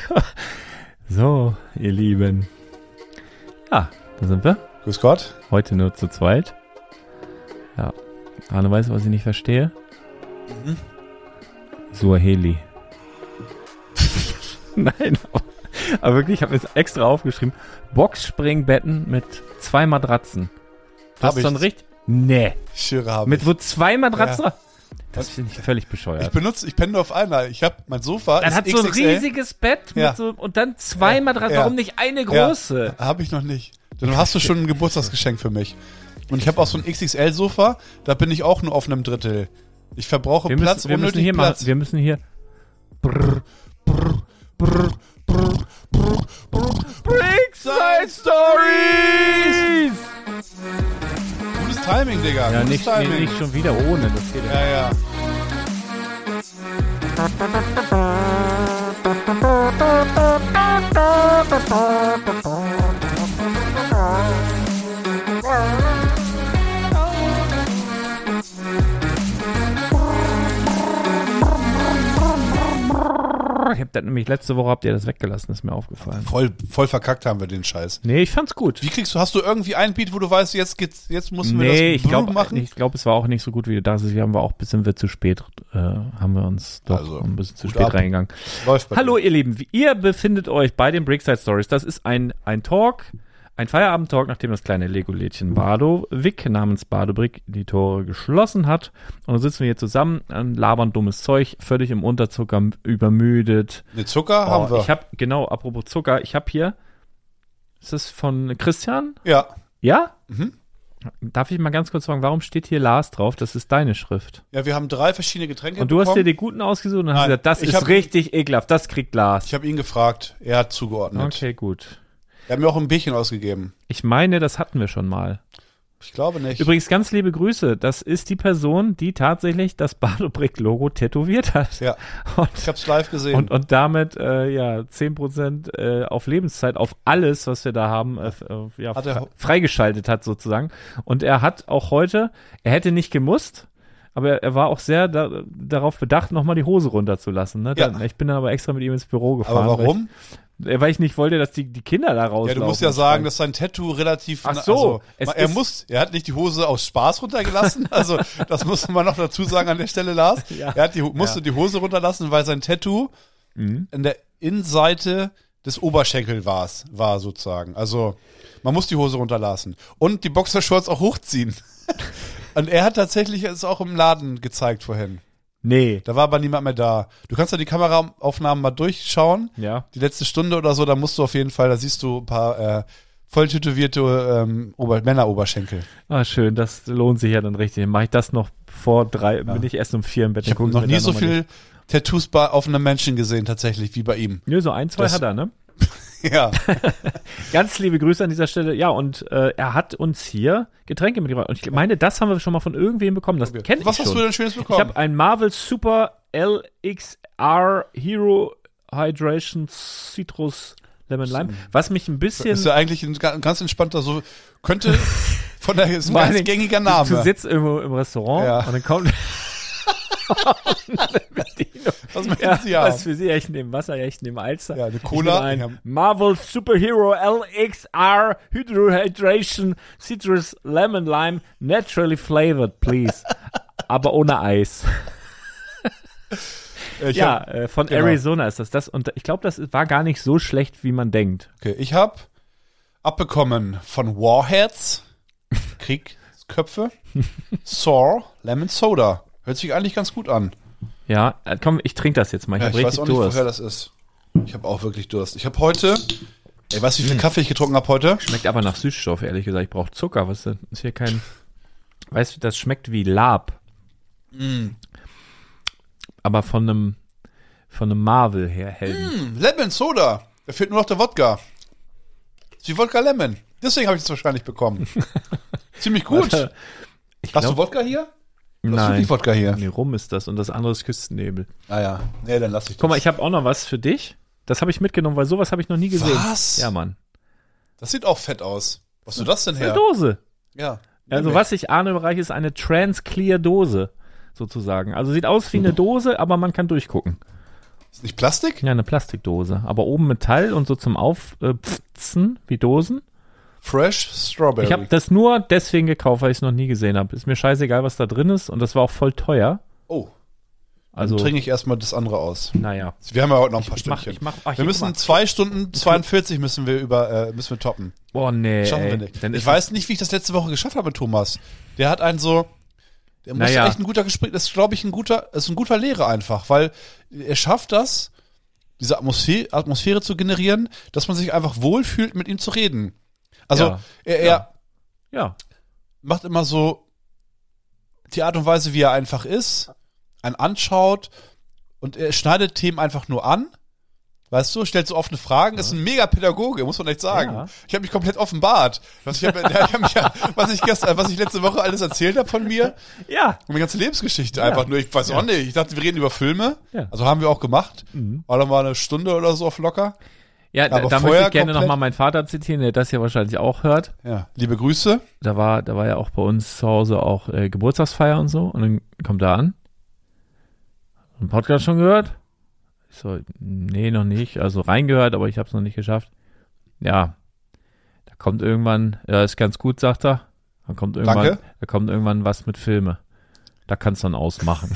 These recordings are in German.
So, ihr Lieben. Ja, da sind wir. Grüß Gott. Heute nur zu zweit. Ja. Arne weiß, was ich nicht verstehe. Suaheli. Nein, aber wirklich, ich habe mir das extra aufgeschrieben. Boxspringbetten mit 2 Matratzen. Das ist so ein richtig... Nee. Ich schwöre, habe Mit ich. wo 2 Matratzen? Ja. Das finde ich völlig bescheuert. Ich penne nur auf einer. Ich habe mein Sofa. Dann ist hat so ein XXL. riesiges Bett Ja. mit so, und dann 2 Matratzen. Ja. Warum nicht eine große? Ja, habe ich noch nicht. Dann hast du schon ein Geburtstagsgeschenk für mich. Und ich habe auch so ein XXL-Sofa. Da bin ich auch nur auf einem Drittel. Ich verbrauche Wir Platz, müssen unnötig hier Platz. machen. Wir müssen hier... Brickside Stories! Gutes Timing, Digga. Ja, Gutes nicht Timing. schon wieder ohne. Das geht ja. Ja. Ich hab das nämlich letzte Woche habt ihr das weggelassen, ist mir aufgefallen. Voll verkackt haben wir den Scheiß. Nee, ich fand's gut. Hast du irgendwie einen Beat, wo du weißt, jetzt müssen wir Nee, das ich glaube, machen? es war auch nicht so gut, wie du dachtest. Sind wir zu spät, haben wir uns doch Also, ein bisschen zu gut spät ab. reingegangen. Läuft bei Hallo dir. ihr Lieben, ihr befindet euch bei den Brickside Stories. Das ist ein Talk, ein Feierabend-Talk, nachdem das kleine Lego-Lädchen Bardo-Wick namens Bardo-Brick die Tore geschlossen hat. Und dann sitzen wir hier zusammen, labern dummes Zeug, völlig im Unterzucker, übermüdet. Ne, Zucker haben wir. Apropos Zucker, ich habe hier, ist das von Christian? Ja. Ja? Mhm. Darf ich mal ganz kurz fragen, warum steht hier Lars drauf? Das ist deine Schrift. Ja, wir haben 3 verschiedene Getränke Und du hast dir bekommen. die guten ausgesucht und hast Nein, gesagt, das ich ist hab- richtig ekelhaft, das kriegt Lars. Ich habe ihn gefragt, er hat zugeordnet. Okay, gut. Er hat mir auch ein Bierchen ausgegeben. Ich meine, das hatten wir schon mal. Ich glaube nicht. Übrigens, ganz liebe Grüße. Das ist die Person, die tatsächlich das Bardo-Brick-Logo tätowiert hat. Ja, Und, ich habe es live gesehen. und damit 10% auf Lebenszeit auf alles, was wir da haben, Hat er- freigeschaltet hat sozusagen. Und er hat auch heute, er hätte nicht gemusst, aber er war auch sehr darauf bedacht, nochmal die Hose runterzulassen. Ne? Ja. Ich bin dann aber extra mit ihm ins Büro gefahren. Aber warum? Weil ich nicht wollte, dass die Kinder da rauslaufen. Ja, du musst ja sagen, dass sein Tattoo relativ... Ach so, er hat nicht die Hose aus Spaß runtergelassen, also das muss man noch dazu sagen an der Stelle, Lars. Ja. Er musste die Hose runterlassen, weil sein Tattoo in der Innenseite des Oberschenkel war sozusagen. Also man muss die Hose runterlassen. Und die Boxershorts auch hochziehen. Und er hat tatsächlich es auch im Laden gezeigt vorhin. Nee. Da war aber niemand mehr da. Du kannst ja die Kameraaufnahmen mal durchschauen. Ja. Die letzte Stunde oder so, da musst du auf jeden Fall, da siehst du ein paar voll tätowierte Männeroberschenkel. Ah, schön, das lohnt sich ja dann richtig. Mache ich das noch vor 3, bin ich erst um 4 im Bett. Ich habe noch nie so viel Tattoos auf einem Menschen gesehen, tatsächlich, wie bei ihm. Nö, so 1, 2 Das- hat er, ne? Ja. Ganz liebe Grüße an dieser Stelle. Ja, und er hat uns hier Getränke mitgebracht. Und ich meine, das haben wir schon mal von irgendwem bekommen. Das kenne ich Was schon. hast du denn Schönes Ich bekommen? habe ein Marvel Super LXR Hero Hydration Citrus Lemon Lime, was mich ein bisschen... ist ja eigentlich ein ganz entspannter, so könnte von der ist ein Vor allen ganz Dingen, gängiger Name. Du sitzt irgendwo im Restaurant Ja. und dann kommt... Was möchten Sie haben? Was für Sie? Ja, ich nehme Wasser, ja, ich nehme Alster. Ja, eine Ich Cola. nehme Ja. ein Marvel Superhero LXR Hydro Hydration Citrus Lemon Lime Naturally Flavored, please. Aber ohne Eis. Von genau. Arizona ist das. Und ich glaube, das war gar nicht so schlecht, wie man denkt. Okay, ich habe abbekommen von Warheads, Kriegsköpfe, Saw, Lemon Soda. Hört sich eigentlich ganz gut an. Ja, komm, ich trinke das jetzt mal. Ich Ja, habe ich richtig weiß auch nicht, Durst. woher das ist. Ich habe auch wirklich Durst. Ich habe heute, weißt du, wie viel Kaffee ich getrunken habe heute? Schmeckt aber nach Süßstoff, ehrlich gesagt. Ich brauche Zucker. Was ist denn? Ist hier kein... Weißt du, das schmeckt wie Lab. Aber von einem Marvel her Helden. Lemon Soda. Da fehlt nur noch der Wodka. Das ist wie Wodka Lemon. Deswegen habe ich es wahrscheinlich bekommen. Ziemlich gut. Warte, ich Hast du glaub, Wodka hier? Hast du Nein. wirklich Wodka hier? Nee, rum ist das und das andere ist Küstennebel. Ah ja. Nee, dann lass ich das. Guck mal, ich habe auch noch was für dich. Das habe ich mitgenommen, weil sowas habe ich noch nie gesehen. Was? Ja, Mann. Das sieht auch fett aus. Was ist das denn Eine her? Dose. Ja. Also was ich ahne im Bereich ist eine Trans-Clear Dose, sozusagen. Also sieht aus wie eine Dose, aber man kann durchgucken. Ist nicht Plastik? Ja, eine Plastikdose. Aber oben Metall und so zum Aufpfzen wie Dosen. Fresh Strawberry. Ich habe das nur deswegen gekauft, weil ich es noch nie gesehen habe. Ist mir scheißegal, was da drin ist. Und das war auch voll teuer. Oh. Also Dann trinke ich erstmal das andere aus. Naja. Wir haben ja heute noch ein paar Stündchen. Wir müssen 2 Stunden 42 müssen wir toppen. Boah, nee. Schaffen wir nicht. Ich weiß nicht, wie ich das letzte Woche geschafft habe mit Thomas. Der hat einen so, der muss echt ein guter Gespräch, das ist, glaube ich, ist ein guter Lehrer einfach, weil er schafft das, diese Atmosphäre zu generieren, dass man sich einfach wohlfühlt, mit ihm zu reden. Also, er macht immer so die Art und Weise, wie er einfach ist, einen anschaut und er schneidet Themen einfach nur an. Weißt du, stellt so offene Fragen, ist ein mega Pädagoge, muss man echt sagen. Ja. Ich habe mich komplett offenbart. Was ich letzte Woche alles erzählt habe von mir. Ja. Und meine ganze Lebensgeschichte einfach nur. Ich weiß auch nicht. Ich dachte, wir reden über Filme. Ja. Also haben wir auch gemacht. War dann mal eine Stunde oder so auf locker. Ja, aber da möchte ich gerne nochmal meinen Vater zitieren, der das ja wahrscheinlich auch hört. Ja, liebe Grüße. Da war ja auch bei uns zu Hause auch Geburtstagsfeier und so. Und dann kommt er an. Einen Podcast schon gehört? Ich so, nee, noch nicht. Also reingehört, aber ich habe es noch nicht geschafft. Ja, da kommt irgendwann, ist ganz gut, sagt er. Da kommt irgendwann was mit Filme. Da kannst du dann ausmachen.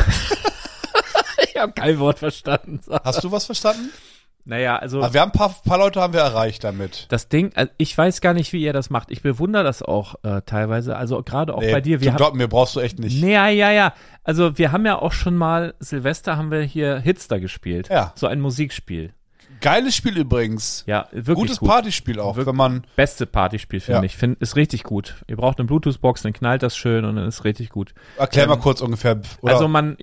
Ich habe kein Wort verstanden. Hast du was verstanden? Naja, also. Aber wir haben ein paar Leute haben wir erreicht damit. Das Ding, also ich weiß gar nicht, wie ihr das macht. Ich bewundere das auch teilweise. Also gerade auch bei dir. Glaub mir, brauchst du echt nicht. Nee, ja. Also wir haben ja auch schon mal, Silvester haben wir hier Hitster gespielt. Ja. So ein Musikspiel. Geiles Spiel übrigens. Ja, wirklich gutes Partyspiel auch, wenn man. Beste Partyspiel, finde ich. Ist richtig gut. Ihr braucht eine Bluetooth-Box, dann knallt das schön und dann ist richtig gut. Erklär mal kurz ungefähr. Oder? Also man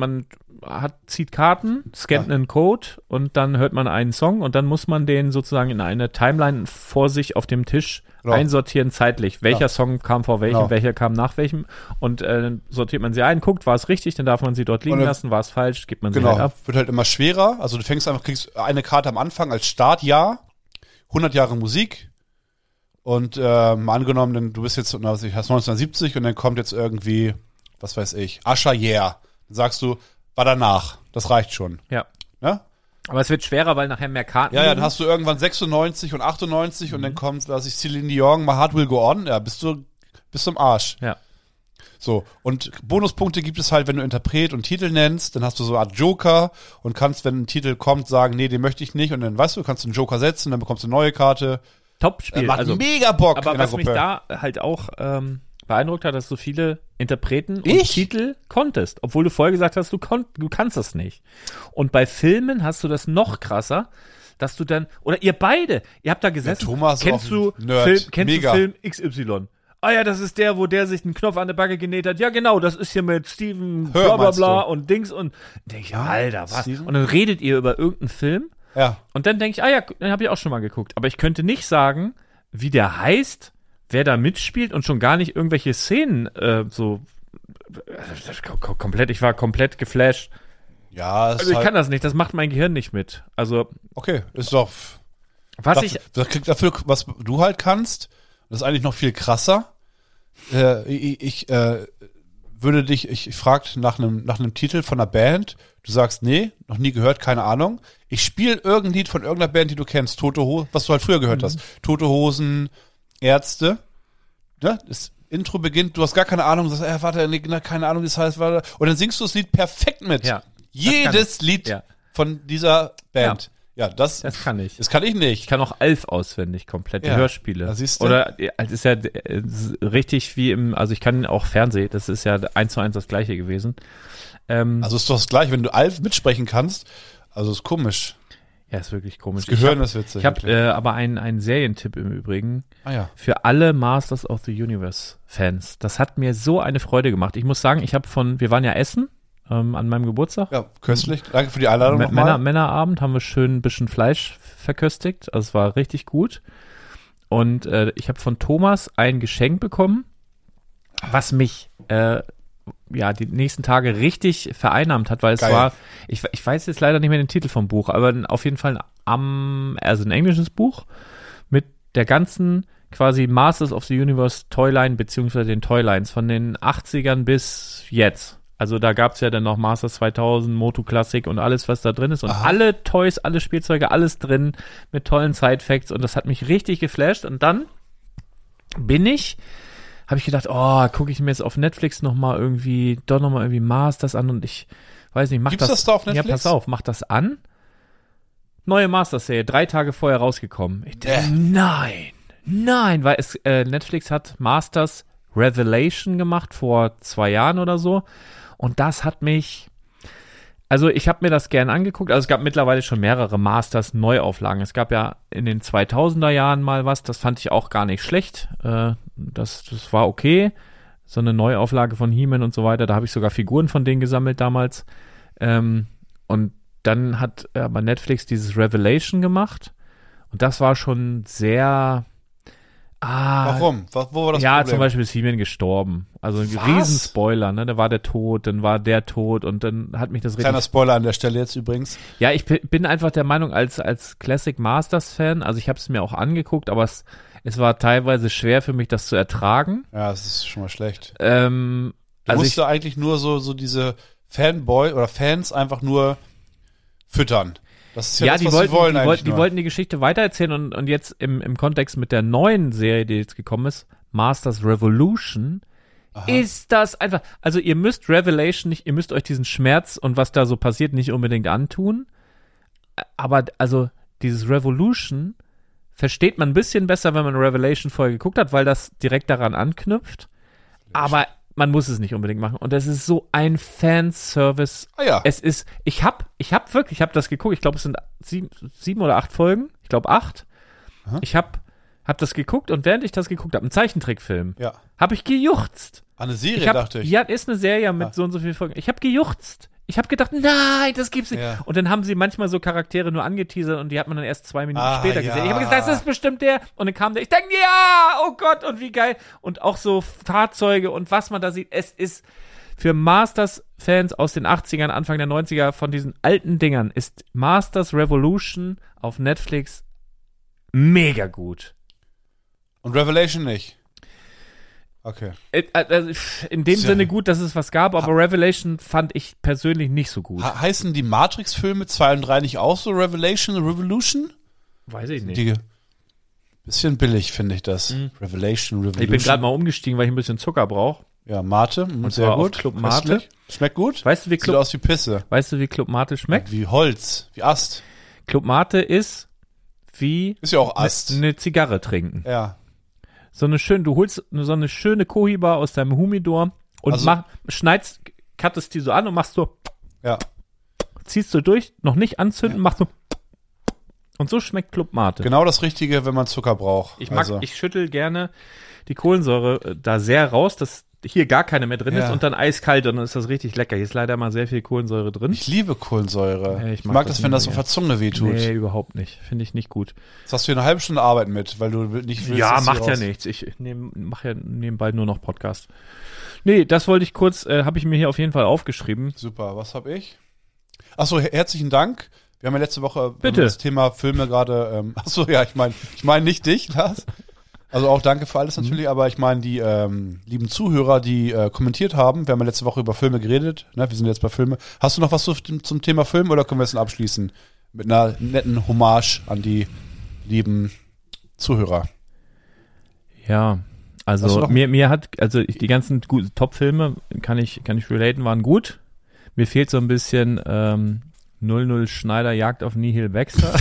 zieht Karten, scannt einen Code und dann hört man einen Song und dann muss man den sozusagen in eine Timeline vor sich auf dem Tisch einsortieren zeitlich. Welcher Song kam vor welchem, welcher kam nach welchem und sortiert man sie ein, guckt, war es richtig, dann darf man sie dort liegen lassen, war es falsch, gibt man sie halt ab. Wird halt immer schwerer, also du kriegst eine Karte am Anfang als Startjahr, 100 Jahre Musik und mal angenommen, du bist jetzt, hast 1970 und dann kommt jetzt irgendwie, was weiß ich, Usher Yeah, dann sagst du, war danach. Das reicht schon. Ja. Ja? Aber es wird schwerer, weil nachher mehr Karten Ja, dann hast du irgendwann 96 und 98 und dann kommt, Celine Dion, My Heart Will Go On. Ja, bist du zum Arsch. Ja. So, und Bonuspunkte gibt es halt, wenn du Interpret und Titel nennst, dann hast du so eine Art Joker und kannst, wenn ein Titel kommt, sagen, nee, den möchte ich nicht und dann, weißt du, kannst du einen Joker setzen, dann bekommst du eine neue Karte. Top-Spiel. Macht mega Bock aber in der was Gruppe. mich da halt auch beeindruckt hat, dass du viele Interpreten und Titel konntest, obwohl du vorher gesagt hast, du kannst das nicht. Und bei Filmen hast du das noch krasser, dass du dann, oder ihr beide, ihr habt da gesessen, Thomas kennst du Film XY? Ah ja, das ist der, wo der sich einen Knopf an der Backe genäht hat. Ja, genau, das ist hier mit Steven bla bla bla und Dings und denke ich, Alter, was? Steven? Und dann redet ihr über irgendeinen Film und dann denke ich, den habe ich auch schon mal geguckt. Aber ich könnte nicht sagen, wie der heißt, wer da mitspielt und schon gar nicht irgendwelche Szenen ich war komplett geflasht. Ja, also ich kann das nicht, das macht mein Gehirn nicht mit. Also okay, ist doch was du halt kannst, das ist eigentlich noch viel krasser. Ich frage nach einem Titel von einer Band, du sagst, nee, noch nie gehört, keine Ahnung. Ich spiele irgendein Lied von irgendeiner Band, die du kennst, Tote Hosen, was du halt früher gehört hast. Tote Hosen, Ärzte. Ja, das Intro beginnt, du hast gar keine Ahnung, du sagst, keine Ahnung, wie das heißt, warte. Und dann singst du das Lied perfekt mit. Ja, jedes Lied von dieser Band. Ja, das kann ich. Das kann ich nicht. Ich kann auch Alf auswendig, komplett, die Hörspiele. Da siehst du. Oder, es ist ja richtig wie also ich kann auch Fernsehen, das ist ja 1:1 das Gleiche gewesen. Also ist doch das Gleiche, wenn du Alf mitsprechen kannst, also ist komisch. Ja, ist wirklich komisch. Das Gehirn ist witzig. Ich habe aber einen Serientipp im Übrigen für alle Masters of the Universe Fans. Das hat mir so eine Freude gemacht. Ich muss sagen, wir waren ja essen an meinem Geburtstag. Ja, köstlich. Danke für die Einladung nochmal. Männerabend haben wir schön ein bisschen Fleisch verköstigt. Also es war richtig gut. Und ich habe von Thomas ein Geschenk bekommen, was mich die nächsten Tage richtig vereinnahmt hat, weil es war, ich weiß jetzt leider nicht mehr den Titel vom Buch, aber auf jeden Fall ein englisches Buch mit der ganzen quasi Masters of the Universe Toyline beziehungsweise den Toylines von den 80ern bis jetzt. Also da gab es ja dann noch Masters 2000, Moto Classic und alles, was da drin ist. Und alle Toys, alle Spielzeuge, alles drin mit tollen Side-Facts. Und das hat mich richtig geflasht. Und dann habe ich gedacht, gucke ich mir jetzt auf Netflix doch nochmal irgendwie Masters an. Und ich weiß nicht, Gibt's das da auf Netflix? Ja, pass auf, mach das an. Neue Masters-Serie, 3 Tage vorher rausgekommen. Ich dachte, nein, weil Netflix hat Masters Revelation gemacht vor 2 Jahren oder so. Und das hat mich, also ich habe mir das gern angeguckt. Also es gab mittlerweile schon mehrere Masters Neuauflagen. Es gab ja in den 2000er Jahren mal was, das fand ich auch gar nicht schlecht. Das war okay. So eine Neuauflage von He-Man und so weiter. Da habe ich sogar Figuren von denen gesammelt damals. Und dann hat aber Netflix dieses Revelation gemacht. Und das war schon sehr... Warum? Wo war das Problem? Ja, zum Beispiel ist He-Man gestorben. Also ein Riesenspoiler, ne? Da war der tot, dann war der tot und dann hat mich das richtig... Kleiner Spoiler an der Stelle jetzt übrigens. Ja, ich bin einfach der Meinung, als Classic Masters Fan, also ich habe es mir auch angeguckt, aber es war teilweise schwer für mich, das zu ertragen. Ja, das ist schon mal schlecht. Du musst ja eigentlich nur so diese Fanboy oder Fans einfach nur füttern. Das ist ja das, was sie wollen eigentlich die wollten die Geschichte weitererzählen und jetzt im Kontext mit der neuen Serie, die jetzt gekommen ist, Masters Revolution, ist das einfach, also ihr müsst Revelation nicht, ihr müsst euch diesen Schmerz und was da so passiert nicht unbedingt antun, aber also dieses Revolution versteht man ein bisschen besser, wenn man Revelation vorher geguckt hat, weil das direkt daran anknüpft, aber man muss es nicht unbedingt machen. Und es ist so ein Fanservice. Ja. Es ist, ich hab das geguckt. Ich glaube, es sind 7 oder 8 Folgen. Ich glaube 8. Aha. Ich hab das geguckt und während ich das geguckt habe, einen Zeichentrickfilm, habe ich gejuchzt. Eine Serie, dachte ich. Ja, ist eine Serie mit so und so vielen Folgen. Ich habe gejuchzt. Ich habe gedacht, nein, das gibt's nicht. Ja. Und dann haben sie manchmal so Charaktere nur angeteasert und die hat man dann erst 2 Minuten später gesehen. Ich habe gesagt, das ist bestimmt der. Und dann kam der, ich denke, ja, oh Gott, und wie geil. Und auch so Fahrzeuge und was man da sieht. Es ist für Masters-Fans aus den 80ern, Anfang der 90er von diesen alten Dingern, ist Masters Revolution auf Netflix mega gut. Und Revelation nicht? Okay. Also in dem Sinne gut, dass es was gab, aber Revelation fand ich persönlich nicht so gut. Heißen die Matrix-Filme 2 und 3 nicht auch so Revolution? Weiß ich nicht. Bisschen billig, finde ich das. Revelation. Ich bin gerade mal umgestiegen, weil ich ein bisschen Zucker brauche. Ja, Mate. Und sehr gut. Club Mate. Schmeckt gut? Sieht aus wie Pisse. Weißt du, wie Club Mate schmeckt? Ja, wie Holz, wie Ast. Club Mate ist wie... Ist ja auch Ast. Eine Zigarre trinken. Ja. Du holst so eine schöne Cohiba aus deinem Humidor und cuttest die so an und machst so, ziehst du durch, noch nicht anzünden, machst so, und so schmeckt Club Mate. Genau das Richtige, wenn man Zucker braucht. Ich schüttel gerne die Kohlensäure da sehr raus, dass hier gar keine mehr drin ist und dann eiskalt und dann ist das richtig lecker. Hier ist leider mal sehr viel Kohlensäure drin. Ich liebe Kohlensäure. Ja, ich mag das, wenn das auf der Zunge wehtut. Nee, überhaupt nicht. Finde ich nicht gut. Jetzt hast du hier eine halbe Stunde Arbeit mit, weil du nicht willst. Ja, macht ja nichts. Ich mache ja nebenbei nur noch Podcast. Nee, das wollte ich kurz, habe ich mir hier auf jeden Fall aufgeschrieben. Super, was habe ich? Achso, herzlichen Dank. Wir haben ja letzte Woche das Thema Filme gerade, ich meine nicht dich, Lars. Also auch danke für alles natürlich, aber ich meine die lieben Zuhörer, die kommentiert haben. Wir haben ja letzte Woche über Filme geredet, ne? Wir sind jetzt bei Filme. Hast du noch was zum Thema Film oder können wir es dann abschließen mit einer netten Hommage an die lieben Zuhörer? Ja, also mir hat, also die ganzen guten Top-Filme, kann ich relaten, waren gut. Mir fehlt so ein bisschen 00 Schneider Jagd auf Nihil Baxter.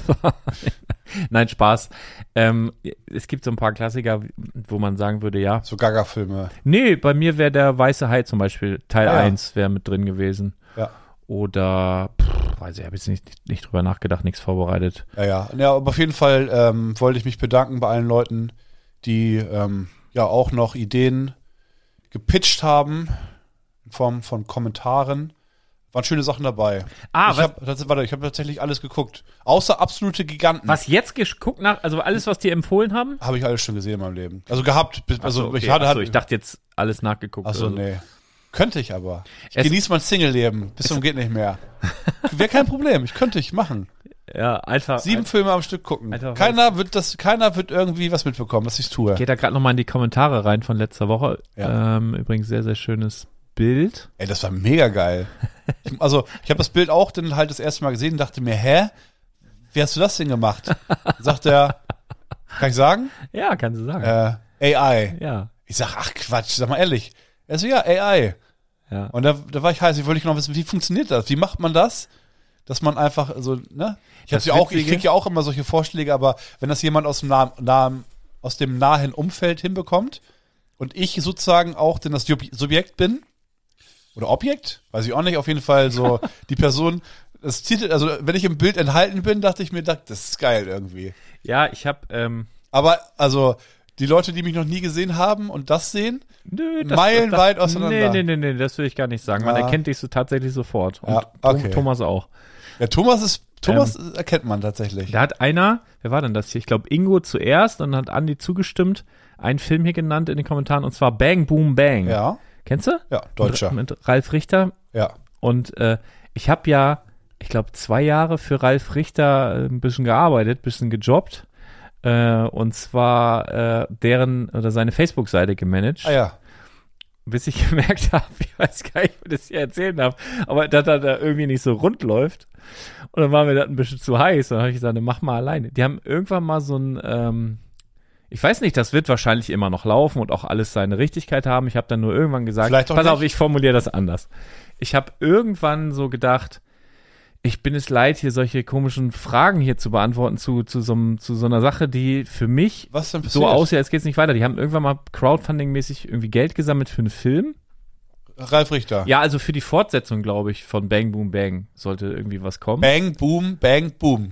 Nein, Spaß. Es gibt so ein paar Klassiker, wo man sagen würde, ja. So Gaga-Filme. Nee, bei mir wäre der Weiße Hai zum Beispiel, Teil 1 wäre mit drin gewesen. Ja. Oder, weiß ich, habe jetzt nicht drüber nachgedacht, nichts vorbereitet. Ja, aber auf jeden Fall wollte ich mich bedanken bei allen Leuten, die auch noch Ideen gepitcht haben in Form von Kommentaren. Waren schöne Sachen dabei. Ich habe tatsächlich alles geguckt. Außer Absolute Giganten. Was jetzt geguckt nach, also alles, was die empfohlen haben? Habe ich alles schon gesehen in meinem Leben. Also gehabt. Ich dachte jetzt alles nachgeguckt. Achso, nee. Könnte ich aber. Ich genieße mein Single-Leben. Bis zum geht nicht mehr. Wäre kein Problem. Könnte ich machen. Ja, einfach. 7 Filme am Stück gucken. Keiner wird irgendwie was mitbekommen, was ich tue. Ich gehe da gerade nochmal in die Kommentare rein von letzter Woche. Ja. Übrigens sehr, sehr schönes Bild. Ey, das war mega geil. Ich habe das Bild auch dann halt das erste Mal gesehen und dachte mir, hä? Wie hast du das denn gemacht? Sagt er, kann ich sagen? Ja, kannst du sagen. AI. Ja. Ich sag, ach Quatsch, sag mal ehrlich. Er so, ja, AI. Ja. Und da war ich heiß, ich wollte noch wissen, wie funktioniert das? Wie macht man das? Dass man einfach so, ne? Ich krieg ja auch immer solche Vorschläge, aber wenn das jemand aus dem nahen Umfeld hinbekommt und ich sozusagen auch denn das Subjekt bin, oder Objekt, weiß ich auch nicht, auf jeden Fall so die Person, das Titel, also wenn ich im Bild enthalten bin, dachte ich mir, das ist geil irgendwie. Ja, ich habe Aber, also, die Leute, die mich noch nie gesehen haben und das sehen, nö, meilenweit auseinander. Nee, das will ich gar nicht sagen. Man erkennt dich so tatsächlich sofort. Und ja, okay. Thomas auch. Ja, Thomas erkennt man tatsächlich. Da hat einer, wer war denn das hier? Ich glaube Ingo zuerst und dann hat Andi zugestimmt, einen Film hier genannt in den Kommentaren und zwar Bang Boom Bang. Ja. Kennst du? Ja, Deutscher. Mit Ralf Richter. Ja. Und ich habe ja, ich glaube 2 Jahre für Ralf Richter ein bisschen gearbeitet, ein bisschen gejobbt. Und zwar seine Facebook-Seite gemanagt. Ah ja. Bis ich gemerkt habe, ich weiß gar nicht, wie ich das hier erzählen darf, aber dass da irgendwie nicht so rund läuft. Und dann war mir das ein bisschen zu heiß. Und dann habe ich gesagt, ne, mach mal alleine. Die haben irgendwann mal so ein, ich weiß nicht, das wird wahrscheinlich immer noch laufen und auch alles seine Richtigkeit haben. Ich habe dann nur irgendwann gesagt, pass auf, ich formuliere das anders. Ich habe irgendwann so gedacht, ich bin es leid, hier solche komischen Fragen hier zu beantworten zu so einer Sache, die für mich so aussieht, als geht's nicht weiter. Die haben irgendwann mal Crowdfunding-mäßig irgendwie Geld gesammelt für einen Film. Ralf Richter. Ja, also für die Fortsetzung, glaube ich, von Bang Boom Bang sollte irgendwie was kommen. Bang Boom Bang Boom.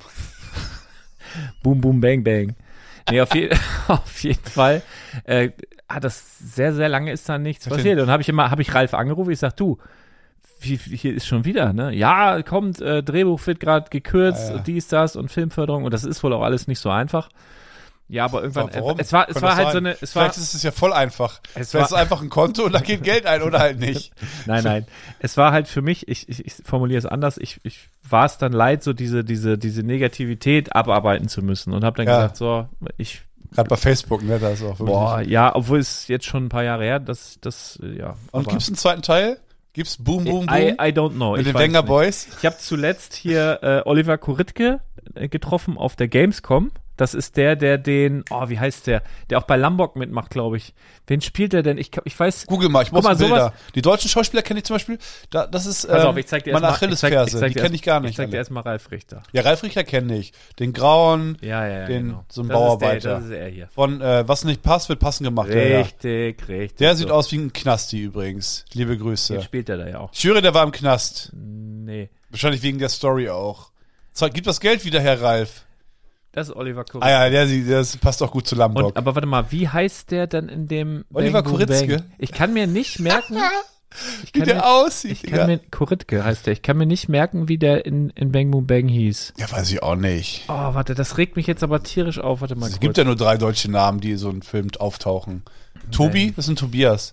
Boom Boom Bang Bang. Nee, auf jeden Fall hat das sehr, sehr lange ist da nichts passiert. Und habe ich Ralf angerufen, ich sag, du, hier ist schon wieder, ne? Ja, kommt, Drehbuch wird gerade gekürzt, dies, das und Filmförderung und das ist wohl auch alles nicht so einfach. Ja, aber irgendwann, warum? es war halt so eine, Vielleicht ist es ja voll einfach. Vielleicht ist einfach ein Konto und da geht Geld ein oder halt nicht. Nein. Es war halt für mich, ich formuliere es anders, ich war es dann leid, so diese Negativität abarbeiten zu müssen und habe dann gesagt, so, gerade bei Facebook, ne, da ist auch wirklich. Boah, ja, obwohl es jetzt schon ein paar Jahre her, ja. Und gibt's einen zweiten Teil? Gibt's Boom Boom Boom? I don't know. Mit den Wenger Boys? Ich habe zuletzt hier Oliver Koritke getroffen auf der Gamescom. Das ist der den, wie heißt der auch bei Lombok mitmacht, glaube ich. Wen spielt der denn? Ich weiß. Google mal, ich muss Bilder. Die deutschen Schauspieler kenne ich zum Beispiel. Das ist Pass auf, ich zeig dir meine Achillesferse. Die kenne ich gar nicht. Ich zeig dir erstmal Ralf Richter. Ja, Ralf Richter kenne ich. Den Grauen, den genau. So ein Bauarbeiter. Das ist er hier. Von was nicht passt, wird passend gemacht. Richtig. Der sieht aus wie ein Knasti übrigens. Liebe Grüße. Den spielt er da ja auch. Ich schwöre, der war im Knast. Nee. Wahrscheinlich wegen der Story auch. Gib das Geld wieder her, Ralf. Das ist Oliver Koritke. Ah ja, das passt auch gut zu Lombok. Aber warte mal, wie heißt der denn in dem Oliver Koritke? Ich kann mir nicht merken, wie der aussieht. Koritke heißt der. Ich kann mir nicht merken, wie der in Bang Boom Bang hieß. Ja, weiß ich auch nicht. Oh, warte, das regt mich jetzt aber tierisch auf. Warte mal Es gibt ja nur 3 deutsche Namen, die so in Film auftauchen. Tobi, das ist ein Tobias.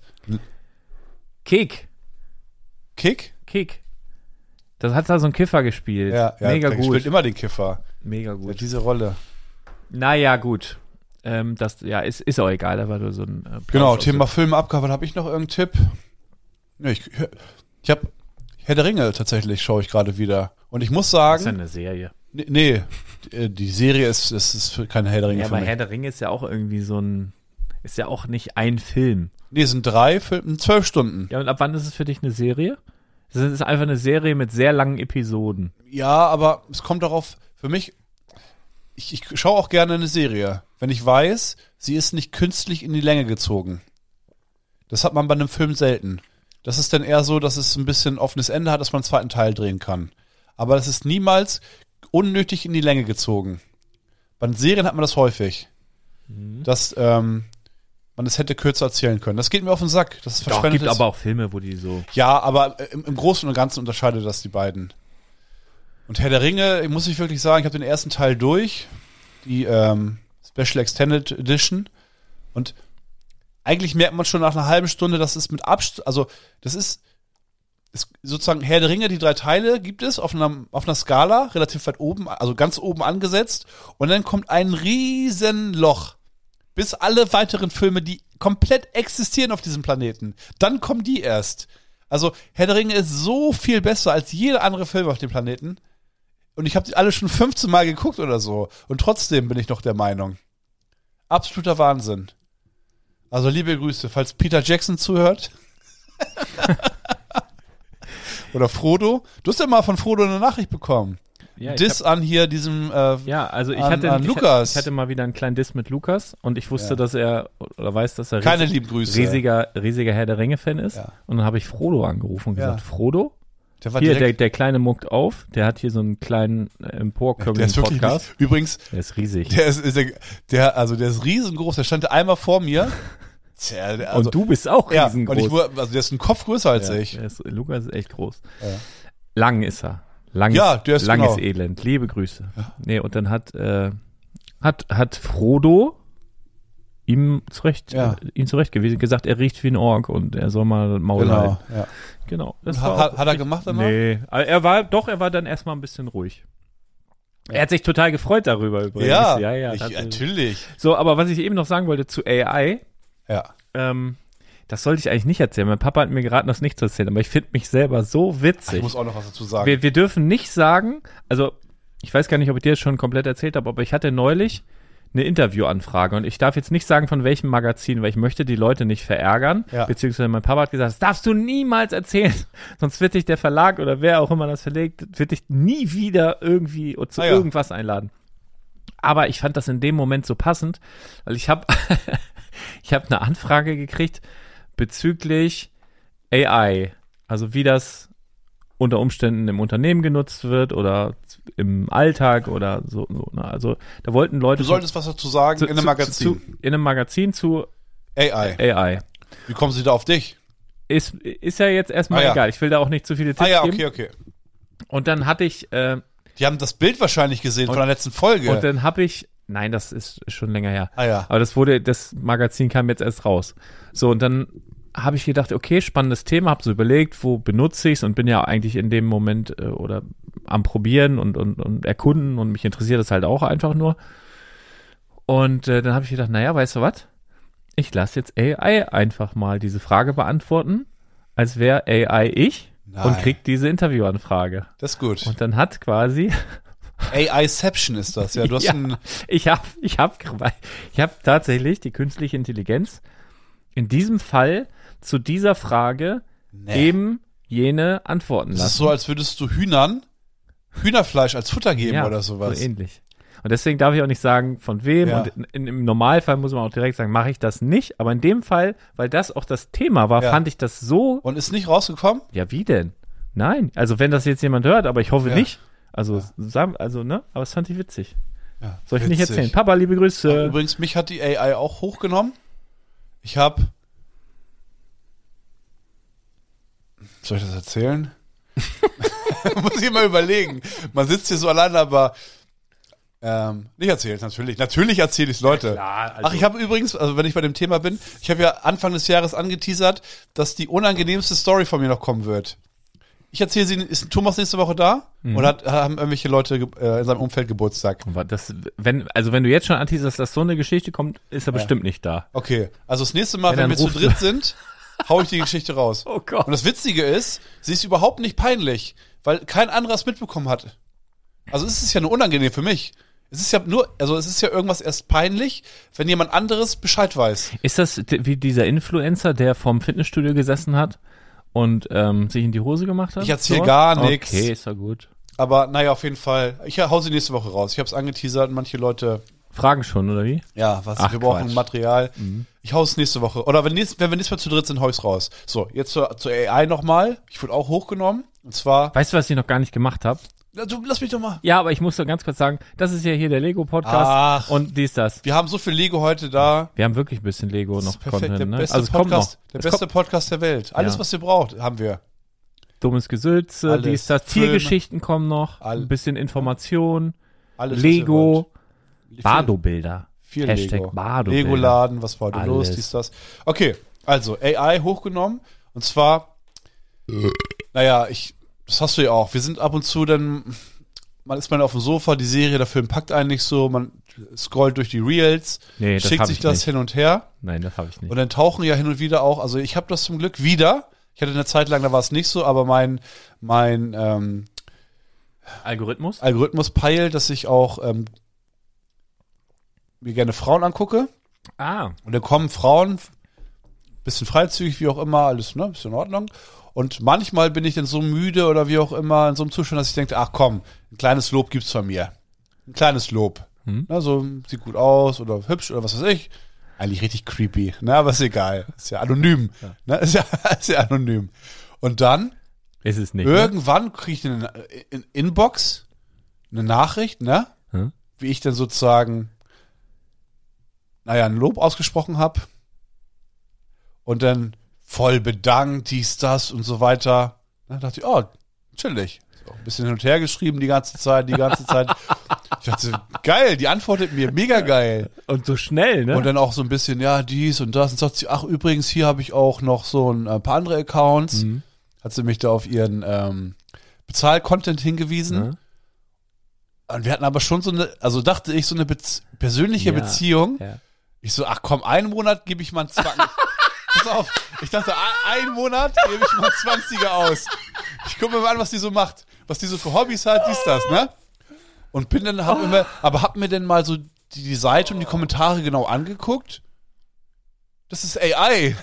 Kick. Kick? Kick. Das hat da so ein Kiffer gespielt. Ja, mega gut. Der spielt immer den Kiffer. Mega gut. Ja, diese Rolle. Naja, gut. Das ist auch egal, da war nur so ein Genau, Thema Filme abgehauen. Habe ich noch irgendeinen Tipp? Ja, ich habe Herr der Ringe tatsächlich, schaue ich gerade wieder. Und ich muss sagen. Das ist ja eine Serie. Nee, die Serie ist keine Herr der Ringe. Ja, aber Herr der Ringe ist ja auch irgendwie ist ja auch nicht ein Film. Nee, es sind 3 Filme, 12 Stunden. Ja, und ab wann ist es für dich eine Serie? Das ist einfach eine Serie mit sehr langen Episoden. Ja, aber es kommt darauf, für mich, ich schaue auch gerne eine Serie, wenn ich weiß, sie ist nicht künstlich in die Länge gezogen. Das hat man bei einem Film selten. Das ist dann eher so, dass es ein bisschen offenes Ende hat, dass man einen zweiten Teil drehen kann. Aber das ist niemals unnötig in die Länge gezogen. Bei den Serien hat man das häufig. Dass man es hätte kürzer erzählen können. Das geht mir auf den Sack. Das ist verschwendet. Es gibt aber auch Filme, wo die so... Ja, aber im Großen und Ganzen unterscheidet das die beiden. Und Herr der Ringe, muss ich wirklich sagen, ich habe den ersten Teil durch. Die Special Extended Edition. Und eigentlich merkt man schon nach einer halben Stunde, dass es mit Abstand... Also, das ist sozusagen Herr der Ringe, die 3 Teile gibt es auf einer Skala, relativ weit oben, also ganz oben angesetzt. Und dann kommt ein riesen Loch. Bis alle weiteren Filme, die komplett existieren auf diesem Planeten. Dann kommen die erst. Also Herr der Ringe ist so viel besser als jeder andere Film auf dem Planeten. Und ich habe die alle schon 15 Mal geguckt oder so. Und trotzdem bin ich noch der Meinung. Absoluter Wahnsinn. Also liebe Grüße, falls Peter Jackson zuhört. Oder Frodo. Du hast ja mal von Frodo eine Nachricht bekommen. Ja, Diss an hier diesem also ich hatte mal wieder einen kleinen Diss mit Lukas und ich wusste, dass er weiß, dass er keine lieben Grüße. riesiger Herr der Ringe-Fan ist. Ja. Und dann habe ich Frodo angerufen und gesagt, Frodo? Der war hier, der Kleine muckt auf, der hat hier so einen kleinen emporkömmlichen Podcast. Übrigens, der ist riesig. Der ist riesengroß, der stand einmal vor mir. Tja, und du bist auch riesengroß. Und der ist ein Kopf größer als ich. Lukas ist echt groß. Ja. Lang ist er. Langes Elend. Liebe Grüße. Ja. Nee, und dann hat Frodo ihm zurechtgewiesen, gesagt, er riecht wie ein Ork und er soll mal Maul halten. Ja. Genau. Hat er gemacht danach? Nee. Er war dann erstmal ein bisschen ruhig. Ja. Er hat sich total gefreut darüber übrigens. Ja, natürlich. So, aber was ich eben noch sagen wollte zu AI, das sollte ich eigentlich nicht erzählen. Mein Papa hat mir geraten, das nicht zu erzählen, aber ich finde mich selber so witzig. Ich muss auch noch was dazu sagen. Wir dürfen nicht sagen, also ich weiß gar nicht, ob ich dir das schon komplett erzählt habe, aber ich hatte neulich eine Interviewanfrage und ich darf jetzt nicht sagen, von welchem Magazin, weil ich möchte die Leute nicht verärgern, beziehungsweise mein Papa hat gesagt, das darfst du niemals erzählen, sonst wird dich der Verlag oder wer auch immer das verlegt, wird dich nie wieder irgendwie zu irgendwas einladen. Aber ich fand das in dem Moment so passend, weil ich habe eine Anfrage gekriegt bezüglich AI, also wie das unter Umständen im Unternehmen genutzt wird oder im Alltag oder so. Ne? Also da wollten Leute... Du solltest was dazu sagen in einem Magazin. In einem Magazin zu AI. Wie kommen sie da auf dich? Ist ja jetzt erstmal egal. Ich will da auch nicht zu viele Tipps geben. Okay. Und dann hatte ich... die haben das Bild wahrscheinlich gesehen von der letzten Folge. Und dann habe ich... Nein, das ist schon länger her. Ja. Aber das Magazin kam jetzt erst raus. So, und dann habe ich gedacht, okay, spannendes Thema, habe so überlegt, wo benutze ich es und bin ja eigentlich in dem Moment oder am Probieren und erkunden und mich interessiert das halt auch einfach nur. Und dann habe ich gedacht, naja, weißt du was? Ich lasse jetzt AI einfach mal diese Frage beantworten, als wäre AI ich und krieg diese Interviewanfrage. Das ist gut. Und dann hat quasi... AI-ception ist das, ja. Du hast ich hab tatsächlich die künstliche Intelligenz in diesem Fall zu dieser Frage eben jene antworten lassen. Das ist so, als würdest du Hühnerfleisch als Futter geben oder sowas. So ähnlich. Und deswegen darf ich auch nicht sagen, von wem. Ja. Und im Normalfall muss man auch direkt sagen, mache ich das nicht. Aber in dem Fall, weil das auch das Thema war, fand ich das so... Und ist nicht rausgekommen? Ja, wie denn? Nein. Also wenn das jetzt jemand hört, aber ich hoffe nicht. Also, ne? Aber das fand ich witzig. Ja, soll ich nicht erzählen? Papa, liebe Grüße. Ach, übrigens, mich hat die AI auch hochgenommen. Soll ich das erzählen? Muss ich mal überlegen. Man sitzt hier so alleine, aber nicht erzählt, natürlich. Natürlich erzähle ich es, Leute. Klar, also. Ach, ich habe übrigens, also wenn ich bei dem Thema bin, ich habe ja Anfang des Jahres angeteasert, dass die unangenehmste Story von mir noch kommen wird. Ich erzähle sie, ist Thomas nächste Woche da? Oder haben irgendwelche Leute in seinem Umfeld Geburtstag? Wenn du jetzt schon anteaserst, dass so eine Geschichte kommt, ist er bestimmt nicht da. Okay, also das nächste Mal, wenn wir zu dritt sind, hau ich die Geschichte raus. Oh Gott. Und das Witzige ist, sie ist überhaupt nicht peinlich, weil kein anderer es mitbekommen hat. Also es ist ja nur unangenehm für mich. Es ist ja irgendwas erst peinlich, wenn jemand anderes Bescheid weiß. Ist das wie dieser Influencer, der vorm Fitnessstudio gesessen hat? Und sich in die Hose gemacht hat? Ich erzähle gar nichts. Okay, ist ja gut. Aber naja, auf jeden Fall. Ich hau sie nächste Woche raus. Ich habe es angeteasert und manche Leute... Fragen schon, oder wie? Ja, wir brauchen Material. Ich hau es nächste Woche. Oder wenn wir nächstes Mal zu dritt sind, hau ich's raus. So, jetzt zur AI nochmal. Ich wurde auch hochgenommen. Und zwar... Weißt du, was ich noch gar nicht gemacht habe? Du, lass mich doch mal. Ja, aber ich muss doch ganz kurz sagen, das ist ja hier der Lego-Podcast und das. Wir haben so viel Lego heute da. Wir haben wirklich ein bisschen Lego noch perfekt. Content, Der beste Podcast der Welt. Alles, was ihr braucht, haben wir. Dummes Gesülze, Tiergeschichten kommen noch, ein bisschen Information, Lego, Bardo-Bilder. Viel Hashtag Lego. Bardo-Bilder. Lego-Laden, was war da los, das. Okay, also AI hochgenommen und zwar, das hast du ja auch. Wir sind ab und zu dann, man ist mal auf dem Sofa, die Serie, der Film packt einen nicht so, man scrollt durch die Reels, schickt sich das hin und her. Nein, das habe ich nicht. Und dann tauchen ja hin und wieder auch, also ich habe das zum Glück wieder, Ich hatte eine Zeit lang, da war es nicht so, aber mein Algorithmus peilt, dass ich auch mir gerne Frauen angucke. Und dann kommen Frauen, bisschen freizügig, wie auch immer, alles, ne, ist in Ordnung. Und manchmal bin ich dann so müde oder wie auch immer in so einem Zustand, dass ich denke, ach komm, ein kleines Lob gibt's von mir. Ein kleines Lob. Ne, so, sieht gut aus oder hübsch oder was weiß ich. Eigentlich richtig creepy, ne, aber ist egal. Ist ja anonym. Ja. Ne, ist ja anonym. Und dann, ist es nicht, irgendwann kriege ich eine Inbox, eine Nachricht, ne, wie ich dann sozusagen ein Lob ausgesprochen habe und dann voll bedankt, dies, das und so weiter. Da dachte ich, oh, chillig. So, ein bisschen hin und her geschrieben die ganze Zeit. Ich dachte, geil, die antwortet mir, mega geil. Und so schnell, ne? Und dann auch so ein bisschen, ja, dies und das. Und sagt sie, ach, übrigens, hier habe ich auch noch so ein paar andere Accounts. Hat sie mich da auf ihren Bezahl-Content hingewiesen. Und wir hatten aber schon so eine, also dachte ich, so eine persönliche Beziehung. Ja. Ich so, ach komm, einen Monat gebe ich mal einen Zwanzig. Pass auf, ich dachte, einen Monat gebe ich mal einen 20er aus. Ich gucke mir mal an, was die so macht. Was die so für Hobbys hat, dies, das, ne? Und bin dann, hab mir denn mal so die Seite und die Kommentare genau angeguckt. Das ist AI.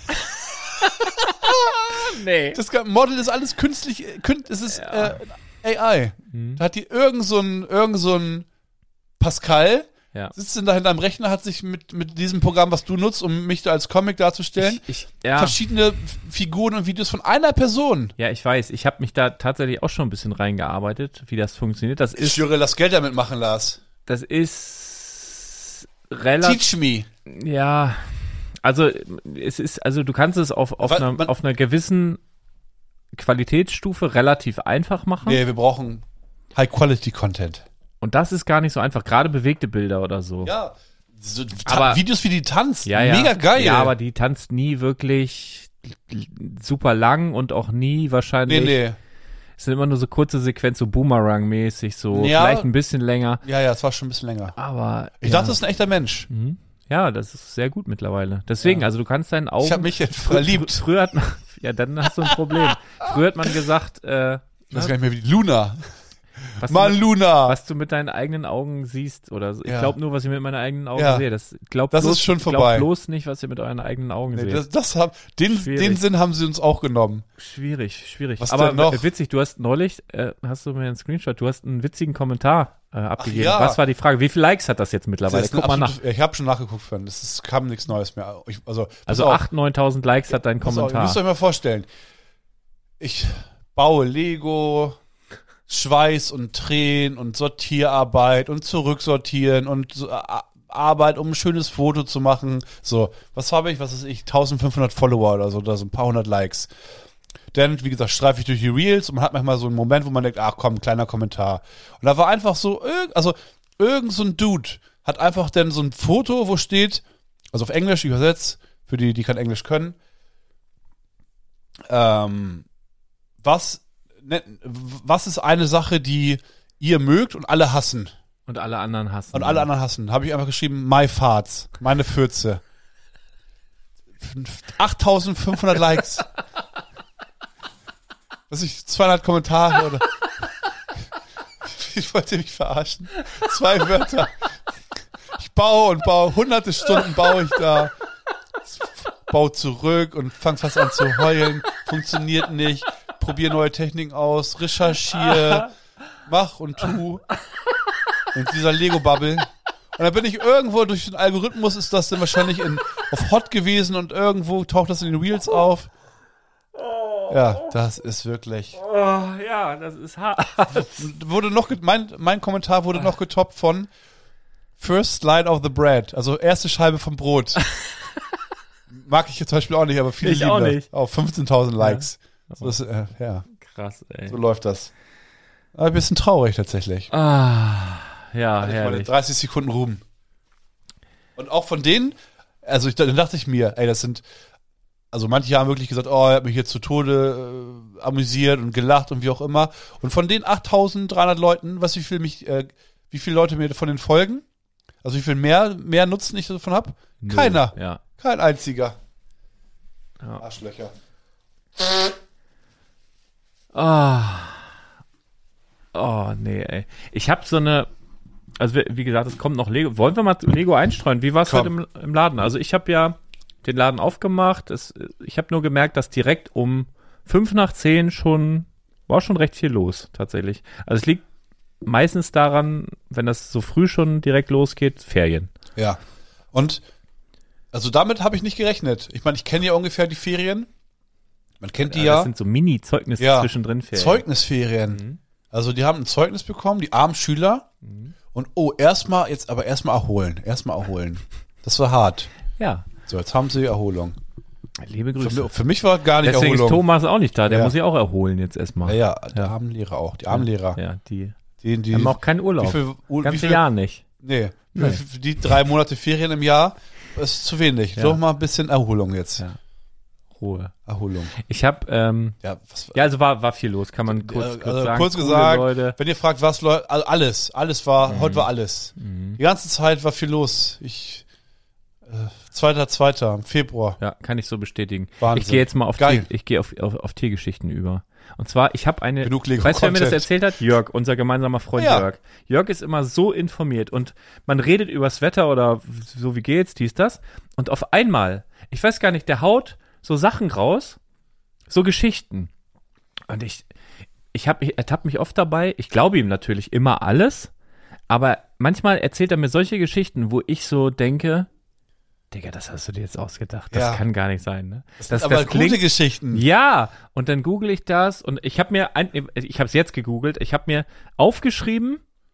Nee. Das Model ist alles künstlich, es ist AI. Da hat die irgend so ein Pascal, sitzt dann da hinter einem Rechner, hat sich mit diesem Programm, was du nutzt, um mich da als Comic darzustellen, verschiedene Figuren und Videos von einer Person. Ja, ich weiß. Ich habe mich da tatsächlich auch schon ein bisschen reingearbeitet, wie das funktioniert. Ich schwöre, lass Geld damit machen, Lars. Das ist relativ... Teach me. Ja, also du kannst es auf einer gewissen Qualitätsstufe relativ einfach machen. Nee, wir brauchen High-Quality-Content. Und das ist gar nicht so einfach, gerade bewegte Bilder oder so. Ja, aber Videos, wie die tanzt, mega geil. Ja, aber die tanzt nie wirklich super lang und auch nie wahrscheinlich. Nee. Es sind immer nur so kurze Sequenzen, so Boomerang-mäßig, so vielleicht ein bisschen länger. Ja, es war schon ein bisschen länger. Aber ich dachte, das ist ein echter Mensch. Ja, das ist sehr gut mittlerweile. Deswegen, also du kannst deinen Augen... Ich habe mich verliebt. Früher hat man... Ja, dann hast du ein Problem. Früher hat man gesagt... ich weiß gar nicht mehr, wie Luna. Luna. Was du mit deinen eigenen Augen siehst oder so. Ich glaube nur, was ich mit meinen eigenen Augen sehe. Das ist schon vorbei. Glaubt bloß nicht, was ihr mit euren eigenen Augen seht. Den Sinn haben sie uns auch genommen. Schwierig. Was aber denn noch? Witzig, du hast neulich, hast du mir einen Screenshot, du hast einen witzigen Kommentar abgegeben. Was war die Frage? Wie viele Likes hat das jetzt mittlerweile? Guck mal nach. Ich habe schon nachgeguckt, es kam nichts Neues mehr. Also 8.000, 9.000 Likes hat dein Kommentar. Ihr müsst euch mal vorstellen, ich baue Lego, Schweiß und Tränen und Sortierarbeit und zurücksortieren und Arbeit, um ein schönes Foto zu machen. So, was habe ich? 1500 Follower oder so ein paar hundert Likes. Dann, wie gesagt, streife ich durch die Reels und man hat manchmal so einen Moment, wo man denkt, ach komm, kleiner Kommentar. Und da war einfach so, irgend so ein Dude hat einfach dann so ein Foto, wo steht, also auf Englisch übersetzt, für die kein Englisch können, was ist eine Sache, die ihr mögt und alle hassen? Und alle anderen hassen. Habe ich einfach geschrieben, my farts, meine Fürze. 8500 Likes. 200 Kommentare oder... Ich wollte mich verarschen. 2 Wörter. Ich baue, hunderte Stunden baue ich da. Baue zurück und fange fast an zu heulen. Funktioniert nicht. Probiere neue Techniken aus. Recherchiere. Mach und tu. Und dieser Lego-Bubble. Und dann bin ich irgendwo durch den Algorithmus, ist das dann wahrscheinlich auf Hot gewesen und irgendwo taucht das in den Reels auf. Ja, das ist wirklich. Ja, das ist hart. Mein Kommentar wurde noch getoppt von First Slice of the Bread, also erste Scheibe vom Brot. Mag ich jetzt zum Beispiel auch nicht, aber viele lieben auch nicht. Auf 15.000 Likes. Ja. Das, Krass, ey. So läuft das. Aber ein bisschen traurig tatsächlich. Ja, also herrlich. 30 Sekunden Ruhm. Und auch von denen, also dann dachte ich mir, ey, das sind. Also manche haben wirklich gesagt, er hat mich jetzt zu Tode amüsiert und gelacht und wie auch immer. Und von den 8.300 Leuten, wie viele Leute mir von den folgen? Also wie viel mehr Nutzen ich davon habe? Keiner. Ja. Kein einziger. Ja. Arschlöcher. Oh, nee, ey. Ich habe so eine, also wie gesagt, es kommt noch Lego. Wollen wir mal Lego einstreuen? Wie war es heute im Laden? Also ich habe ja den Laden aufgemacht. Ich habe nur gemerkt, dass direkt um 9:55 war schon recht viel los, tatsächlich. Also es liegt meistens daran, wenn das so früh schon direkt losgeht, Ferien. Ja. Und also damit habe ich nicht gerechnet. Ich meine, ich kenne ja ungefähr die Ferien. Man kennt die ja. Das sind so Mini-Zeugnisse zwischendrin Ferien. Zeugnisferien. Mhm. Also die haben ein Zeugnis bekommen, die armen Schüler. Mhm. Und erstmal erholen. Erstmal erholen. Das war hart. Ja. So, jetzt haben sie Erholung. Liebe Grüße. Für mich war gar nicht Deswegen Erholung. ist Thomas auch nicht da, der muss sich auch erholen jetzt erstmal. Ja, die armen Lehrer auch. Die armen Lehrer. Ja, die Die haben auch keinen Urlaub. Ganze Jahr nicht. Nee. Für die 3 Monate Ferien im Jahr ist zu wenig. Ja. Doch mal ein bisschen Erholung jetzt. Ja. Ruhe. Erholung. Ich habe, also war viel los, kann man kurz sagen. Kurz gesagt, Leute. Wenn ihr fragt, was, Leute, alles war, heute war alles. Mhm. Die ganze Zeit war viel los. 2.2. im Februar. Ja, kann ich so bestätigen. Wahnsinn. Ich gehe jetzt mal auf Geil. auf Tiergeschichten über. Und zwar, ich habe eine, Genug Lego weißt du, wer mir das Content. erzählt hat? Jörg, unser gemeinsamer Freund Jörg. Jörg ist immer so informiert und man redet übers Wetter oder so, wie geht's, dies, das. Und auf einmal, ich weiß gar nicht, der haut so Sachen raus, so Geschichten. Und ich ertappe mich oft dabei, ich glaube ihm natürlich immer alles, aber manchmal erzählt er mir solche Geschichten, wo ich so denke, Digga, das hast du dir jetzt ausgedacht. Das kann gar nicht sein, ne? Das aber gute Geschichten. Ja, und dann google ich das und ich habe es jetzt gegoogelt, ich habe mir aufgeschrieben,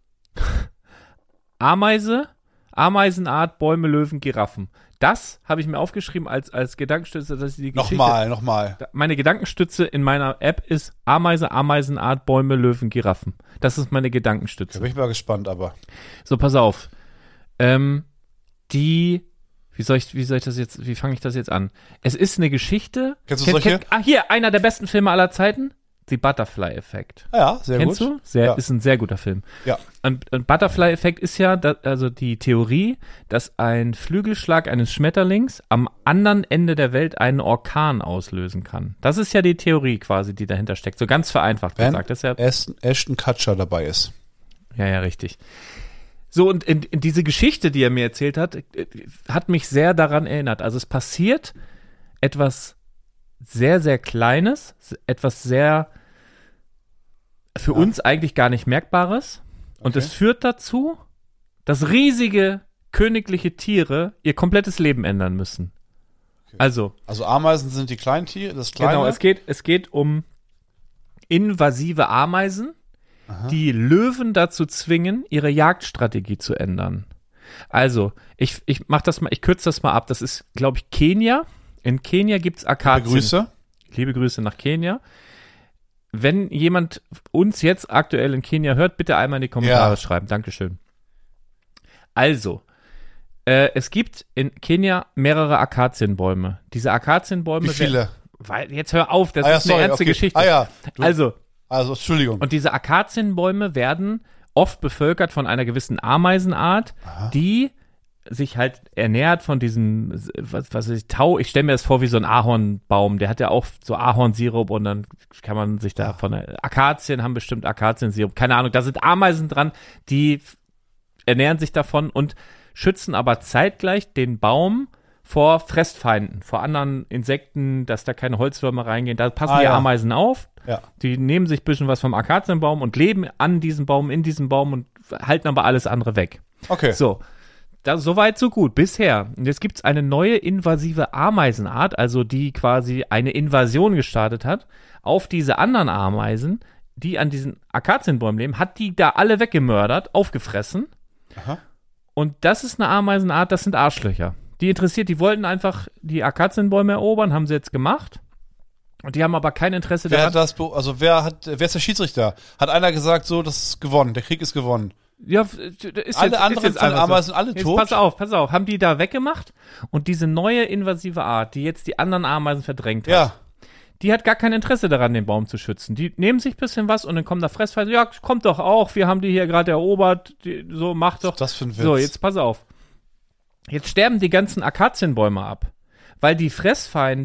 Ameisenart, Bäume, Löwen, Giraffen. Das habe ich mir aufgeschrieben als Gedankenstütze, dass ich die Geschichte... Nochmal. Meine Gedankenstütze in meiner App ist Ameise, Ameisenart, Bäume, Löwen, Giraffen. Das ist meine Gedankenstütze. Da bin ich mal gespannt, aber. So, pass auf. Wie fange ich das jetzt an? Es ist eine Geschichte. Kennst du solche? Hier, einer der besten Filme aller Zeiten. The Butterfly-Effekt. Ja, sehr Kennst gut. du? Ist ein sehr guter Film. Ja. Und Butterfly-Effekt ist ja, also die Theorie, dass ein Flügelschlag eines Schmetterlings am anderen Ende der Welt einen Orkan auslösen kann. Das ist ja die Theorie quasi, die dahinter steckt. So ganz vereinfacht gesagt. Das ist ja Ashton Kutcher dabei ist. Ja, richtig. So, und in diese Geschichte, die er mir erzählt hat mich sehr daran erinnert. Also es passiert etwas sehr, sehr Kleines, etwas sehr für uns eigentlich gar nicht Merkbares. Und es führt dazu, dass riesige königliche Tiere ihr komplettes Leben ändern müssen. Okay. Also Ameisen sind die kleinen Tiere, das Kleine? Genau, es geht um invasive Ameisen, die Löwen dazu zwingen, ihre Jagdstrategie zu ändern. Also, ich kürze das mal ab. Das ist, glaube ich, Kenia. In Kenia gibt's Akazien. Liebe Grüße nach Kenia. Wenn jemand uns jetzt aktuell in Kenia hört, bitte einmal in die Kommentare schreiben. Dankeschön. Also, es gibt in Kenia mehrere Akazienbäume. Diese Akazienbäume... Wie viele? Jetzt hör auf, das ist eine ernste Geschichte. Also, Entschuldigung. Und diese Akazienbäume werden oft bevölkert von einer gewissen Ameisenart, die sich halt ernährt von diesem, Tau. Ich stelle mir das vor wie so ein Ahornbaum. Der hat ja auch so Ahornsirup und dann kann man sich da Akazien haben bestimmt Akaziensirup. Keine Ahnung, da sind Ameisen dran, die ernähren sich davon und schützen aber zeitgleich den Baum vor Fressfeinden, vor anderen Insekten, dass da keine Holzwürmer reingehen. Da passen die Ameisen auf. Ja. Die nehmen sich ein bisschen was vom Akazienbaum und leben an diesem Baum, in diesem Baum und halten aber alles andere weg. Okay. So. Soweit, so gut, bisher. Und jetzt gibt's eine neue invasive Ameisenart, also die quasi eine Invasion gestartet hat, auf diese anderen Ameisen, die an diesen Akazienbäumen leben, hat die da alle weggemördert, aufgefressen. Aha. Und das ist eine Ameisenart, das sind Arschlöcher. Die wollten einfach die Akazienbäume erobern, haben sie jetzt gemacht. Und die haben aber kein Interesse daran. Wer ist der Schiedsrichter? Hat einer gesagt, so, das ist gewonnen, der Krieg ist gewonnen. Ja, ist alle anderen von Ameisen alle jetzt tot? Pass auf, haben die da weggemacht und diese neue invasive Art, die jetzt die anderen Ameisen verdrängt hat, die hat gar kein Interesse daran, den Baum zu schützen. Die nehmen sich ein bisschen was und dann kommen da Fressfeinde, ja, kommt doch auch, wir haben die hier gerade erobert, so, macht doch. Was ist das für ein Witz? So, jetzt pass auf. Jetzt sterben die ganzen Akazienbäume ab, weil die Fressfeinde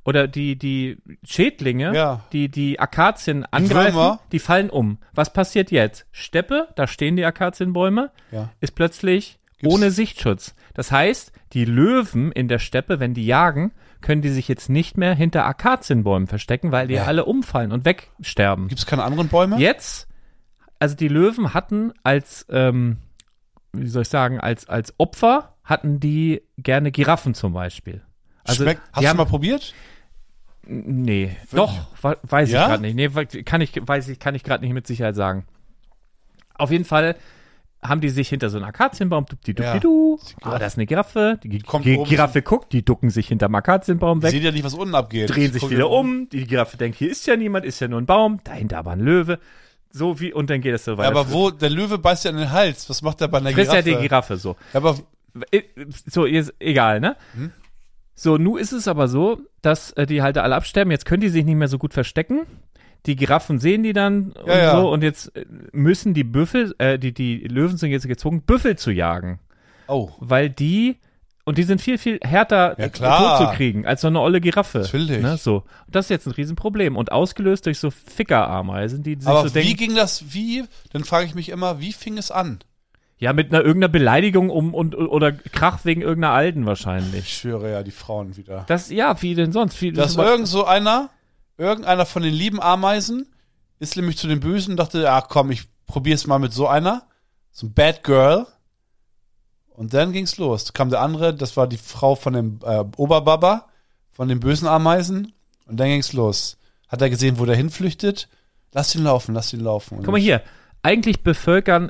oder die Schädlinge, Ja. die Akazien angreifen, Würmer. die fallen um. Was passiert jetzt? Steppe, da stehen die Akazienbäume, Ja. ist plötzlich Gibt's- ohne Sichtschutz. Das heißt, die Löwen in der Steppe, wenn die jagen, können die sich jetzt nicht mehr hinter Akazienbäumen verstecken, weil die alle umfallen und wegsterben. Gibt es keine anderen Bäume? Jetzt, also die Löwen hatten als, wie soll ich sagen, als Opfer hatten die gerne Giraffen zum Beispiel. Also, Schmeckt, hast die du haben, mal probiert? Nee, doch, weiß Ja? ich gerade nicht. Nee, kann ich gerade nicht mit Sicherheit sagen. Auf jeden Fall haben die sich hinter so einem Akazienbaum, du. Ah, da ist eine Giraffe. Die Kommt oben Giraffe guckt, die ducken sich hinterm Akazienbaum weg, Seht ja nicht, was unten abgeht. drehen sich Guck wieder dir um. Die Giraffe denkt, hier ist ja niemand, ist ja nur ein Baum. Dahinter aber ein Löwe. So wie, und dann geht es so Ja, weiter. aber wo, der Löwe beißt ja in den Hals. Was macht der bei einer Frisst Giraffe? ja die Giraffe so. Ja, aber So, egal, ne? So, nun ist es aber so, dass die halt alle absterben. Jetzt können die sich nicht mehr so gut verstecken. Die Giraffen sehen die dann und Ja, ja. so. Und jetzt müssen die Büffel, die Löwen sind jetzt gezwungen, Büffel zu jagen. oh, Weil die, und die sind viel, viel härter Ja, klar. tot zu kriegen, als so eine olle Giraffe. Natürlich. Ne, so. Und das ist jetzt ein Riesenproblem. Und ausgelöst durch so Fickerameisen, die sich aber so wie denken, ging das, dann frage ich mich immer, wie fing es an? ja, mit irgendeiner Beleidigung oder Krach wegen irgendeiner Alten wahrscheinlich. Ich schwöre ja, die Frauen wieder. Das, ja, wie denn sonst? Dass irgendeiner von den lieben Ameisen ist nämlich zu den Bösen und dachte, ach komm, ich probier's mal mit so einer. So ein Bad Girl. Und dann ging's los. Da kam der andere, das war die Frau von dem Oberbaba, von den bösen Ameisen. Und dann ging's los. Hat er gesehen, wo der hinflüchtet? Lass ihn laufen. Und Guck mal hier. Eigentlich bevölkern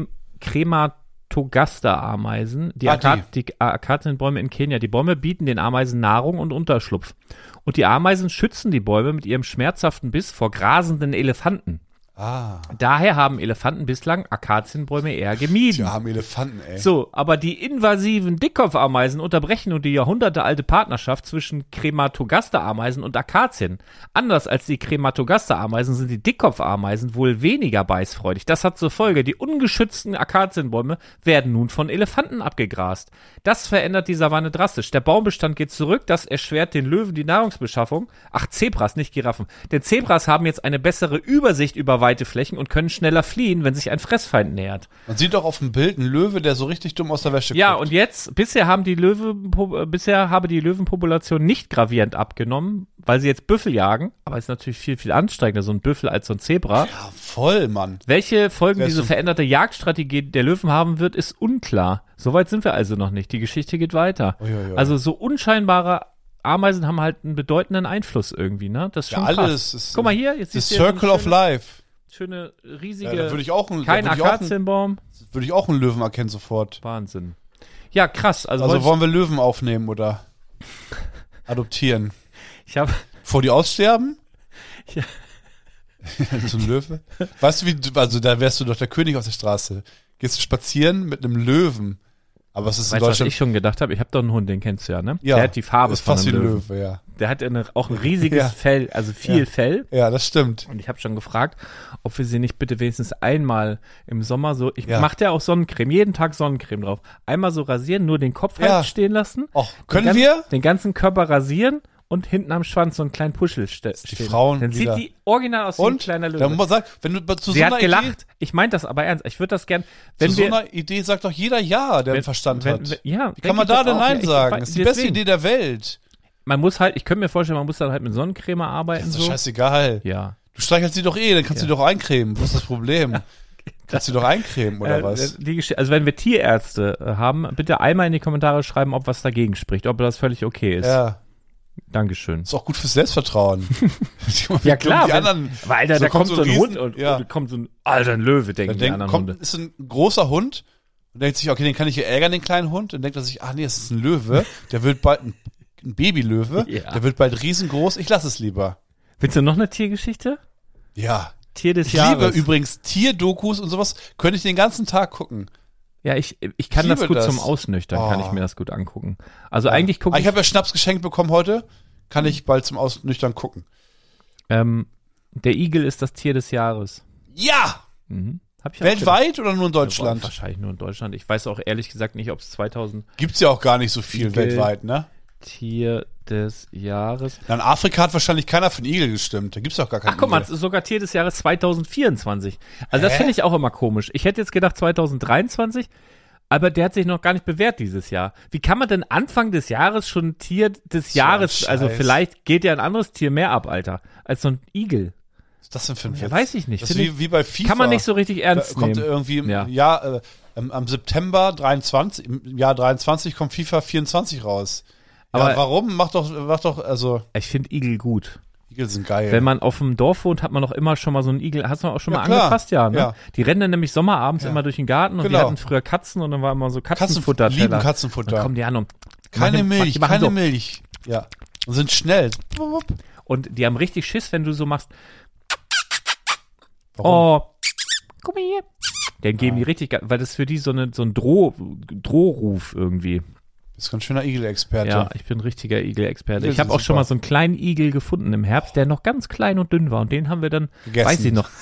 Crematogaster-Ameisen die Akazienbäume in Kenia. Die Bäume bieten den Ameisen Nahrung und Unterschlupf. Und die Ameisen schützen die Bäume mit ihrem schmerzhaften Biss vor grasenden Elefanten. Ah, Daher haben Elefanten bislang Akazienbäume eher gemieden. die armen Elefanten, ey. So, aber die invasiven Dickkopfameisen unterbrechen nun die jahrhundertealte Partnerschaft zwischen Crematogaster-Ameisen und Akazien. Anders als die Crematogaster-Ameisen sind die Dickkopfameisen wohl weniger beißfreudig. Das hat zur Folge, die ungeschützten Akazienbäume werden nun von Elefanten abgegrast. Das verändert die Savanne drastisch. Der Baumbestand geht zurück, das erschwert den Löwen die Nahrungsbeschaffung. Ach, Zebras, nicht Giraffen. Denn Zebras haben jetzt eine bessere Übersicht über weite Flächen und können schneller fliehen, wenn sich ein Fressfeind nähert. Man sieht doch auf dem Bild einen Löwe, der so richtig dumm aus der Wäsche Ja, guckt. und jetzt, bisher habe die Löwenpopulation nicht gravierend abgenommen, weil sie jetzt Büffel jagen, aber es ist natürlich viel, viel anstrengender, so ein Büffel als so ein Zebra. Ja, voll, Mann. Welche Folgen Wer ist diese so- veränderte Jagdstrategie der Löwen haben wird, ist unklar. Soweit sind wir also noch nicht. Die Geschichte geht weiter. Uiuiui. Also so unscheinbare Ameisen haben halt einen bedeutenden Einfluss irgendwie, ne? Das ist schon Ja, krass. alles ist Guck mal hier, jetzt the siehst du ja so Circle eine of Life. schöne, riesige, Ja, da würde ich auch einen kein Akazienbaum. Löwen erkennen sofort. Wahnsinn. Ja, krass. Also Also wollen wir Löwen aufnehmen oder adoptieren? ich habe Bevor die aussterben? Ja. So ein Löwe? Weißt du, also da wärst du doch der König auf der Straße. Gehst du spazieren mit einem Löwen. Aber es ist in Weißt du, was Deutschland. ich schon gedacht habe? Ich habe doch einen Hund, den kennst du ja, ne? Ja, Der hat die Farbe ist von fast einem wie ein Löwen. Löwe, ja. Der hat auch ein riesiges Ja. Fell, also viel Ja. Fell. Ja, das stimmt. Und ich habe schon gefragt, ob wir sie nicht bitte wenigstens einmal im Sommer so, ich Ja. mache ja auch Sonnencreme, jeden Tag Sonnencreme drauf. Einmal so rasieren, nur den Kopf halt Ja. stehen lassen. Och, können den wir? Den ganzen Körper rasieren und hinten am Schwanz so einen kleinen Puschel Die stehen. Frauen Dann wieder. sieht die original aus wie ein Und? kleiner Da Löwe. muss man sagen, wenn du zu Sie so hat einer gelacht. Idee, Ich meine das aber ernst. Ich würde das gern, zu wenn so wir, einer Idee sagt doch jeder Ja, der einen Verstand hat. ja, Wie kann man da denn Nein sagen? Das ist die beste deswegen. Idee der Welt. Man muss halt, ich könnte mir vorstellen, man muss dann halt mit Sonnencreme arbeiten. Das ist doch so. scheißegal. Ja. Du streichelst sie doch dann kannst du Ja. doch eincremen. Was ist das Problem? Kannst du doch eincremen, oder was? Also wenn wir Tierärzte haben, bitte einmal in die Kommentare schreiben, ob was dagegen spricht, ob das völlig okay ist. Ja. Dankeschön. Ist auch gut fürs Selbstvertrauen. Ja klar, Die anderen, weil Alter, so da kommt so ein Riesen- Hund und ja. kommt so ein alter ein Löwe, denken dann die anderen kommt, Hunde. ist ein großer Hund und denkt sich, okay, den kann ich hier ärgern, den kleinen Hund. Und denkt er sich, ach nee, es ist ein Löwe. Der wird bald ein Babylöwe. Ja. Der wird bald riesengroß. Ich lasse es lieber. Willst du noch eine Tiergeschichte? Ja. Tier des Ich Jahres. liebe übrigens Tierdokus und sowas. Könnte ich den ganzen Tag gucken. Ja, ich kann Ich das liebe gut das. zum Ausnüchtern, kann Oh. ich mir das gut angucken. Also eigentlich gucke Ich habe ja Schnaps geschenkt bekommen heute. Kann ich bald zum Ausnüchtern gucken. der Igel ist das Tier des Jahres. Ja! Mhm. Hab ich auch Weltweit oder nur in gedacht. Deutschland? Wahrscheinlich nur in Deutschland. Ich weiß auch ehrlich gesagt nicht, ob es 2000. Gibt's ja auch gar nicht so viel Igel. weltweit, ne? Tier des Jahres. In Afrika hat wahrscheinlich keiner für den Igel gestimmt. Da gibt's doch gar keinen Ach, guck mal, Igel. sogar Tier des Jahres 2024. Also das finde ich auch immer komisch. Ich hätte jetzt gedacht 2023, aber der hat sich noch gar nicht bewährt dieses Jahr. Wie kann man denn Anfang des Jahres schon Tier des Jahres, also vielleicht geht ja ein anderes Tier mehr ab, Alter, als so ein Igel. Was ist das denn für ein Ja, Witz? weiß ich nicht. Das ist Finde wie bei FIFA. kann man nicht so richtig ernst Da kommt nehmen. irgendwie Ja. am September 23, im Jahr 23 kommt FIFA 24 raus. Aber- ja, warum? Mach doch, also, Ich finde Igel gut. Igel sind geil. Wenn man auf dem Dorf wohnt, hat man doch immer schon mal so einen Igel. Hast du auch schon Ja, mal klar. angefasst, ja, ne? Ja. Die rennen dann nämlich sommerabends Ja. immer durch den Garten und die Genau. hatten früher Katzen und dann war immer so lieben Katzenfutter-Teller. Katzenfutter. Dann kommen die an und Keine Milch, die machen keine so. Milch. Ja. Und sind schnell. Und die haben richtig Schiss, wenn du so machst. Warum? Oh, guck mal hier. Dann geben die richtig, weil das für die so ein Drohruf irgendwie. Das ist ein ganz schöner Igel-Experte. Ja, ich bin ein richtiger Igel-Experte. Igel Ich habe sind auch schon super. mal so einen kleinen Igel gefunden im Herbst, der noch ganz klein und dünn war. Und den haben wir dann, Gegessen. weiß ich noch,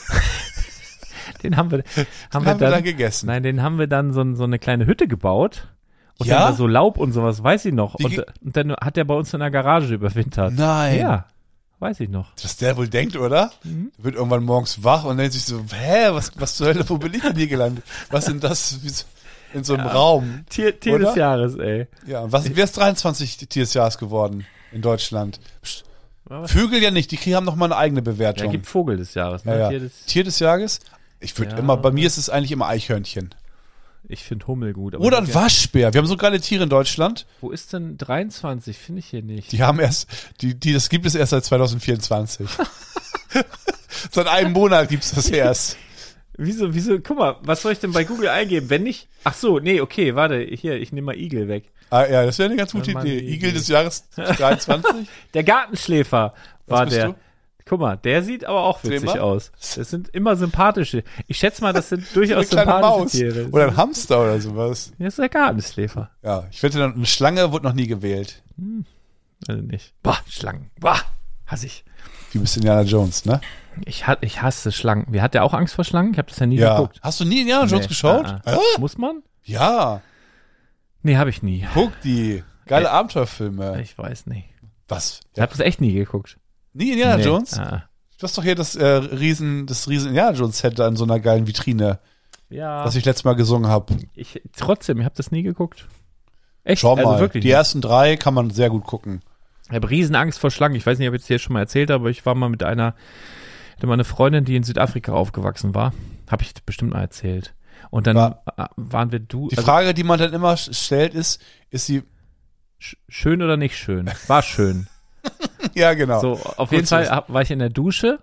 den haben wir dann gegessen. Nein, den haben wir dann so eine kleine Hütte gebaut. Und Ja? dann da so Laub und sowas, weiß ich noch. Wie Und dann hat der bei uns in der Garage überwintert. Nein. Ja, weiß ich noch. Was der wohl denkt, oder? Mhm. Der wird irgendwann morgens wach und denkt sich so, was zur Hölle, wo bin ich denn hier gelandet? Was sind das? Wie so- In so einem Raum. Tier Oder? des Jahres, ey. Ja, wer ist 23 Tier des Jahres geworden in Deutschland? Psst. Was? Vögel ja nicht, die haben noch mal eine eigene Ja, Bewertung. gibt Vogel des Jahres. Ne? Ja, ja. Tier des Jahres? Ich würde Ja. immer, bei mir ist es eigentlich immer Eichhörnchen. Ich finde Hummel gut. Aber Oder ein Waschbär. Wir haben so geile Tiere in Deutschland. Wo ist denn 23? Finde ich hier nicht. Die haben das gibt es erst seit 2024. Seit einem Monat gibt's das erst. Wieso, guck mal, was soll ich denn bei Google eingeben, wenn nicht? Ach so, nee, okay, warte, hier, ich nehme mal Igel weg. Ah, ja, das wäre eine ganz gute Mann, Idee. die Igel Idee. des Jahres 23. Der Gartenschläfer war bist der. du? Guck mal, der sieht aber auch Dreh witzig mal. aus. Das sind immer sympathische. Ich schätze mal, das sind durchaus Eine kleine sympathische Maus. Tiere. Oder ein Hamster oder sowas. Das ist der Gartenschläfer. Ja, ich wette, eine Schlange wurde noch nie gewählt. Also nicht. Boah, Schlangen. Boah, hasse ich. Wie bist Indiana Jones, ne? Ich hasse Schlangen. Wer hat der auch Angst vor Schlangen? Ich habe das ja nie Ja. geguckt. Hast du nie Indiana Jones Nee. geschaut? Muss man? Ja. Nee, habe ich nie. Guck die. Geile Abenteuerfilme. Ich weiß nicht. Was? Ich habe das echt nie geguckt. Nie Indiana Nee. Jones? Ah. Du hast doch hier das riesen Indiana Jones Set da in so einer geilen Vitrine, Ja, was ich letztes Mal gesungen habe. ich habe das nie geguckt. Echt? Schau mal. Also wirklich Die nicht. ersten 3 kann man sehr gut gucken. Ich habe Riesenangst vor Schlangen. Ich weiß nicht, ob ich es dir schon mal erzählt habe, aber ich war mal hatte mal eine Freundin, die in Südafrika aufgewachsen war. Habe ich bestimmt mal erzählt. Und dann waren wir Die Frage, die man dann immer stellt, ist sie, schön oder nicht schön? War schön. ja genau. So, auf jeden Fall war ich in der Dusche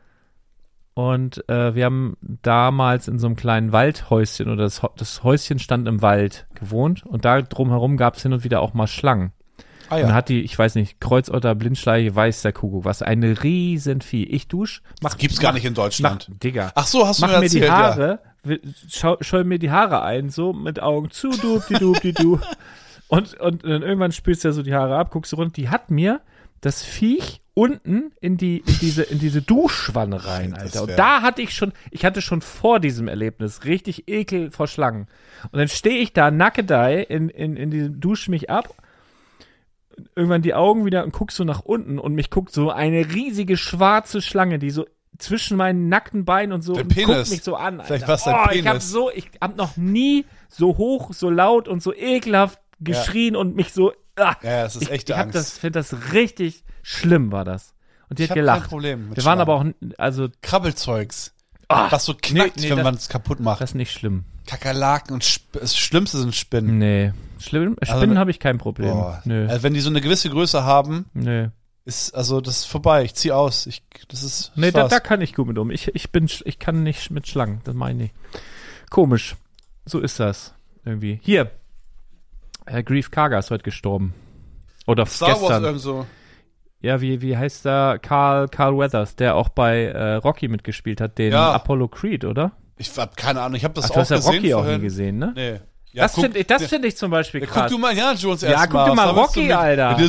und wir haben damals in so einem kleinen Waldhäuschen oder das Häuschen stand im Wald gewohnt und da drumherum gab es hin und wieder auch mal Schlangen. Ah Und dann ja. hat die, ich weiß nicht, Kreuzotter, Blindschleiche, weiß der Kuckuck, was, eine riesen Vieh. Ich dusch, Das gibt's gar nicht in Deutschland. Digga. Ach so, hast du Mach mir mir die erzählt, ja. Haare, schäum mir die Haare ein, so mit Augen zu, du. Und dann irgendwann spülst du ja so die Haare ab, guckst du runter, die hat mir das Viech unten in diese Duschwanne rein, Alter. Und da hatte ich hatte schon vor diesem Erlebnis richtig Ekel vor Schlangen. Und dann stehe ich da nackedei in diesem, dusche mich ab, irgendwann die Augen wieder und guck so nach unten und mich guckt so eine riesige schwarze Schlange, die so zwischen meinen nackten Beinen und so Der und Penis. guckt mich so an. Alter. Vielleicht war's dein Penis. Ich hab noch nie so hoch, so laut und so ekelhaft geschrien und mich so. Ja, das ist echte Angst. Finde das richtig schlimm, war das. Und die Ich hat hab gelacht. kein Problem mit Wir waren Schlangen. aber auch, also, Krabbelzeugs. Ah, was so knackt, nee, wenn das- man es kaputt macht. das ist nicht schlimm. Kakerlaken und das Schlimmste sind Spinnen. Nee. Spinnen Also, habe ich kein Problem. Boah. Nö. Also wenn die so eine gewisse Größe haben, Nö. das ist vorbei. Ich zieh aus. Das ist Nee, das da kann ich gut mit um. Ich kann nicht mit Schlangen, das meine ich. Komisch. So ist das. Irgendwie. Hier. Grief Karga ist heute gestorben. Oder Star Wars gestern. irgend so. Ja, wie heißt der? Carl Weathers, der auch bei Rocky mitgespielt hat, den Ja. Apollo Creed, oder? Ich hab keine Ahnung. Ich habe das Ach, du auch hast ja gesehen Rocky auch vorhin. nie gesehen, ne? Nee. Ja, Das finde ich zum Beispiel guck krass. du mal Indiana Jones Ja, erst guck mal. dir mal Was willst du Rocky, mit- Alter. mit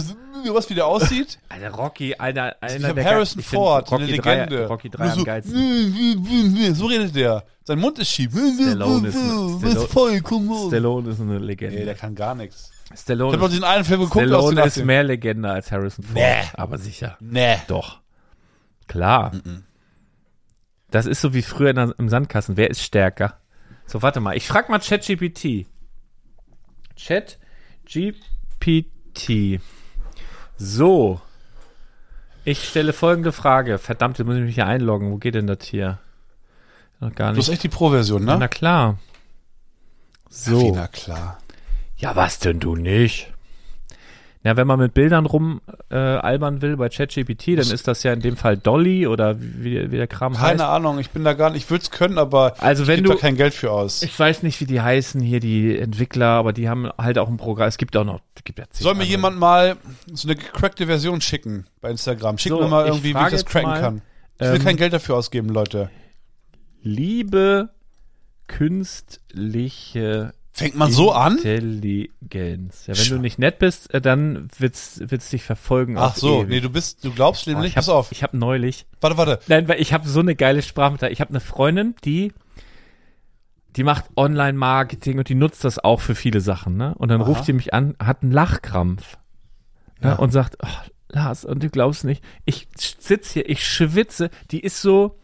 was wie der aussieht? Alter, Rocky, einer Harrison Ford, eine Rocky 3, Legende. Rocky 3 am so, geilsten. so redet der. Sein Mund ist schief. Stallone Stallone ist eine Legende. Nee, der kann gar nichts. Ich Stallone hab doch diesen einen Film geguckt. Stallone ist mehr Legende als Harrison Ford. Nee. Aber sicher. Nee. Doch. Klar. Das ist so wie früher im Sandkasten. Wer ist stärker? So, warte mal. Ich frag mal ChatGPT. ChatGPT. So. Ich stelle folgende Frage. Verdammt, jetzt muss ich mich hier einloggen. Wo geht denn das hier? Noch gar nicht. Du hast echt die Pro-Version, ne? Na klar. So. Na klar. Ja, was denn du nicht? Ja, wenn man mit Bildern albern will bei ChatGPT, dann ist das ja in dem Fall Dolly oder wie der Kram heißt. Keine Ahnung, ich bin da gar nicht, ich würde es können, aber also wenn ich gebe da kein Geld für aus. Ich weiß nicht, wie die heißen hier, die Entwickler, aber die haben halt auch ein Programm. Es gibt auch noch, Soll mir jemand mal so eine gecrackte Version schicken bei Instagram? Schick mir mal irgendwie, wie ich das cracken kann. Ich will kein Geld dafür ausgeben, Leute. Liebe künstliche Fängt man so an? Intelligenz. Ja, wenn du nicht nett bist, dann wird's dich verfolgen. Ach so, ewig. nee, du glaubst nämlich, pass auf. Ich habe neulich. Warte. Nein, weil ich habe so eine geile Sprachmitteilung. Ich habe eine Freundin, die macht Online-Marketing und die nutzt das auch für viele Sachen, ne? Und dann ruft die mich an, hat einen Lachkrampf. Ja. Ne? Und sagt, oh, Lars, und du glaubst nicht, ich sitze hier, ich schwitze, die ist so,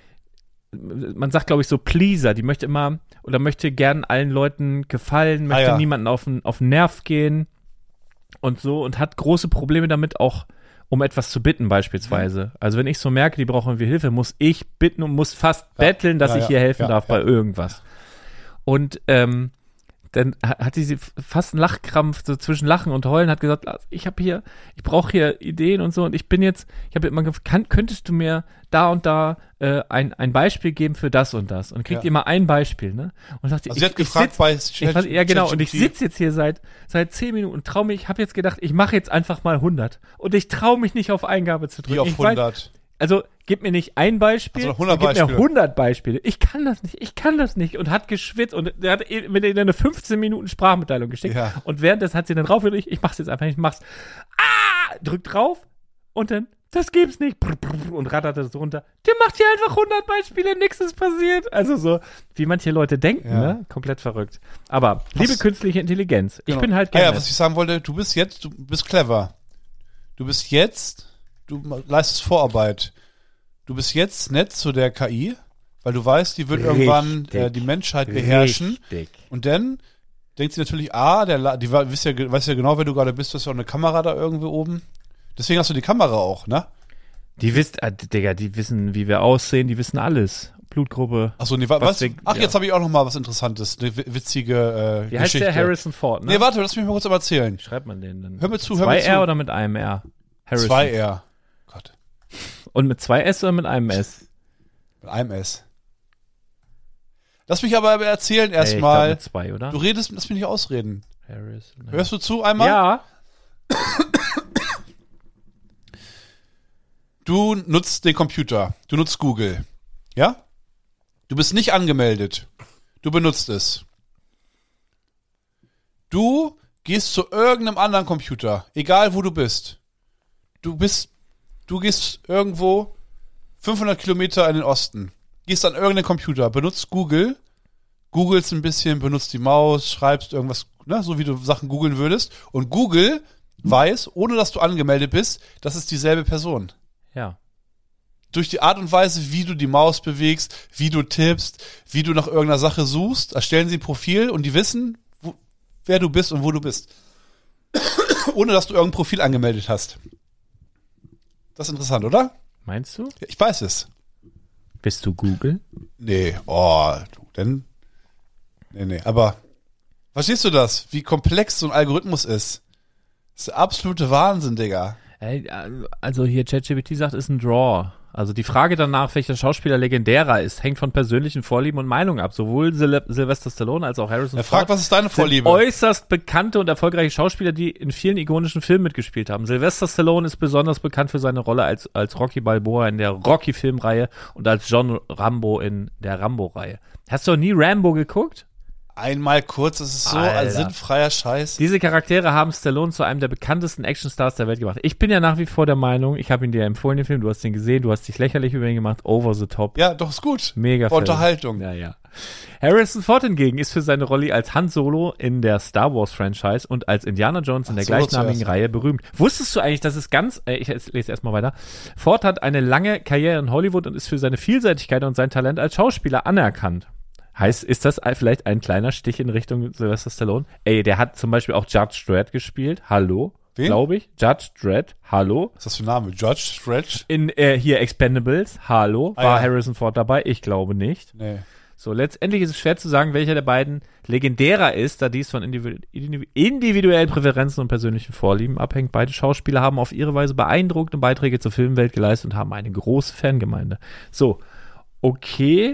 man sagt, glaube ich, so Pleaser, die möchte immer oder möchte gern allen Leuten gefallen, möchte niemanden auf den Nerv gehen und so und hat große Probleme damit auch, um etwas zu bitten beispielsweise. Also wenn ich so merke, die brauchen irgendwie Hilfe, muss ich bitten und muss fast betteln, dass ich hier helfen darf bei irgendwas. Und dann hat sie fast einen Lachkrampf so zwischen Lachen und Heulen, hat gesagt, ich brauche hier Ideen und so und ich habe immer gefragt, könntest du mir da und da ein Beispiel geben für das und das? Und kriegt immer ein Beispiel, ne? Und sagt sie hat gefragt bei ja, genau, und ich sitze jetzt hier seit 10 Minuten und traue mich, ich habe jetzt gedacht, ich mache jetzt einfach mal 100 und ich traue mich nicht auf Eingabe zu drücken. Wie auf 100? Also, gib mir nicht ein Beispiel, also 100 gib mir 100 Beispiele. Ich kann das nicht. Und hat geschwitzt und er hat mir eine 15 Minuten Sprachmitteilung geschickt. Ja. Und währenddessen hat sie dann drauf und ich mach's jetzt einfach, ich mach's. Drückt drauf und dann, das gibt's nicht. Und rattert das runter. Der macht hier einfach 100 Beispiele, nichts ist passiert. Also so, wie manche Leute denken, ne? Komplett verrückt. Aber, liebe künstliche Intelligenz, ich bin halt gerne. Was ich sagen wollte, du bist clever. Du leistest Vorarbeit. Du bist jetzt nett zu der KI, weil du weißt, die wird irgendwann die Menschheit beherrschen. Richtig. Und dann denkt sie natürlich, weiß ja genau, wer du gerade bist, du hast ja auch eine Kamera da irgendwo oben. Deswegen hast du die Kamera auch, ne? Die wissen, wie wir aussehen, die wissen alles. Blutgruppe. Achso, nee, jetzt habe ich auch noch mal was Interessantes. Eine witzige Wie heißt der? Harrison Ford, ne? Nee, warte, lass mich mal kurz erzählen. Wie schreibt man den denn? Hör mir zu, 2 R oder mit einem R? Harrison. 2 R. Gott. Und mit 2 S oder mit einem S? Mit einem S. Lass mich aber erzählen erstmal. Mit 2, oder? Du redest, lass mich nicht ausreden. Harrison. Hörst du zu einmal? Ja. Du nutzt den Computer. Du nutzt Google. Ja? Du bist nicht angemeldet. Du benutzt es. Du gehst zu irgendeinem anderen Computer. Egal, wo du bist. Du gehst irgendwo 500 Kilometer in den Osten. Gehst an irgendeinen Computer. Benutzt Google. Googelst ein bisschen, benutzt die Maus, schreibst irgendwas, ne, so wie du Sachen googeln würdest. Und Google weiß, ohne dass du angemeldet bist, das ist dieselbe Person. Ja. Durch die Art und Weise, wie du die Maus bewegst, wie du tippst, wie du nach irgendeiner Sache suchst, erstellen sie ein Profil und die wissen, wer du bist und wo du bist. Ohne dass du irgendein Profil angemeldet hast. Das ist interessant, oder? Meinst du? Ja, ich weiß es. Bist du Google? Nee, Nee, aber verstehst du das? Wie komplex so ein Algorithmus ist? Das ist der absolute Wahnsinn, Digga. Also hier ChatGPT sagt, ist ein Draw. Also die Frage danach, welcher Schauspieler legendärer ist, hängt von persönlichen Vorlieben und Meinungen ab. Sowohl Sylvester Stallone als auch Harrison Ford. Frag, was ist deine Vorliebe? Sind äußerst bekannte und erfolgreiche Schauspieler, die in vielen ikonischen Filmen mitgespielt haben. Sylvester Stallone ist besonders bekannt für seine Rolle als Rocky Balboa in der Rocky-Filmreihe und als John Rambo in der Rambo-Reihe. Hast du noch nie Rambo geguckt? einmal kurz, das ist so ein sinnfreier Scheiß. Diese Charaktere haben Stallone zu einem der bekanntesten Actionstars der Welt gemacht. Ich bin ja nach wie vor der Meinung, ich habe ihn dir empfohlen, den Film, du hast ihn gesehen, du hast dich lächerlich über ihn gemacht, over the top. Ja, doch, ist gut. Mega Film. Unterhaltung. Ja. Harrison Ford hingegen ist für seine Rolle als Han Solo in der Star Wars Franchise und als Indiana Jones in der gleichnamigen Reihe berühmt. Wusstest du eigentlich, dass es ich lese erstmal weiter. Ford hat eine lange Karriere in Hollywood und ist für seine Vielseitigkeit und sein Talent als Schauspieler anerkannt. Heißt, ist das vielleicht ein kleiner Stich in Richtung Sylvester Stallone? Der hat zum Beispiel auch Judge Dredd gespielt. Hallo? Wen? Glaube ich. Judge Dredd. Hallo? Was ist das für ein Name? Judge Dredd? In hier Expendables. Hallo? War Harrison Ford dabei? Ich glaube nicht. Nee. So, letztendlich ist es schwer zu sagen, welcher der beiden legendärer ist, da dies von individuellen Präferenzen und persönlichen Vorlieben abhängt. Beide Schauspieler haben auf ihre Weise beeindruckende Beiträge zur Filmwelt geleistet und haben eine große Fangemeinde. So, okay,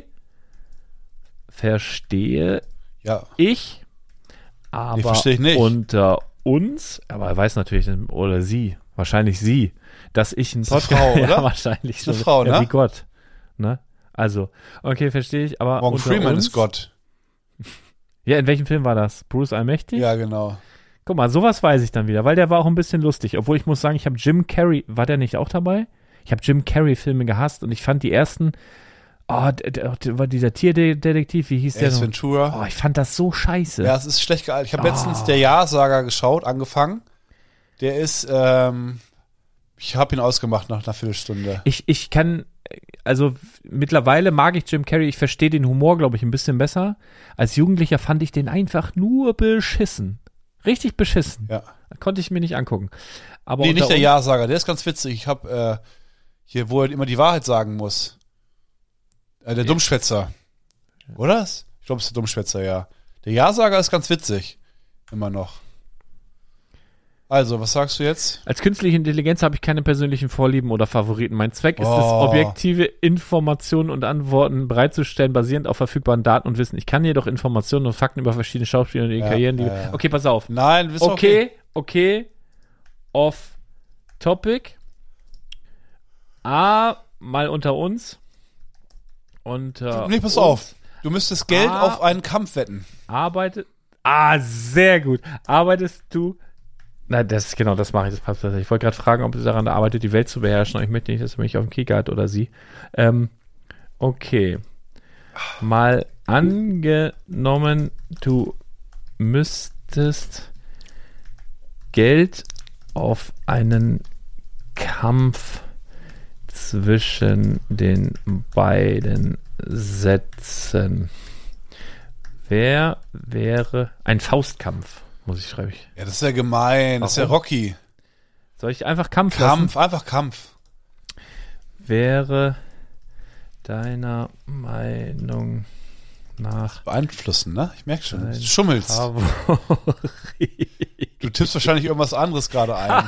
verstehe ich, aber verstehe ich nicht. Unter uns, aber er weiß natürlich, oder sie, wahrscheinlich sie, dass ich ein Podcast... Frau, oder? Ja, wahrscheinlich ist eine Frau, ne? Wie Gott, ne? Also, okay, verstehe ich, aber Morgan Freeman ist Gott. Ja, in welchem Film war das? Bruce Allmächtig? Ja, genau. Guck mal, sowas weiß ich dann wieder, weil der war auch ein bisschen lustig. Obwohl ich muss sagen, ich habe Jim Carrey, war der nicht auch dabei? Ich habe Jim Carrey-Filme gehasst und ich fand die ersten, war dieser Tierdetektiv, wie hieß der Ace noch? Ventura. Oh, ich fand das so scheiße. Ja, es ist schlecht gealtert. Ich habe letztens der Ja-Sager angefangen. Der ist, ich habe ihn ausgemacht nach einer Viertelstunde. Ich kann, also mittlerweile mag ich Jim Carrey, ich verstehe den Humor, glaube ich, ein bisschen besser. Als Jugendlicher fand ich den einfach nur beschissen. Richtig beschissen. Ja. Konnte ich mir nicht angucken. Aber nicht der Ja-Sager, der ist ganz witzig. Ich habe hier, wo er immer die Wahrheit sagen muss. Der Dummschwätzer. Oder? Ich glaube, es ist der Dummschwätzer, ja. Der Ja-Sager ist ganz witzig. Immer noch. Also, was sagst du jetzt? Als künstliche Intelligenz habe ich keine persönlichen Vorlieben oder Favoriten. Mein Zweck ist es, objektive Informationen und Antworten bereitzustellen, basierend auf verfügbaren Daten und Wissen. Ich kann jedoch Informationen und Fakten über verschiedene Schauspieler und ihre Karrieren... Okay, pass auf. Nein, bist okay. Off Topic. Mal unter uns. Und pass auf. Du müsstest Geld auf einen Kampf wetten. Sehr gut. Arbeitest du... Na, das mache ich, das passt besser. Ich wollte gerade fragen, ob sie daran arbeitet, die Welt zu beherrschen, und ich möchte nicht, dass er mich auf den Kicker hat oder sie. Okay. Mal angenommen, du müsstest Geld auf einen Kampf zwischen den beiden setzen. Wer wäre ein Faustkampf? Muss ich schreiben. Ja, das ist ja gemein. Warum? Das ist ja Rocky. Soll ich einfach Kampf lassen? Einfach Kampf. Wäre deiner Meinung nach beeinflussen, ne? Ich merke schon. Du schummelst. Du tippst wahrscheinlich irgendwas anderes gerade ein.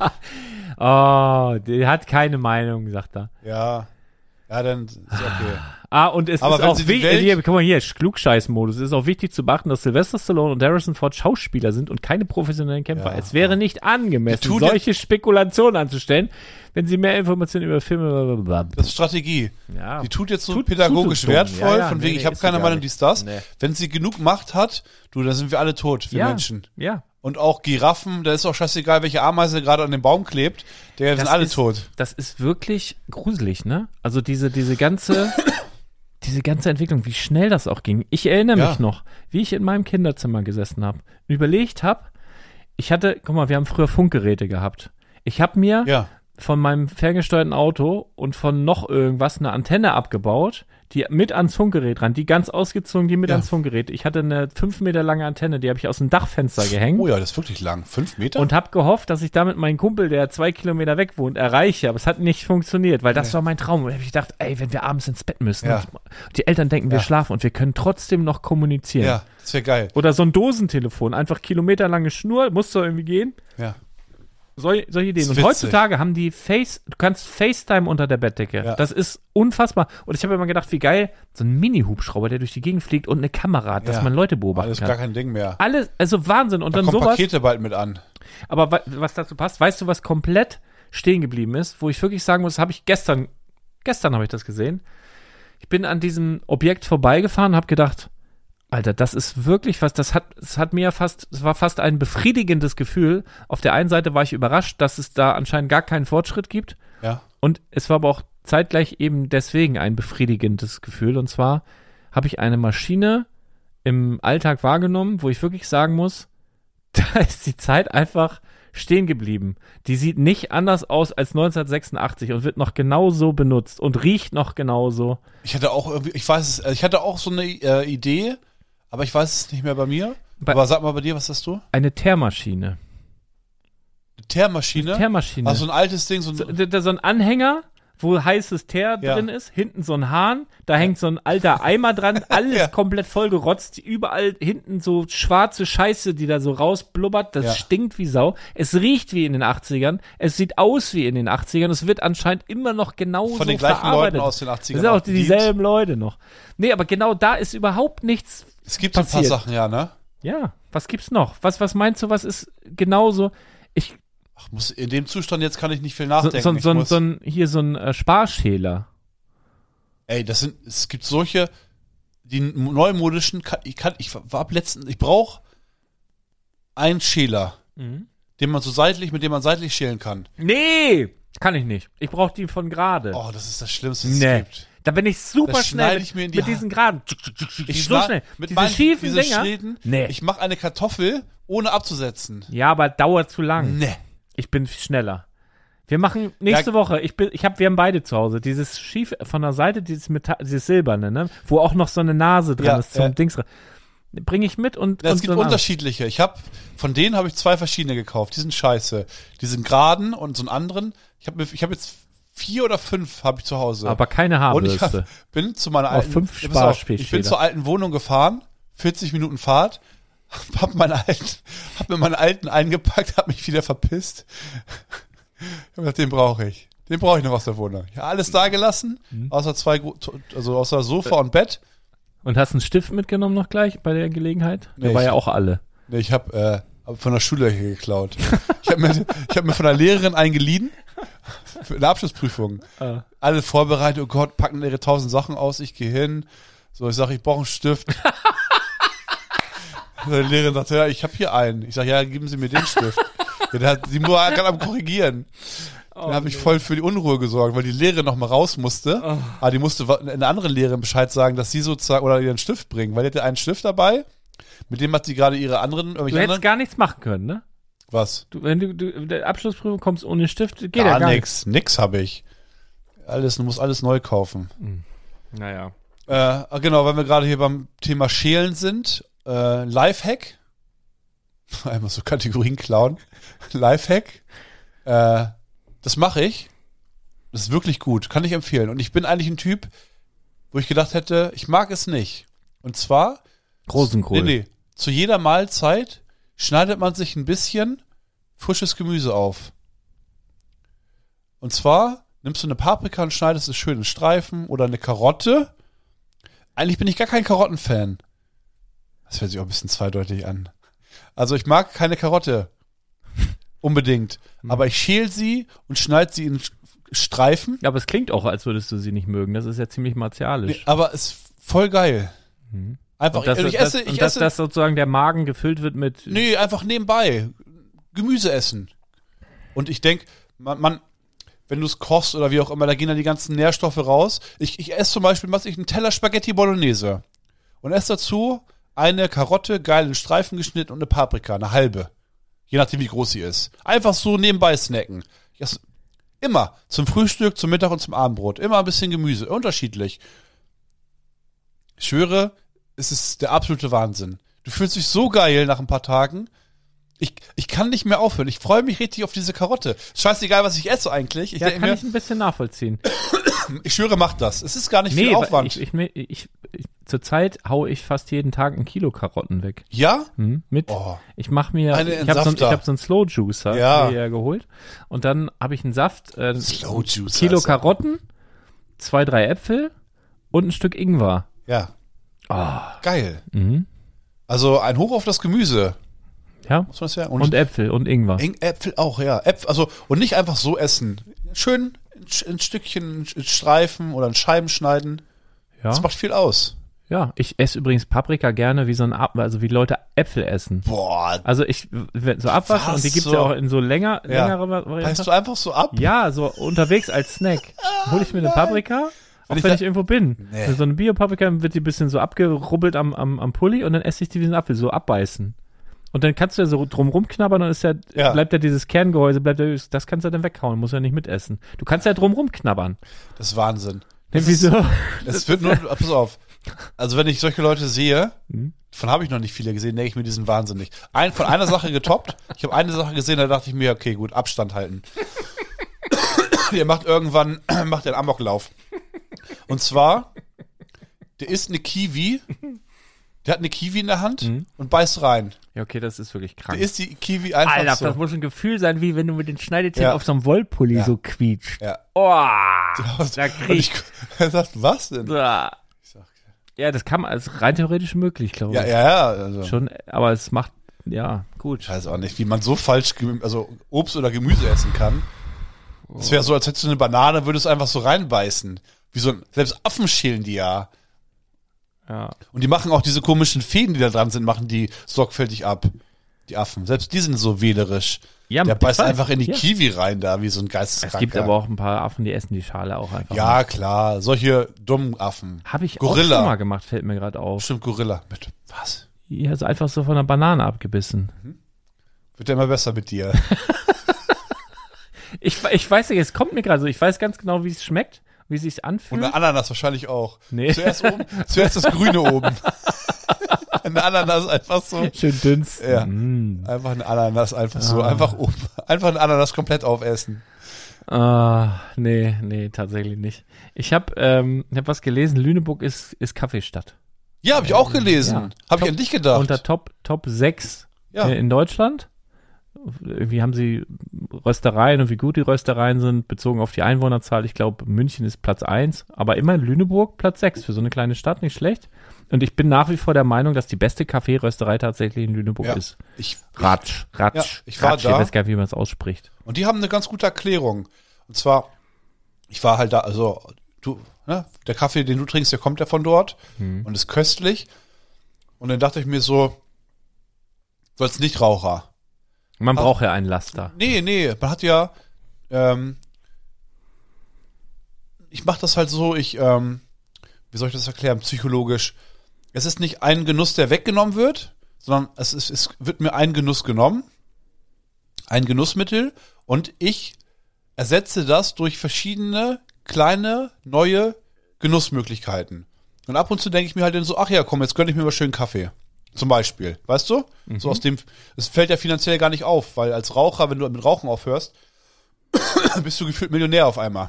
Der hat keine Meinung, sagt er. Ja. Ja, dann ist okay. Und es ist auch wichtig, guck mal hier, Klugscheiß-Modus. Es ist auch wichtig zu beachten, dass Sylvester Stallone und Harrison Ford Schauspieler sind und keine professionellen Kämpfer. Ja. Es wäre nicht angemessen, solche Spekulationen anzustellen, wenn sie mehr Informationen über Filme... Blablabla. Das ist Strategie. Ja. Die tut jetzt so pädagogisch wertvoll, von wegen, ich habe keine Meinung, dies, das. Nee. Wenn sie genug Macht hat, dann sind wir alle tot, wir Menschen. Ja. Und auch Giraffen, da ist auch scheißegal, welche Ameise gerade an dem Baum klebt, der sind alle tot. Das ist wirklich gruselig, ne? Also diese ganze Entwicklung, wie schnell das auch ging. Ich erinnere mich noch, wie ich in meinem Kinderzimmer gesessen habe und überlegt habe, guck mal, wir haben früher Funkgeräte gehabt. Ich habe mir von meinem ferngesteuerten Auto und von noch irgendwas eine Antenne abgebaut, die mit ans Funkgerät ran, die ganz ausgezogen, die mit ans Funkgerät. Ich hatte eine 5 Meter lange Antenne, die habe ich aus dem Dachfenster gehängt. Oh ja, das ist wirklich lang. 5 Meter? Und habe gehofft, dass ich damit meinen Kumpel, der 2 Kilometer weg wohnt, erreiche. Aber es hat nicht funktioniert, weil das war mein Traum. Und da habe ich gedacht, wenn wir abends ins Bett müssen, die Eltern denken, wir schlafen und wir können trotzdem noch kommunizieren. Ja, das wäre geil. Oder so ein Dosentelefon, einfach kilometerlange Schnur, muss doch irgendwie gehen. Ja. Solche Ideen. Und heutzutage haben die du kannst FaceTime unter der Bettdecke. Ja. Das ist unfassbar. Und ich habe immer gedacht, wie geil, so ein Mini-Hubschrauber, der durch die Gegend fliegt und eine Kamera hat, dass man Leute beobachten kann. Alles gar kein Ding mehr. Alles, also Wahnsinn. Und da dann kommen sowas. Pakete bald mit an. Aber was dazu passt, weißt du, was komplett stehen geblieben ist, wo ich wirklich sagen muss, habe ich gestern habe ich das gesehen. Ich bin an diesem Objekt vorbeigefahren und habe gedacht, Alter, das ist wirklich was, es war fast ein befriedigendes Gefühl. Auf der einen Seite war ich überrascht, dass es da anscheinend gar keinen Fortschritt gibt. Ja. Und es war aber auch zeitgleich eben deswegen ein befriedigendes Gefühl. Und zwar habe ich eine Maschine im Alltag wahrgenommen, wo ich wirklich sagen muss, da ist die Zeit einfach stehen geblieben. Die sieht nicht anders aus als 1986 und wird noch genauso benutzt und riecht noch genauso. Ich hatte auch irgendwie, ich hatte auch so eine Idee, aber ich weiß es nicht mehr bei mir. Aber sag mal bei dir, was hast du? Eine Teermaschine. Teermaschine? Teermaschine. Ach, so ein altes Ding. So ein Anhänger, wo heißes Teer drin ist, hinten so ein Hahn, da hängt so ein alter Eimer dran, alles komplett vollgerotzt, überall hinten so schwarze Scheiße, die da so rausblubbert, das stinkt wie Sau. Es riecht wie in den 80ern, es sieht aus wie in den 80ern, es wird anscheinend immer noch genauso von den gleichen verarbeitet. Leuten aus den 80ern. Das sind auch dieselben Leute noch. Nee, aber genau da ist überhaupt nichts Es gibt passiert. so ein paar Sachen, ja, ne? Ja, was gibt's noch? Was meinst du, was ist genauso? In dem Zustand jetzt kann ich nicht viel nachdenken. So ein Sparschäler. Ey, es gibt solche, die neumodischen, ich brauche einen Schäler, mit dem man seitlich schälen kann. Nee, kann ich nicht. Ich brauche die von gerade. Oh, das ist das Schlimmste, was es gibt. Da bin ich super schnell mit diesen geraden. Ich so schnell. Diese schiefen Dinger. Nee. Ich mache eine Kartoffel, ohne abzusetzen. Ja, aber dauert zu lang. Nee. Ich bin schneller. Wir machen nächste Woche, wir haben beide zu Hause, dieses schief von der Seite, dieses silberne, ne, wo auch noch so eine Nase dran ist zum Dings. Bringe ich mit und es gibt unterschiedliche. Von denen habe ich 2 verschiedene gekauft. Die sind scheiße. Die sind geraden und so einen anderen. Ich habe jetzt 4 oder 5 habe ich zu Hause. Aber keine Haarbürste. Und ich bin zu meiner alten, ich bin zur alten Wohnung gefahren, 40 Minuten Fahrt. Hab mir meinen alten eingepackt, hab mich wieder verpisst. Ich hab gesagt, den brauche ich. Den brauche ich noch aus der Wohnung. Ich habe alles da gelassen, außer außer Sofa und Bett. Und hast einen Stift mitgenommen noch gleich bei der Gelegenheit? Der war ja auch alle. Nee, ich habe von der Schule hier geklaut. Ich hab mir von der Lehrerin einen geliehen für eine Abschlussprüfung. Alle vorbereitet, oh Gott, packen ihre 1000 Sachen aus, ich gehe hin. So, ich sage, ich brauche einen Stift. Die Lehrerin sagt, ja, ich habe hier einen. Ich sage, ja, geben Sie mir den Stift. Sie war gerade am Korrigieren. Dann habe ich voll für die Unruhe gesorgt, weil die Lehrerin noch mal raus musste. Aber die musste einer anderen Lehrerin Bescheid sagen, dass sie sozusagen oder ihren Stift bringen, weil die hatte einen Stift dabei, mit dem hat sie gerade ihre anderen. Du hättest gar nichts machen können, ne? Was? Wenn du der Abschlussprüfung kommst ohne Stift, geht ja gar nichts. Nix habe ich. Du musst alles neu kaufen. Naja. Genau, weil wir gerade hier beim Thema Schälen sind. Lifehack. Einmal so Kategorien klauen. Lifehack. Das mache ich. Das ist wirklich gut. Kann ich empfehlen. Und ich bin eigentlich ein Typ, wo ich gedacht hätte, ich mag es nicht. Und zwar Rosenkohl. Nee. Zu jeder Mahlzeit schneidet man sich ein bisschen frisches Gemüse auf. Und zwar nimmst du eine Paprika und schneidest es schön in Streifen oder eine Karotte. Eigentlich bin ich gar kein Karottenfan. Das hört sich auch ein bisschen zweideutig an. Also ich mag keine Karotte. Unbedingt. Aber ich schäle sie und schneide sie in Streifen. Ja, aber es klingt auch, als würdest du sie nicht mögen. Das ist ja ziemlich martialisch. Nee, aber es ist voll geil. Einfach, dass sozusagen der Magen gefüllt wird mit... Nee, einfach nebenbei. Gemüse essen. Und ich denke, wenn du es kochst oder wie auch immer, da gehen dann die ganzen Nährstoffe raus. Ich esse zum Beispiel, einen Teller Spaghetti Bolognese. Und esse dazu eine Karotte, geil in Streifen geschnitten und eine Paprika, eine halbe. Je nachdem, wie groß sie ist. Einfach so nebenbei snacken. Immer. Zum Frühstück, zum Mittag und zum Abendbrot. Immer ein bisschen Gemüse. Unterschiedlich. Ich schwöre, es ist der absolute Wahnsinn. Du fühlst dich so geil nach ein paar Tagen. Ich kann nicht mehr aufhören. Ich freue mich richtig auf diese Karotte. Scheißegal, was ich esse eigentlich. Ich ein bisschen nachvollziehen. Ich schwöre, mach das. Es ist gar nicht viel Aufwand. Zurzeit haue ich fast jeden Tag 1 Kilo Karotten weg. Ja? Ich mache mir, ich habe so einen Slow Juicer geholt und dann habe ich einen Saft, Slow Juicer, Kilo Karotten, 2, 3 Äpfel und ein Stück Ingwer. Ja. Geil. Also ein Hoch auf das Gemüse. Ja. Muss man das ja? Und Äpfel und Ingwer. Äpfel auch, ja. Und nicht einfach so essen. Schön ein Stückchen in Streifen oder in Scheiben schneiden. Ja. Das macht viel aus. Ja, ich esse übrigens Paprika gerne wie so ein Apfel, also wie Leute Äpfel essen. Boah. Also ich so abwaschen und die gibt's ja auch in so längere Varianten. Beißt du einfach so ab? Ja, so unterwegs als Snack. Hol ich mir eine Paprika, auch wenn ich irgendwo bin. Nee. So eine Bio-Paprika wird die ein bisschen so abgerubbelt am Pulli und dann esse ich die wie ein Apfel, so abbeißen. Und dann kannst du ja so drumrum knabbern und bleibt ja dieses Kerngehäuse, das kannst du dann weghauen, musst ja nicht mitessen. Du kannst ja drumrum knabbern. Das ist Wahnsinn. Wieso? Es wird nur, pass auf. Also wenn ich solche Leute sehe, davon habe ich noch nicht viele gesehen, denke ich mir, die sind wahnsinnig. Von einer Sache getoppt. Ich habe eine Sache gesehen, da dachte ich mir, okay, gut, Abstand halten. Der macht irgendwann einen Amoklauf. Und zwar, der isst eine Kiwi, der hat eine Kiwi in der Hand und beißt rein. Ja, okay, das ist wirklich krank. Der isst die Kiwi einfach Alter, so. das muss ein Gefühl sein, wie wenn du mit den Schneidezähnen auf so einem Wollpulli so quietscht. Ja. Oh, da Und er sagt, was denn? Ja, das kann man, ist rein theoretisch möglich, glaube ich. Ja. Also. Schon, aber es macht, ja, gut. Ich weiß auch nicht, wie man so falsch Obst oder Gemüse essen kann. Das wäre so, als hättest du eine Banane, würdest du einfach so reinbeißen. Selbst Affen schälen die ja. Ja. Und die machen auch diese komischen Fäden, die da dran sind, machen die sorgfältig ab. Die Affen. Selbst die sind so wählerisch. Ja, der beißt einfach in die Kiwi rein da, wie so ein Geisteskranker. Es gibt aber auch ein paar Affen, die essen die Schale auch einfach. Ja, mal. Klar. Solche dummen Affen. Habe ich Gorilla. auch schon mal gemacht, fällt mir gerade auf. Stimmt, Gorilla. Was? Ja, so einfach so von einer Banane abgebissen. Wird ja immer besser mit dir. Ich weiß nicht, es kommt mir gerade so. Ich weiß ganz genau, wie es schmeckt, wie es sich anfühlt. Und eine Ananas wahrscheinlich auch. Nee. Zuerst das Grüne oben. Eine Ananas einfach so. Schön dünst. Ja. Einfach eine Ananas einfach so. Einfach oben. Einfach eine Ananas komplett aufessen. Nee, tatsächlich nicht. Ich hab was gelesen, Lüneburg ist Kaffeestadt. Ja, habe ich auch gelesen. Ja. Habe ich an dich gedacht. Unter Top 6 in Deutschland. Irgendwie haben sie Röstereien und wie gut die Röstereien sind, bezogen auf die Einwohnerzahl. Ich glaube, München ist Platz 1, aber immerhin Lüneburg Platz 6 für so eine kleine Stadt, nicht schlecht. Und ich bin nach wie vor der Meinung, dass die beste Kaffeerösterei tatsächlich in Lüneburg ist. Ratsch. Ja, ich war da. Ich weiß gar nicht, wie man es ausspricht. Und die haben eine ganz gute Erklärung. Und zwar, ich war halt da, also der Kaffee, den du trinkst, der kommt ja von dort und ist köstlich. Und dann dachte ich mir so als Nichtraucher. Man braucht ja einen Laster. Nee, man hat ja, ich mache das halt so, wie soll ich das erklären, psychologisch. Es ist nicht ein Genuss, der weggenommen wird, sondern es wird mir ein Genuss genommen, ein Genussmittel, und ich ersetze das durch verschiedene kleine, neue Genussmöglichkeiten. Und ab und zu denke ich mir halt dann so, ach ja, komm, jetzt gönne ich mir mal schön Kaffee. Zum Beispiel, weißt du? So aus dem, es fällt ja finanziell gar nicht auf, weil als Raucher, wenn du mit Rauchen aufhörst, bist du gefühlt Millionär auf einmal.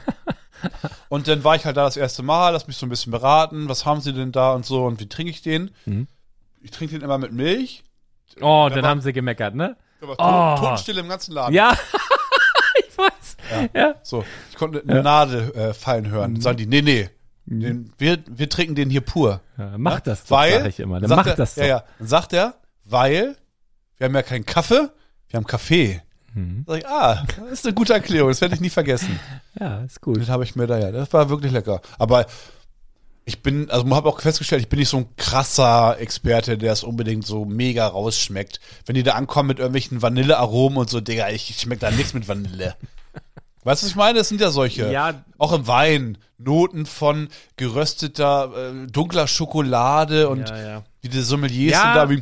Und dann war ich halt da das erste Mal, lass mich so ein bisschen beraten, was haben sie denn da und so und wie trinke ich den? Ich trinke den immer mit Milch. Oh, dann haben sie gemeckert, ne? Da war Totenstille im ganzen Laden. Ja, ich weiß. Ja. So, ich konnte eine Nadel fallen hören. Dann sagen die, nee. Wir trinken den hier pur. Ja, mach das doch, sag ich immer. Dann mach das doch. Ja. Dann sagt er, weil wir haben ja keinen Kaffee, wir haben Kaffee. Dann sag ich, das ist eine gute Erklärung, das werde ich nie vergessen. Ja, ist gut. Das habe ich mir das war wirklich lecker. Aber man habe auch festgestellt, ich bin nicht so ein krasser Experte, der es unbedingt so mega rausschmeckt. Wenn die da ankommen mit irgendwelchen Vanillearomen und so, Digga, ich schmecke da nichts mit Vanille. Weißt du, was ich meine? Das sind ja solche. Ja. Auch im Wein. Noten von gerösteter, dunkler Schokolade und wie die Sommeliers sind da wie.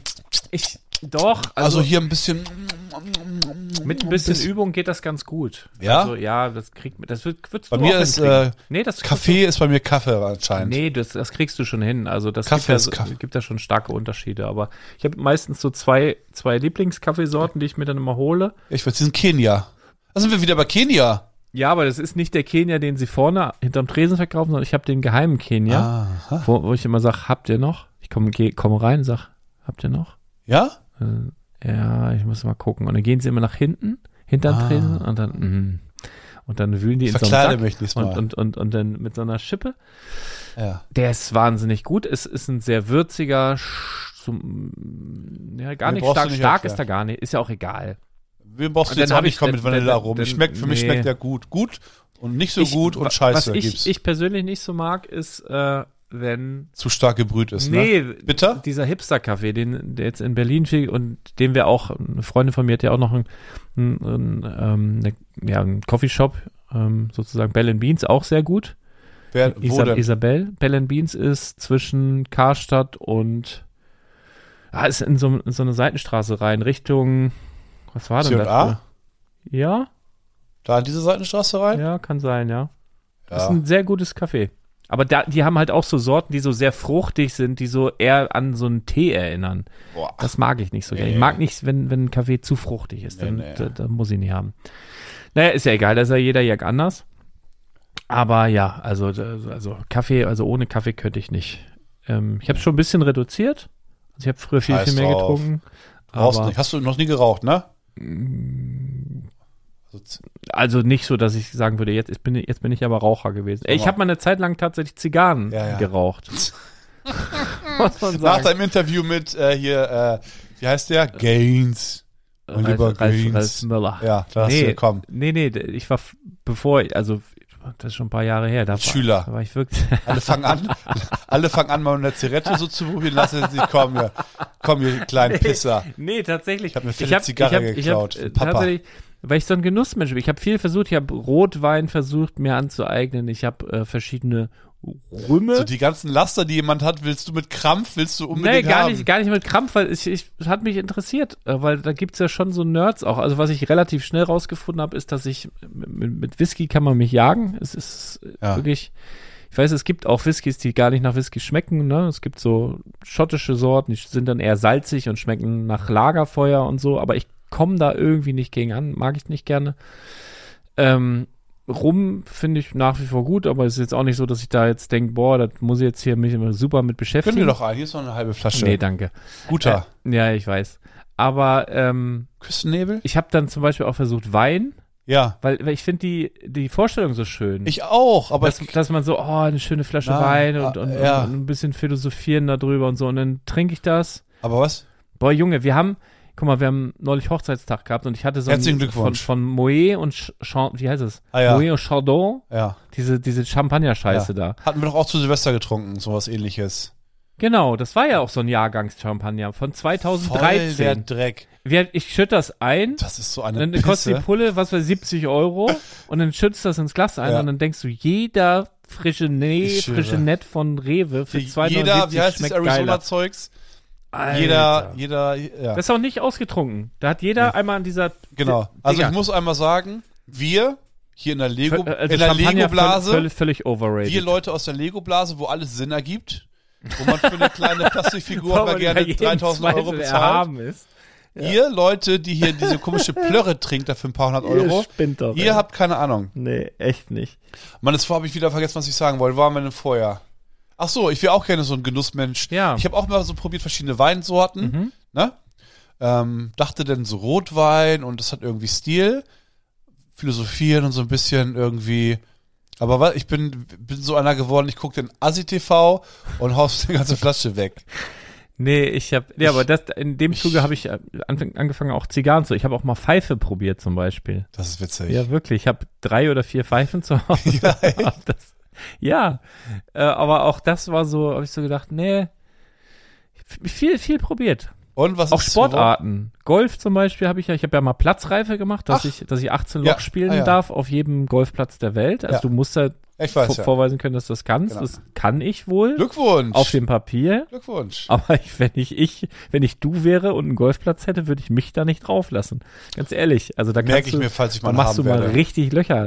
Also hier ein bisschen. Mit ein bisschen Übung geht das ganz gut. Ja? Also, das wird bei mir ist, Kaffee ist bei mir Kaffee anscheinend. Nee, das kriegst du schon hin. Also das gibt ja schon starke Unterschiede. Aber ich habe meistens so zwei Lieblingskaffeesorten, die ich mir dann immer hole. Ich weiß, die sind Kenia. Da sind wir wieder bei Kenia. Ja, aber das ist nicht der Kenia, den sie vorne hinterm Tresen verkaufen, sondern ich habe den geheimen Kenia, wo ich immer sage, habt ihr noch? Ich komme rein und sage, habt ihr noch? Ja? Ja, ich muss mal gucken. Und dann gehen sie immer nach hinten, hinterm Tresen und dann wühlen die in so einem Sack und dann mit so einer Schippe. Ja. Der ist wahnsinnig gut. Es ist ein sehr würziger, gar nicht stark ist da gar nicht. Ist ja auch egal. Wir brauchst du jetzt auch nicht kommen mit Vanillearomen. Für mich schmeckt der gut und nicht so gut und scheiße. Was ich persönlich nicht so mag, ist wenn zu stark gebrüht ist, nee, ne? Bitter? Dieser Hipster-Kaffee, der jetzt in Berlin steht und den wir auch, eine Freundin von mir hat ja auch noch einen Coffeeshop, sozusagen Bell & Beans, auch sehr gut. Wo denn? Isabel. Bell & Beans ist zwischen Karstadt und ist in so eine Seitenstraße rein, Richtung, was war denn C&A? Ja? Da in diese Seitenstraße rein? Ja, kann sein, ja. Das ist ein sehr gutes Kaffee. Aber die haben halt auch so Sorten, die so sehr fruchtig sind, die so eher an so einen Tee erinnern. Boah. Das mag ich nicht so gerne. Ich mag nicht, wenn ein Kaffee zu fruchtig ist. Dann da muss ich nicht haben. Naja, ist ja egal, da ist ja jeder Jack anders. Aber ja, also Kaffee, also ohne Kaffee könnte ich nicht. Ich habe es schon ein bisschen reduziert. Also ich habe früher viel mehr getrunken. Rauchst nicht. Hast du noch nie geraucht, ne? Also nicht so, dass ich sagen würde, jetzt bin ich aber Raucher gewesen. Ich habe mal eine Zeit lang tatsächlich Zigarren geraucht. Muss man sagen. Nach deinem Interview mit wie heißt der? Gaines. Mein lieber Gaines. Ralf Möller. Ja, da hast du gekommen. Nee, ich war das ist schon ein paar Jahre her. Da Schüler. Da war ich wirklich. Alle fangen an, mal eine Zigarette so zu probieren, lassen sie sich kommen, ihr kleinen Pisser. Nee, tatsächlich. Ich habe eine Zigarre geklaut. Papa. Tatsächlich, weil ich so ein Genussmensch bin. Ich habe viel versucht. Ich habe Rotwein versucht, mir anzueignen. Ich habe verschiedene Rümme. So die ganzen Laster, die jemand hat, willst du unbedingt haben? Gar nicht mit Krampf, weil es hat mich interessiert, weil da gibt's ja schon so Nerds auch. Also was ich relativ schnell rausgefunden habe, ist, dass ich mit Whisky kann man mich jagen. Es ist wirklich, ich weiß, es gibt auch Whiskys, die gar nicht nach Whisky schmecken, ne? Es gibt so schottische Sorten, die sind dann eher salzig und schmecken nach Lagerfeuer und so, aber ich komme da irgendwie nicht gegen an, mag ich nicht gerne. Rum finde ich nach wie vor gut, aber es ist jetzt auch nicht so, dass ich da jetzt denke, boah, das muss ich jetzt hier mich immer super mit beschäftigen. Gönn dir doch ein, hier ist noch eine halbe Flasche. Nee, danke. Guter. Ja, ich weiß. Aber Küstennebel? ich habe dann zum Beispiel auch versucht Wein, ja, weil ich finde die Vorstellung so schön. Ich auch, aber dass man so, eine schöne Flasche Wein und ein bisschen philosophieren darüber und so und dann trinke ich das. Aber was? Boah, Junge, wir haben neulich Hochzeitstag gehabt und ich hatte so Herzlichen Glückwunsch. von Moet und wie heißt es? Ja. Moet und Chardon. Ja. Diese Champagner-Scheiße da. Hatten wir doch auch zu Silvester getrunken, sowas ähnliches. Genau, das war ja auch so ein Jahrgangs-Champagner von 2013. Voll der Dreck. Ich schütte das ein. Das ist so eine Dann Pisse. kostet die Pulle, 70 € und dann schützt das ins Glas ein und dann denkst du, jeder frische Nett von Rewe für 2,79 wie heißt das Arizona-Zeugs? Jeder, ja. Das ist auch nicht ausgetrunken. Da hat jeder einmal an dieser. Genau. Also ich muss einmal sagen, wir hier in der Lego-Blase, völlig overrated. wir Leute aus der Lego-Blase, wo alles Sinn ergibt, wo man für eine kleine Plastikfigur mal gerne 3.000 € bezahlt. Ist. Ja. Ihr Leute, die hier diese komische Plörre trinkt, dafür ein paar 100 Euro, ihr spinnt doch, ihr habt keine Ahnung. Nee, echt nicht. Mann, jetzt habe ich wieder vergessen, was ich sagen wollte. Wo waren wir denn vorher? Ach so, ich wäre auch gerne so ein Genussmensch. Ja. Ich habe auch mal so probiert, verschiedene Weinsorten. Ne? Dachte dann so Rotwein und das hat irgendwie Stil. Philosophieren und so ein bisschen irgendwie. Aber ich bin so einer geworden, ich gucke den Assi-TV und haust die ganze Flasche weg. Nee, aber in dem Zuge habe ich angefangen auch Zigarren zu. Ich habe auch mal Pfeife probiert zum Beispiel. Das ist witzig. Ja, wirklich. Ich habe 3 oder 4 Pfeifen zu Hause. Ja, echt? Ja, aber auch das war so, habe ich so gedacht, nee, viel probiert. Und was auch ist Sportarten. Golf zum Beispiel habe ich ja mal Platzreife gemacht, dass ich 18 Loch spielen darf auf jedem Golfplatz der Welt. Also du musst da vorweisen können, dass du das kannst. Genau. Das kann ich wohl. Glückwunsch. Auf dem Papier. Glückwunsch. Aber wenn ich du wäre und einen Golfplatz hätte, würde ich mich da nicht drauf lassen. Ganz ehrlich. Also da merke ich mir, falls ich mal machst du mal richtig Löcher.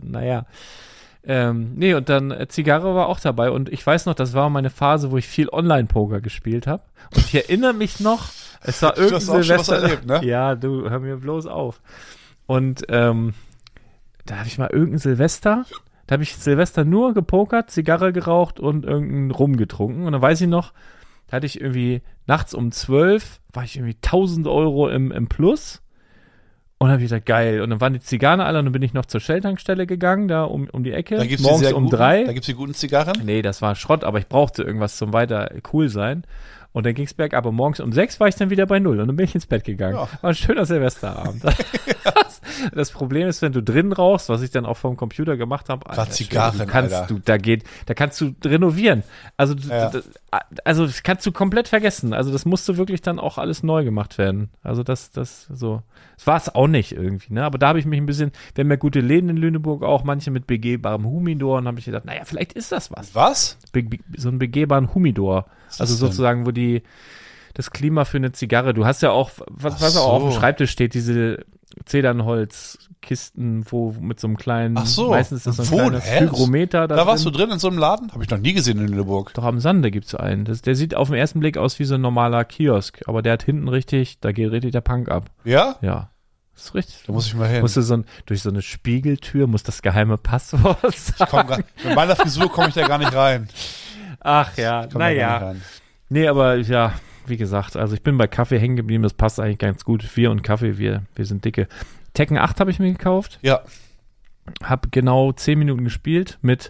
Nee, und dann Zigarre war auch dabei und ich weiß noch, das war meine Phase, wo ich viel Online-Poker gespielt habe und ich erinnere mich noch, es war irgendein Silvester. Schon was erlebt, ne? Ja, du, hör mir bloß auf. Und da habe ich mal irgendein Silvester, nur gepokert, Zigarre geraucht und irgendeinen Rum getrunken und dann weiß ich noch, da hatte ich irgendwie nachts um 12, war ich irgendwie 1.000 € im Plus. Und dann habe ich gesagt, geil. Und dann waren die Zigarren alle und dann bin ich noch zur Shell-Tankstelle gegangen, da um die Ecke. Da gibt's morgens um 3. Da gibt's die guten Zigarren? Nee, das war Schrott, aber ich brauchte irgendwas zum weiter cool sein. Und dann ging es bergab. Und morgens um 6 war ich dann wieder bei 0. Und dann bin ich ins Bett gegangen. Ja. War ein schöner Silvesterabend. Das Problem ist, wenn du drin rauchst, was ich dann auch vom Computer gemacht habe. Gerade Zigarren, da kannst du renovieren. Also, Ja. also das kannst du komplett vergessen. Also das musste wirklich dann auch alles neu gemacht werden. Also das so. Das war es auch nicht irgendwie, ne? Aber da habe ich mich ein bisschen, wir haben ja gute Läden in Lüneburg auch, manche mit begehbarem Humidor, und habe ich gedacht, naja, vielleicht ist das was. Was? So einen begehbaren Humidor. Was ist Also das denn? sozusagen, wo das Klima für eine Zigarre, du hast ja auch, was auch auf dem Schreibtisch steht, diese Zedernholzkisten, wo mit so einem kleinen, meistens ist das so ein kleines Hygrometer da warst du drin in so einem Laden? Habe ich noch nie gesehen in Lüneburg. Doch, am Sande gibt's so einen. Der sieht auf den ersten Blick aus wie so ein normaler Kiosk, aber der hat hinten da geht richtig der Punk ab. Ja? Ja. Das ist richtig. Da muss ich mal hin. Musst du durch so eine Spiegeltür, muss das geheime Passwort sagen. Mit meiner Frisur komme ich da gar nicht rein. Ach ja, naja. Nee, aber ja, wie gesagt, also ich bin bei Kaffee hängen geblieben, das passt eigentlich ganz gut. Wir und Kaffee, wir sind dicke. Tekken 8 habe ich mir gekauft. Ja. Hab genau 10 Minuten gespielt mit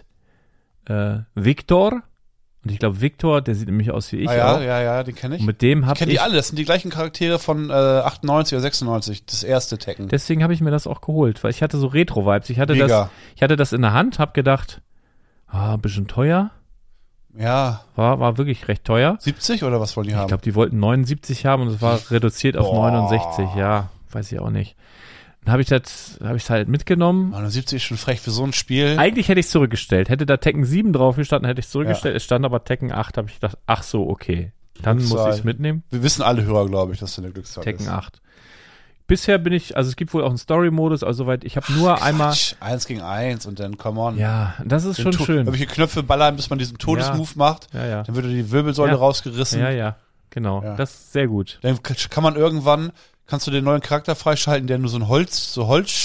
Victor. Und ich glaube, Victor, der sieht nämlich aus wie ich auch. Ja, den kenne ich. Und mit dem habe ich... die alle, das sind die gleichen Charaktere von 98 oder 96, das erste Tekken. Deswegen habe ich mir das auch geholt, weil ich hatte so Retro-Vibes. Ich hatte das in der Hand, habe gedacht, ein bisschen teuer. Ja. War wirklich recht teuer. 70 oder was wollen die haben? Ich glaube, die wollten 79 haben und es war reduziert auf 69. Ja, weiß ich auch nicht. Dann habe ich es halt mitgenommen. 79 ist schon frech für so ein Spiel. Eigentlich hätte ich es zurückgestellt. Hätte da Tekken 7 drauf gestanden, hätte ich es zurückgestellt. Ja. Es stand aber Tekken 8, habe ich gedacht, ach so, okay. Dann muss ich es mitnehmen. Wir wissen alle Hörer, glaube ich, dass du eine Glückszahl ist. Tekken 8. Bisher bin ich, also es gibt wohl auch einen Story-Modus, also soweit, ich habe nur einmal... 1 gegen 1 und dann, come on. Ja, das ist schon schön. Welche Knöpfe ballern, bis man diesen Todesmove macht. Ja. Dann wird die Wirbelsäule rausgerissen. Ja, genau. Ja. Das ist sehr gut. Dann kann man irgendwann, kannst du den neuen Charakter freischalten, der nur so ein Holz ist.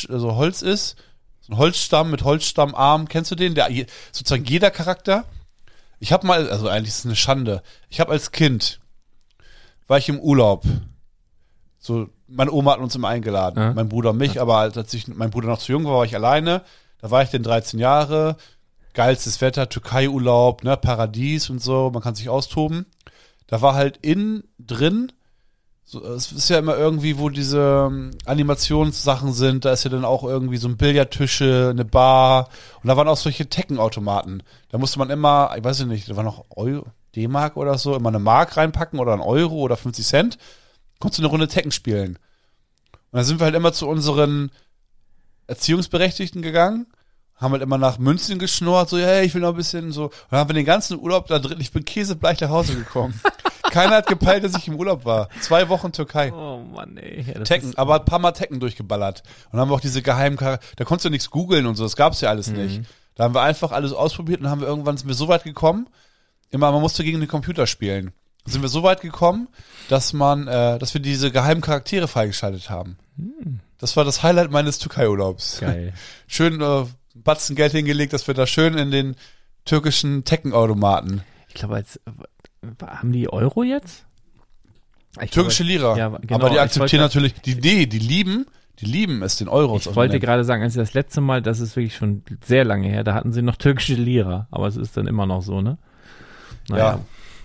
So ein Holzstamm mit Holzstammarm. Kennst du den? Der sozusagen jeder Charakter. Ich habe mal, also eigentlich ist es eine Schande. Ich habe als Kind, war ich im Urlaub. So, meine Oma hat uns immer eingeladen, mein Bruder und mich, aber als mein Bruder noch zu jung war ich alleine. Da war ich dann 13 Jahre, geilstes Wetter, Türkei-Urlaub, ne, Paradies und so, man kann sich austoben. Da war halt innen drin, so, es ist ja immer irgendwie, wo diese Animationssachen sind, da ist ja dann auch irgendwie so ein Billardtische, eine Bar und da waren auch solche Tekken-Automaten. Da musste man immer, ich weiß nicht, da war noch D-Mark oder so, immer eine Mark reinpacken oder einen Euro oder 50 Cent. Konntest du eine Runde Tekken spielen. Und dann sind wir halt immer zu unseren Erziehungsberechtigten gegangen, haben halt immer nach Münzen geschnurrt, so, hey, ich will noch ein bisschen so. Und dann haben wir den ganzen Urlaub da drin, ich bin käsebleich nach Hause gekommen. Keiner hat gepeilt, dass ich im Urlaub war. 2 Wochen Türkei. Oh Mann, ey. Ja, Tekken, aber ein paar Mal Tekken durchgeballert. Und dann haben wir auch diese geheimen da konntest du nichts googeln und so, das gab's ja alles nicht. Da haben wir einfach alles ausprobiert und sind wir so weit gekommen, man musste gegen den Computer spielen. Sind wir so weit gekommen, dass wir diese geheimen Charaktere freigeschaltet haben. Das war das Highlight meines Türkei-Urlaubs. Geil. Schön Batzen Geld hingelegt, dass wir da schön in den türkischen Tekken-Automaten. Ich glaube, haben die Euro jetzt? Türkische Lira. Ja, genau, aber die akzeptieren natürlich, die lieben es, den Euro zu Ich wollte gerade sagen, als das letzte Mal, das ist wirklich schon sehr lange her, da hatten sie noch türkische Lira, aber es ist dann immer noch so, ne? Naja. Ja.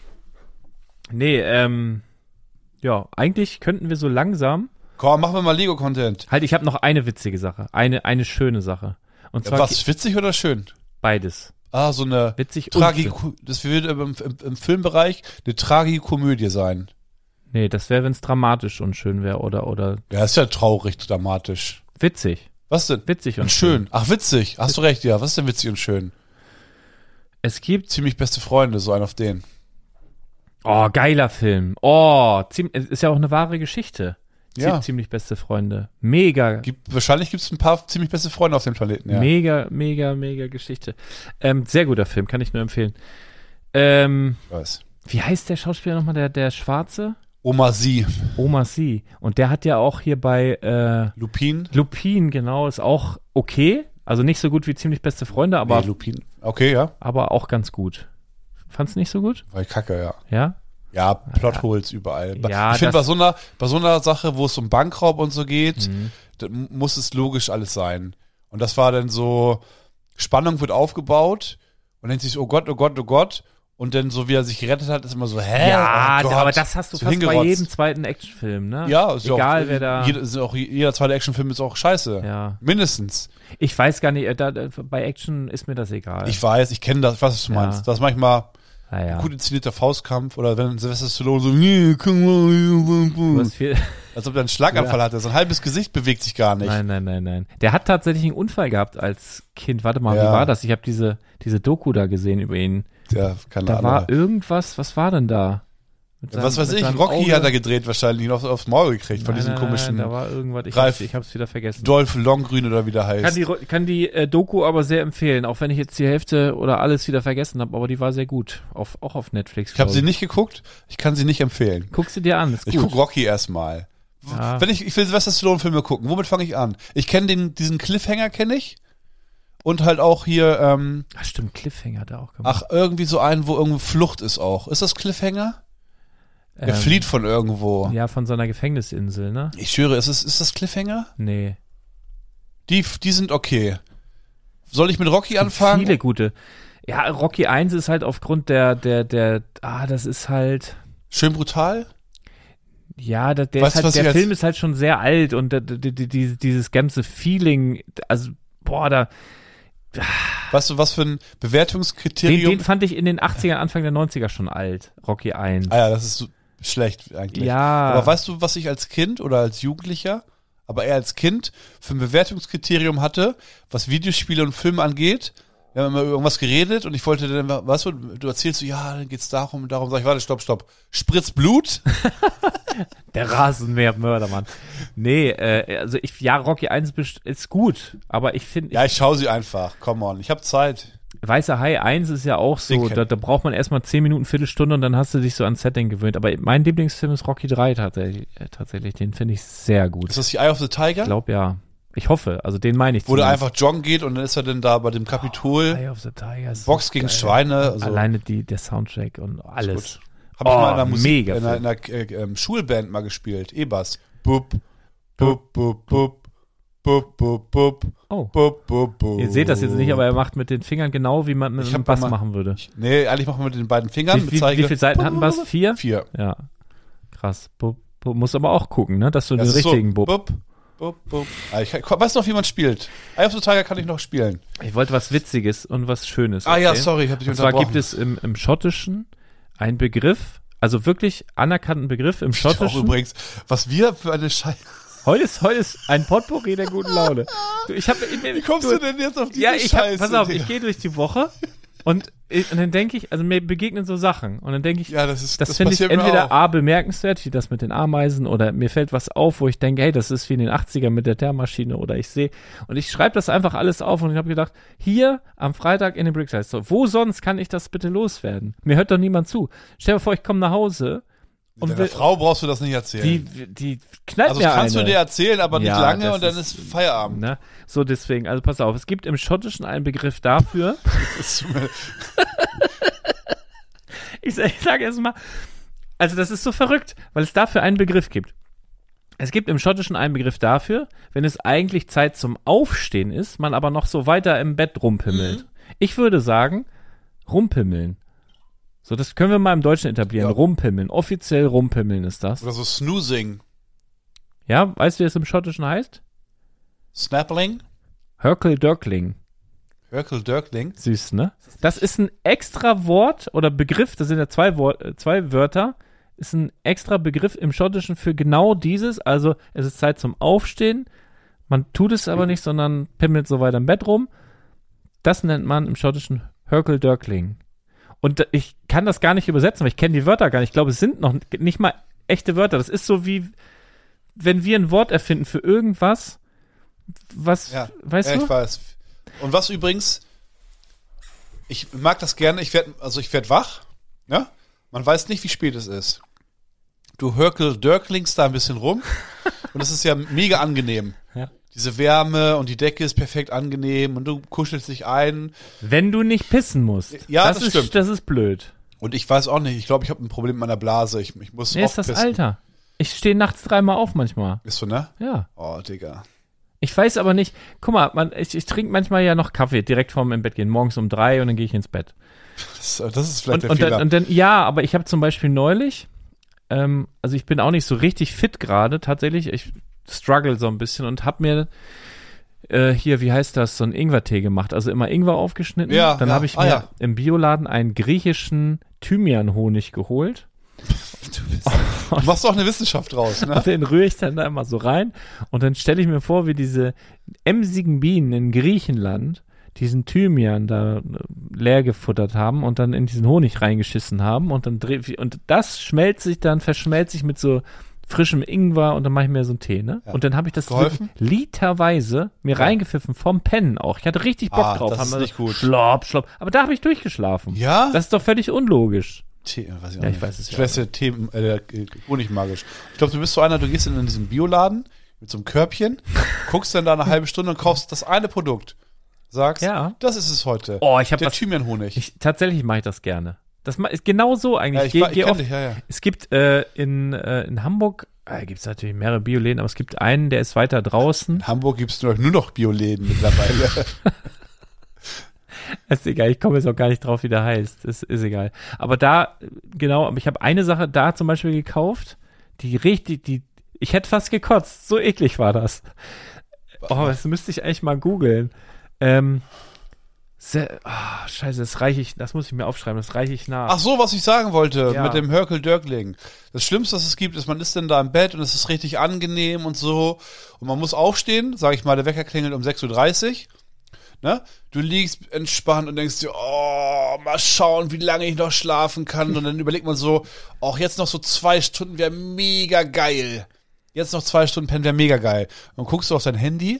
Nee, ja, eigentlich könnten wir so langsam. Komm, machen wir mal Lego-Content. Halt, ich habe noch eine witzige Sache. Eine schöne Sache. Und zwar was, witzig oder schön? Beides. So eine witzig das wird im Filmbereich eine Tragikomödie sein. Nee, das wäre, wenn es dramatisch und schön wäre, oder. Ja, ist ja traurig, dramatisch. Witzig. Was denn? Witzig und schön. Ach, witzig. Hast du recht, ja. Was ist denn witzig und schön? Es gibt ziemlich beste Freunde, so ein auf den. Oh, geiler Film. Oh, ist ja auch eine wahre Geschichte. Ja. Ziemlich beste Freunde. Mega. Wahrscheinlich gibt es ein paar ziemlich beste Freunde auf dem Planeten, ja. Mega Geschichte. Sehr guter Film, kann ich nur empfehlen. Was? Wie heißt der Schauspieler nochmal, der Schwarze? Omar Sy. Und der hat ja auch hier bei Lupin, genau, ist auch okay. Also nicht so gut wie ziemlich beste Freunde, aber Lupin. Okay, ja. Aber auch ganz gut. Fand's nicht so gut? War kacke, ja. Ja? Ja, Plotholes überall. Ja, ich finde, bei so einer Sache, wo es um Bankraub und so geht, muss es logisch alles sein. Und das war dann so, Spannung wird aufgebaut und dann denkt sich, oh Gott, Und dann so, wie er sich gerettet hat, ist immer so, hä? Ja, oh Gott, aber das hast du so fast bei hingerotzt. jedem zweiten Actionfilm, ne? Ja, ist egal auch, wer da. Jeder zweite Actionfilm ist auch scheiße. Ja. Mindestens. Ich weiß gar nicht, bei Action ist mir das egal. Ich weiß, ich kenne das, was du meinst. Das ist manchmal ja. gut inszenierter Faustkampf oder wenn Sylvester Stallone so, nee, komm mal, Du hast viel. als ob er einen Schlaganfall hatte. Sein halbes Gesicht bewegt sich gar nicht. Nein. Der hat tatsächlich einen Unfall gehabt als Kind. Warte mal, Ja. wie war das? Ich habe diese Doku da gesehen über ihn. Ja, keine Da Ahnung. war irgendwas, was war denn da? Mit seinem- Was weiß mit ich, seinem Rocky Auge? hat er gedreht wahrscheinlich, ihn aufs Maul gekriegt von diesem komischen Da war irgendwas, Ralf ich hab's wieder vergessen. Dolph Lundgren oder wie der heißt. Kann die Doku aber sehr empfehlen, auch wenn ich jetzt die Hälfte oder alles wieder vergessen habe, aber die war sehr gut. Auch auf Netflix. Ich habe glaub sie nicht geguckt, ich kann sie nicht empfehlen. Guck sie dir an, ist Ich gut. guck Rocky erstmal. Ja. Wenn ich will Sylvester Stallone Filme gucken, womit fange ich an? Ich kenne diesen Cliffhanger kenne ich und halt auch hier Ach stimmt, Cliffhanger hat er auch gemacht. irgendwie so einen, wo irgendwo Flucht ist auch. Ist das Cliffhanger? Er flieht von irgendwo. Ja, von so einer Gefängnisinsel, ne? Ich schwöre, ist das Cliffhanger? Nee. Die sind okay. Soll ich mit Rocky anfangen? Viele gute. Ja, Rocky 1 ist halt aufgrund das ist halt, Schön brutal? ja, der Weißt du, was ich der als- Film ist halt schon sehr alt und dieses ganze Feeling, also, boah, Weißt du, was für ein Bewertungskriterium? den fand ich in den 80ern, Anfang der 90er schon alt, Rocky 1. Ah ja, das ist so schlecht eigentlich. Ja. Aber weißt du, was ich als Kind oder als Jugendlicher, aber eher als Kind für ein Bewertungskriterium hatte, was Videospiele und Filme angeht? Wir haben immer über irgendwas geredet und ich wollte dann, weißt du erzählst so, ja, dann geht's darum und darum. Sag ich, warte, stopp. Spritzt Blut? Der Rasenmäher-Mörder, Mann. Nee, also Rocky 1 ist gut, aber ich finde, Ja, ich schau sie einfach. Come on, ich habe Zeit. Weißer Hai 1 ist ja auch so, Den da braucht man erstmal 10 Minuten, Viertelstunde und dann hast du dich so ans Setting gewöhnt. Aber mein Lieblingsfilm ist Rocky 3 tatsächlich. Den finde ich sehr gut. Ist das die Eye of the Tiger? Ich glaube, ja. Ich hoffe, also den meine ich Wo der zumindest. einfach joggen geht und dann ist er dann da bei dem Kapitol. Eye of the Tiger ist Box so gegen geil. Schweine. Also, Alleine der Soundtrack und alles. Hab ich mal in der Musik, mega in einer Schulband mal gespielt. E-Bass. Bup, bup, bup, bup. Bup, bup, bup. Oh. Bup, bup, bup. Ihr seht das jetzt nicht, aber er macht mit den Fingern genau, wie man mit Ich einem hab Bass mal- machen würde. Nee, eigentlich machen wir mit den beiden Fingern. Wie viele Seiten hat ein Bass? 4? 4. Ja. Krass. Muss aber auch gucken, ne, dass du den Das ist richtigen so, Bub. bup, bup, bup. Ah, ich weiß noch, wie man spielt. Eye of the Tiger kann ich noch spielen. Ich wollte was Witziges und was Schönes Ah ja, erzählen. sorry, ich hab dich Und zwar unterbrochen. gibt es im Schottischen einen Begriff, also wirklich anerkannten Begriff im Auch Schottischen. übrigens, was wir für eine Scheiße. Heute ist ein Potpourri der guten Laune. Wie Wie kommst du denn jetzt auf diese Ja, Scheiße? pass auf, Digga? ich gehe durch die Woche und dann denke ich, also mir begegnen so Sachen und dann denke ich, Ja, das finde ich passiert mir entweder auch. A, bemerkenswert, wie das mit den Ameisen, oder mir fällt was auf, wo ich denke, hey, das ist wie in den 80ern mit der Thermaschine, oder ich sehe, und ich schreibe das einfach alles auf und ich habe gedacht, hier am Freitag in den Brickside Store, wo sonst kann ich das bitte loswerden? Mir hört doch niemand zu. Stell dir vor, ich komme nach Hause und Deiner Frau brauchst du das nicht erzählen. die knallt Also mir das kannst eine. du dir erzählen, aber nicht Ja, lange das und dann ist- ist Feierabend. Ne? So deswegen, also pass auf, es gibt im Schottischen einen Begriff dafür, ich sage erst mal, also das ist so verrückt, weil es dafür einen Begriff gibt. Es gibt im Schottischen einen Begriff dafür, wenn es eigentlich Zeit zum Aufstehen ist, man aber noch so weiter im Bett rumpimmelt. Ich würde sagen, rumpimmeln. So, das können wir mal im Deutschen etablieren. Ja. Rumpimmeln. Offiziell rumpimmeln ist das. Oder so Snoozing. Ja, weißt du, wie es im Schottischen heißt? Snappling. Hurkle-Dörkling. Hurkle-Dörkling. Süß, ne? Das ist ein extra Wort oder Begriff, das sind ja zwei Wörter, ist ein extra Begriff im Schottischen für genau dieses, also es ist Zeit zum Aufstehen, man tut es aber nicht, sondern pimmelt so weiter im Bett rum. Das nennt man im Schottischen Hurkle-Dörkling. Und ich kann das gar nicht übersetzen, weil ich kenne die Wörter gar nicht. Ich glaube, es sind noch nicht mal echte Wörter. Das ist so wie, wenn wir ein Wort erfinden für irgendwas, was, Ja, weißt ja, du? ich weiß. Und was übrigens, ich mag das gerne, ich werd wach, ja? Man weiß nicht, wie spät es ist. Du Hurkle-Dörklingst da ein bisschen rum und das ist ja mega angenehm. Ja. Diese Wärme und die Decke ist perfekt angenehm und du kuschelst dich ein. Wenn du nicht pissen musst. Ja, das das ist, stimmt. Das ist blöd. Und ich weiß auch nicht, ich glaube, ich habe ein Problem mit meiner Blase. Ich muss Nee, oft ist das pissen. Alter. Ich stehe nachts 3-mal auf manchmal. Ist so, ne? Ja. Oh, Digga. Ich weiß aber nicht, guck mal, ich trinke manchmal ja noch Kaffee direkt vorm im Bett gehen, morgens um 3 und dann gehe ich ins Bett. Das ist vielleicht der Fehler. Ja, aber ich habe zum Beispiel neulich, also ich bin auch nicht so richtig fit gerade, tatsächlich, ich struggle so ein bisschen und habe mir hier, wie heißt das, so einen Ingwertee gemacht, also immer Ingwer aufgeschnitten. Ja, dann habe ich mir ja. im Bioladen einen griechischen Thymian-Honig geholt. Du machst doch eine Wissenschaft draus, ne? Und den rühre ich dann da immer so rein und dann stelle ich mir vor, wie diese emsigen Bienen in Griechenland diesen Thymian da leer gefuttert haben und dann in diesen Honig reingeschissen haben und dann und das verschmelzt sich mit so frischem Ingwer und dann mache ich mir so einen Tee, ne? Ja. Und dann habe ich das literweise mir Ja. reingepfiffen vom Pennen auch. Ich hatte richtig Bock drauf. Das ist nicht gut. Schlopp. Aber da habe ich durchgeschlafen. Ja? Das ist doch völlig unlogisch. Tee, weiß ich auch Ja, ich nicht. weiß es ja. Vielleicht ist der Tee Honig magisch. Ich glaube, du bist so einer, du gehst in diesen Bioladen mit so einem Körbchen, guckst dann da eine halbe Stunde und kaufst das eine Produkt. Sagst, das ist es heute. Oh, ich habe der Thymian-Honig. Tatsächlich mache ich das gerne. Das ist genau so eigentlich. Ja, ich kenn dich, ja. Es gibt in Hamburg, gibt es natürlich mehrere Bioläden, aber es gibt einen, der ist weiter draußen. In Hamburg gibt es nur noch Bioläden mittlerweile. Ist egal, ich komme jetzt auch gar nicht drauf, wie der heißt. Ist egal. Aber da, genau, ich habe eine Sache da zum Beispiel gekauft, ich hätte fast gekotzt. So eklig war das. Oh, das müsste ich eigentlich mal googeln. Scheiße, das muss ich mir aufschreiben, das reiche ich nach. Ach so, was ich sagen wollte, Ja. mit dem Hörkel-Dörkling. Das Schlimmste, was es gibt, ist, man ist dann da im Bett und es ist richtig angenehm und so. Und man muss aufstehen, sage ich mal, der Wecker klingelt um 6:30 Uhr. Ne? Du liegst entspannt und denkst dir, oh, mal schauen, wie lange ich noch schlafen kann. Und dann überlegt man so, auch jetzt noch so 2 Stunden wäre mega geil. Jetzt noch 2 Stunden pennen wäre mega geil. Und dann guckst du auf dein Handy,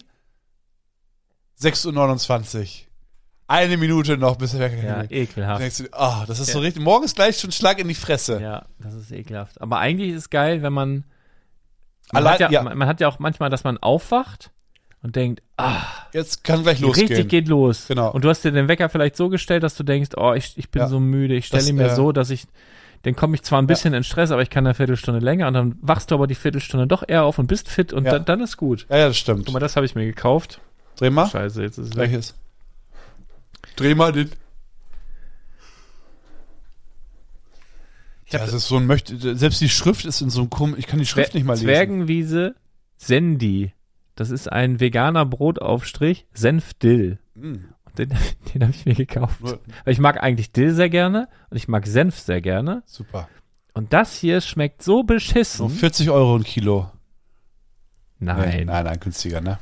6:29 Uhr. 1 Minute noch, bis der Wecker klingelt. Ja, ekelhaft. Dann denkst du, das ist so richtig, morgens gleich schon Schlag in die Fresse. Ja, das ist ekelhaft. Aber eigentlich ist es geil, wenn man Allein, man hat ja auch manchmal, dass man aufwacht und denkt, jetzt kann gleich losgehen. richtig geht los. Genau. Und du hast dir den Wecker vielleicht so gestellt, dass du denkst, ich bin so müde, ich stelle ihn mir so, dass dann komme ich zwar ein bisschen in Stress, aber ich kann eine Viertelstunde länger und dann wachst du aber die Viertelstunde doch eher auf und bist fit und dann ist gut. Ja, das stimmt. Guck mal, das habe ich mir gekauft. Dreh mal. Scheiße, jetzt ist es weg. Welches? Dreh mal den. Das ist so selbst die Schrift ist in so einem ich kann die Schrift nicht mal lesen. Zwergenwiese Sendi. Das ist ein veganer Brotaufstrich, Senf-Dill. Und den habe ich mir gekauft. Weil ich mag eigentlich Dill sehr gerne und ich mag Senf sehr gerne. Super. Und das hier schmeckt so beschissen. So 40 Euro ein Kilo. Nein. Nein, günstiger, ne?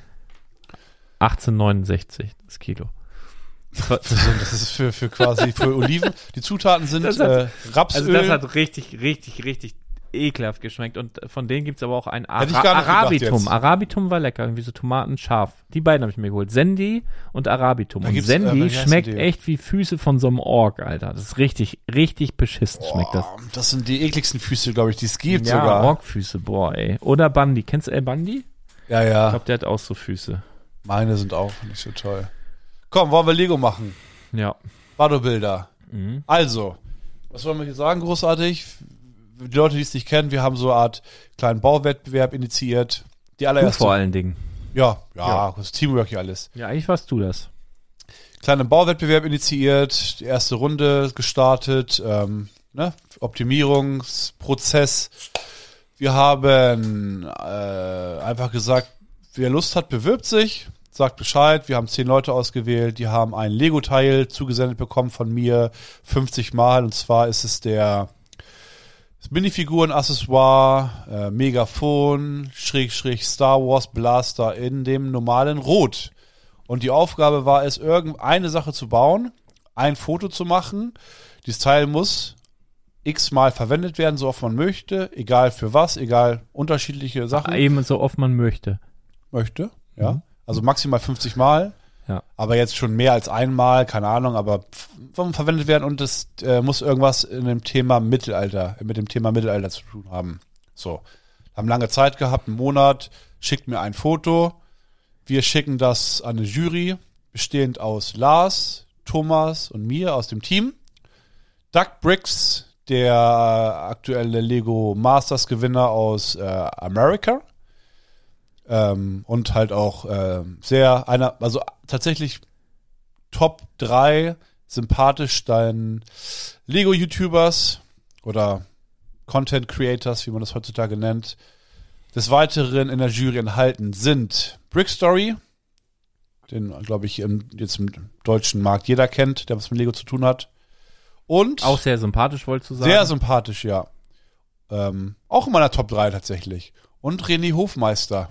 18,69 das Kilo. Das ist für quasi für Oliven. Die Zutaten sind Rapsöl. Also das hat richtig, richtig, richtig ekelhaft geschmeckt. Und von denen gibt es aber auch ein Hätte ich gar nicht gedacht Arabitum. jetzt. Arabitum war lecker, irgendwie so Tomaten scharf. Die beiden habe ich mir geholt. Sendi und Arabitum. Da Und gibt's, Sendi wie heißen schmeckt die? echt wie Füße von so einem Ork, Alter. Das ist richtig, richtig beschissen schmeckt das. Das sind die ekligsten Füße, glaube ich, die es gibt Ja, sogar. Orkfüße, boah, ey. Oder Bundy. Kennst du El Bundy? Ja, Ich ja. glaube, der hat auch so Füße. Meine sind auch nicht so toll. Komm, wollen wir Lego machen? Ja. Bardo-Bilder. Mhm. Also, was wollen wir hier sagen, großartig? Die Leute, die es nicht kennen, wir haben so eine Art kleinen Bauwettbewerb initiiert. Die Du allererste. vor allen Dingen. Ja, Ja. das ist Teamwork hier alles. Ja, eigentlich warst du das. Kleinen Bauwettbewerb initiiert, die erste Runde gestartet, Optimierungsprozess. Wir haben einfach gesagt, wer Lust hat, bewirbt sich, sagt Bescheid. Wir haben 10 Leute ausgewählt, die haben ein Lego-Teil zugesendet bekommen von mir 50 Mal. Und zwar ist es das Minifiguren-Accessoire, Megafon, / Star Wars Blaster in dem normalen Rot. Und die Aufgabe war es, irgendeine Sache zu bauen, ein Foto zu machen. Dieses Teil muss x-mal verwendet werden, so oft man möchte, egal für was, egal unterschiedliche Sachen. Eben so oft man möchte. Möchte, ja. Also maximal 50 Mal. Ja. Aber jetzt schon mehr als einmal, keine Ahnung, aber verwendet werden und es muss irgendwas mit dem Thema Mittelalter zu tun haben. So. Haben lange Zeit gehabt, einen Monat, schickt mir ein Foto. Wir schicken das an eine Jury, bestehend aus Lars, Thomas und mir aus dem Team. Doug Briggs, der aktuelle Lego Masters Gewinner aus Amerika. Und halt auch also tatsächlich Top 3 sympathischsten Lego-YouTubers oder Content Creators, wie man das heutzutage nennt. Des Weiteren in der Jury enthalten sind Brickstory, den, glaube ich, jetzt im deutschen Markt jeder kennt, der was mit Lego zu tun hat. Und auch sehr sympathisch, wolltest du sagen? Sehr sympathisch, ja. Auch in meiner Top 3 tatsächlich. Und René Hofmeister,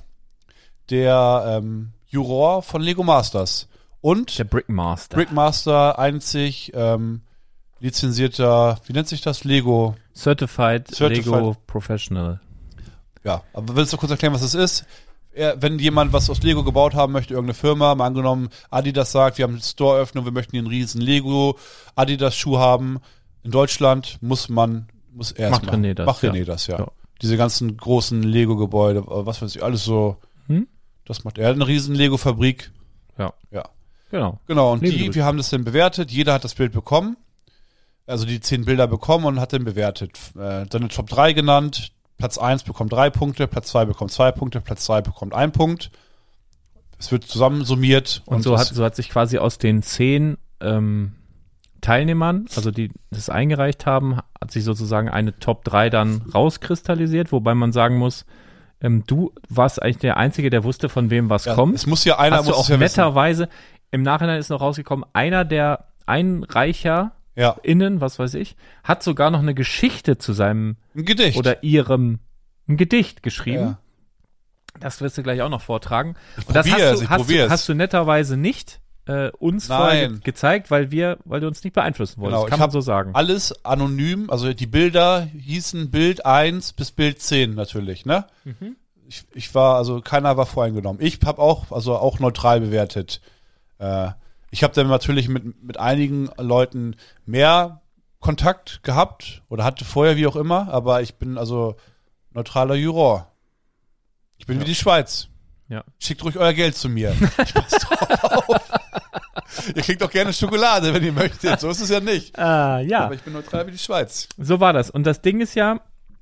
der Juror von Lego Masters. Und der Brickmaster. Brickmaster, einzig lizenzierter, wie nennt sich das? Lego. Certified Lego Professional. Ja, aber willst du kurz erklären, was das ist? Wenn jemand was aus Lego gebaut haben möchte, irgendeine Firma, mal angenommen, Adidas sagt, wir haben eine Store-Öffnung, wir möchten hier einen riesen Lego Adidas-Schuh haben. In Deutschland muss erst Macht René das, ja. Diese ganzen großen Lego-Gebäude, was weiß ich, alles so. Das macht er. Eine riesen Lego-Fabrik. Ja. Genau, und wir haben das dann bewertet. Jeder hat das Bild bekommen. Also die 10 Bilder bekommen und hat dann bewertet. Dann eine Top 3 genannt. Platz 1 bekommt 3 Punkte, Platz 2 bekommt 2 Punkte, Platz 3 bekommt 1 Punkt. Es wird zusammensummiert. Und so hat sich quasi aus den 10 Teilnehmern, also die das eingereicht haben, hat sich sozusagen eine Top 3 dann rauskristallisiert, wobei man sagen muss, du warst eigentlich der Einzige, der wusste, von wem was kommt. Es muss ja einer, hast du auch netterweise, im Nachhinein ist noch rausgekommen, einer der Einreicher innen, was weiß ich, hat sogar noch eine Geschichte zu seinem ein Gedicht oder ihrem ein Gedicht geschrieben. Ja. Das wirst du gleich auch noch vortragen. Ich Und das probier's. hast du netterweise nicht uns vorher gezeigt, weil du uns nicht beeinflussen wolltest. Genau, kann man so sagen. Alles anonym, also die Bilder hießen Bild 1 bis Bild 10 natürlich, ne? Ich war, also keiner war voreingenommen. Ich habe auch neutral bewertet. Ich habe dann natürlich mit einigen Leuten mehr Kontakt gehabt oder hatte vorher, wie auch immer, aber ich bin also neutraler Juror. Ich bin wie die Schweiz. Ja. Schickt ruhig euer Geld zu mir. Ich passe drauf auf. Ihr kriegt auch gerne Schokolade, wenn ihr möchtet. So ist es ja nicht. Ja. Aber ich bin neutral wie die Schweiz. So war das. Und das Ding ist ja,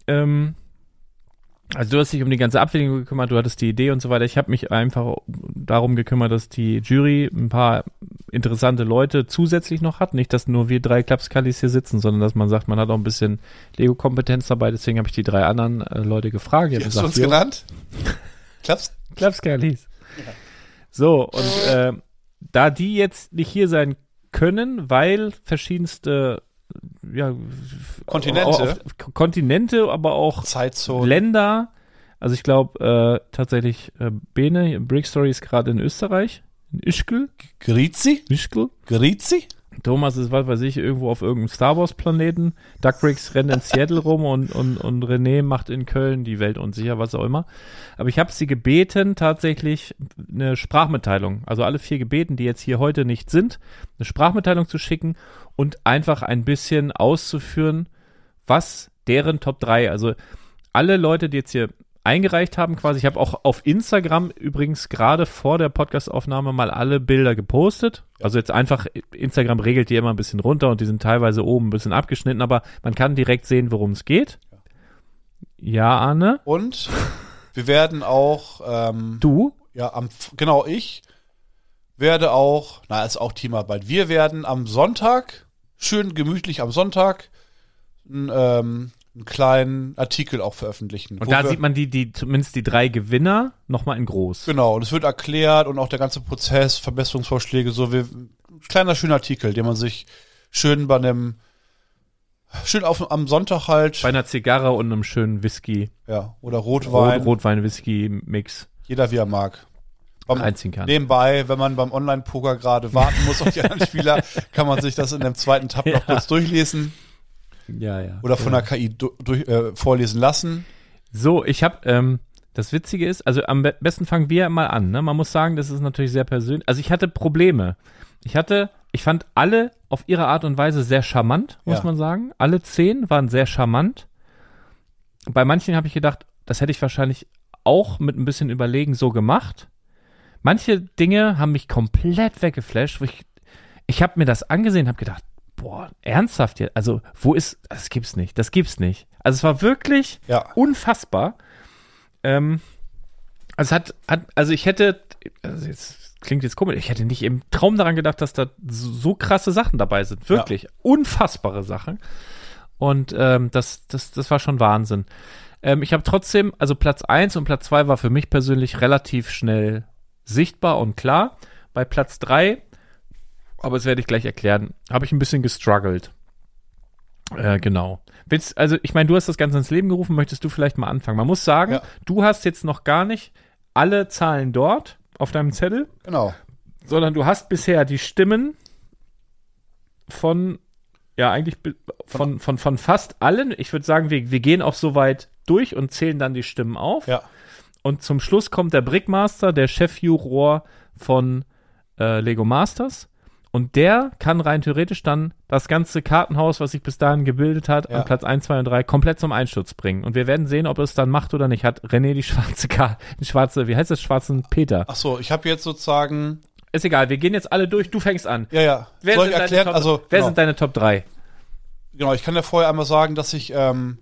also du hast dich um die ganze Abwägung gekümmert, du hattest die Idee und so weiter. Ich habe mich einfach darum gekümmert, dass die Jury ein paar interessante Leute zusätzlich noch hat. Nicht, dass nur wir 3 Klapskallis hier sitzen, sondern dass man sagt, man hat auch ein bisschen Lego-Kompetenz dabei. Deswegen habe ich die 3 anderen Leute gefragt. Wie hast du uns genannt? Klapskallis. Ja. So, und da die jetzt nicht hier sein können, weil verschiedenste Kontinente, aber auch Zeitzonen. Länder. Also ich glaube tatsächlich Bene, Brickstory ist gerade in Österreich. In Ischgl. Grizi? Thomas ist, was weiß ich, irgendwo auf irgendeinem Star Wars Planeten. Duckbricks rennt in Seattle rum und René macht in Köln die Welt unsicher, was auch immer. Aber ich habe sie gebeten, tatsächlich eine Sprachmitteilung, also alle 4 gebeten, die jetzt hier heute nicht sind, eine Sprachmitteilung zu schicken und einfach ein bisschen auszuführen, was deren Top 3, also alle Leute, die jetzt hier eingereicht haben quasi. Ich habe auch auf Instagram übrigens gerade vor der Podcastaufnahme mal alle Bilder gepostet. Also jetzt einfach, Instagram regelt die immer ein bisschen runter und die sind teilweise oben ein bisschen abgeschnitten, aber man kann direkt sehen, worum es geht. Ja, Arne? Und wir werden auch du? Ja, genau, ich werde auch, ist auch Teamarbeit, wir werden am Sonntag, schön gemütlich am Sonntag, einen kleinen Artikel auch veröffentlichen. Und da sieht man zumindest die 3 Gewinner nochmal in groß. Genau, und es wird erklärt und auch der ganze Prozess, Verbesserungsvorschläge, kleiner, schöner Artikel, den man sich schön am Sonntag halt. Bei einer Zigarre und einem schönen Whisky. Ja, oder Rotwein. Rotwein-Whisky-Mix. Jeder wie er mag. Einziehen kann. Nebenbei, wenn man beim Online-Poker gerade warten muss auf die anderen Spieler, kann man sich das in dem zweiten Tab noch kurz durchlesen. Ja. Oder von der KI vorlesen lassen. So, ich habe, das Witzige ist, also am besten fangen wir mal an. Ne? Man muss sagen, das ist natürlich sehr persönlich. Also ich hatte Probleme. Ich fand alle auf ihre Art und Weise sehr charmant, muss man sagen. Alle 10 waren sehr charmant. Bei manchen habe ich gedacht, das hätte ich wahrscheinlich auch mit ein bisschen Überlegen so gemacht. Manche Dinge haben mich komplett weggeflasht, wo ich habe mir das angesehen und habe gedacht, boah, ernsthaft jetzt? Also, das gibt's nicht. Also, es war wirklich unfassbar. Also, Also ich hätte, also jetzt klingt jetzt komisch, ich hätte nicht im Traum daran gedacht, dass da so krasse Sachen dabei sind. Wirklich. Unfassbare Sachen. Und das war schon Wahnsinn. Ich habe trotzdem, also Platz 1 und Platz 2 war für mich persönlich relativ schnell sichtbar und klar. Bei Platz 3, aber das werde ich gleich erklären, habe ich ein bisschen gestruggelt. Genau. Also ich meine, du hast das Ganze ins Leben gerufen, möchtest du vielleicht mal anfangen? Man muss sagen, du hast jetzt noch gar nicht alle Zahlen dort auf deinem Zettel. Genau. Sondern du hast bisher die Stimmen von fast allen. Ich würde sagen, wir gehen auch so weit durch und zählen dann die Stimmen auf. Ja. Und zum Schluss kommt der Brickmaster, der Chefjuror von Lego Masters. Und der kann rein theoretisch dann das ganze Kartenhaus, was sich bis dahin gebildet hat, an Platz 1, 2 und 3 komplett zum Einsturz bringen. Und wir werden sehen, ob er es dann macht oder nicht. Hat René die schwarzen Peter. Ach so, ich habe jetzt sozusagen... Ist egal, wir gehen jetzt alle durch, du fängst an. Ja. Soll ich erklären? Wer sind deine Top 3? Genau, ich kann ja vorher einmal sagen, dass ich,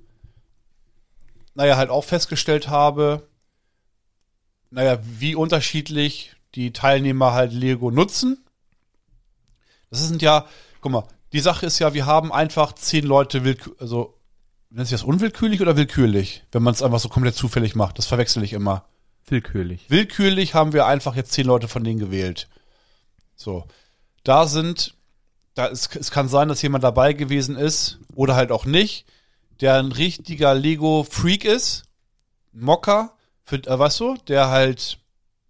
halt auch festgestellt habe, wie unterschiedlich die Teilnehmer halt Lego nutzen. Das sind ja, guck mal, die Sache ist ja, wir haben einfach 10 Leute nennt sich das unwillkürlich oder willkürlich, wenn man es einfach so komplett zufällig macht? Das verwechsel ich immer. Willkürlich. Willkürlich haben wir einfach jetzt 10 Leute von denen gewählt. So. Es kann sein, dass jemand dabei gewesen ist oder halt auch nicht, der ein richtiger Lego-Freak ist, Mocker, weißt du, der halt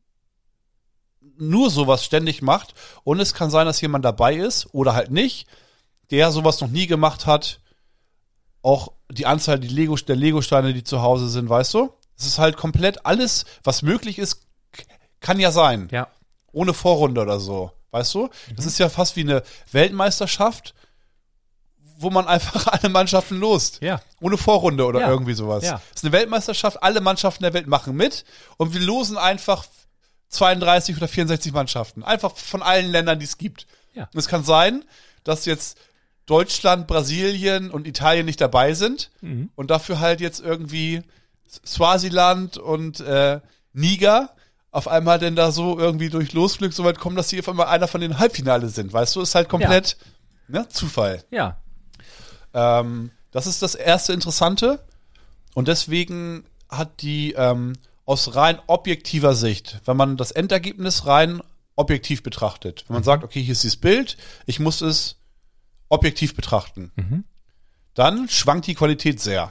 nur sowas ständig macht. Und es kann sein, dass jemand dabei ist oder halt nicht, der sowas noch nie gemacht hat. Auch die Anzahl der Lego-Steine, die zu Hause sind, weißt du? Es ist halt komplett alles, was möglich ist, kann ja sein. Ja. Ohne Vorrunde oder so. Weißt du? Das ist ja fast wie eine Weltmeisterschaft, wo man einfach alle Mannschaften lost. Ja. Ohne Vorrunde oder irgendwie sowas. Ja. Das ist eine Weltmeisterschaft, alle Mannschaften der Welt machen mit und wir losen einfach 32 oder 64 Mannschaften. Einfach von allen Ländern, die es gibt. Ja. Und es kann sein, dass jetzt Deutschland, Brasilien und Italien nicht dabei sind und dafür halt jetzt irgendwie Swasiland und Niger auf einmal denn da so irgendwie durch Losglück so weit kommen, dass sie auf einmal einer von den Halbfinale sind. Weißt du, ist halt komplett Zufall. Ja. Das ist das erste Interessante. Und deswegen hat die aus rein objektiver Sicht, wenn man das Endergebnis rein objektiv betrachtet, wenn man sagt, okay, hier ist dieses Bild, ich muss es objektiv betrachten, dann schwankt die Qualität sehr.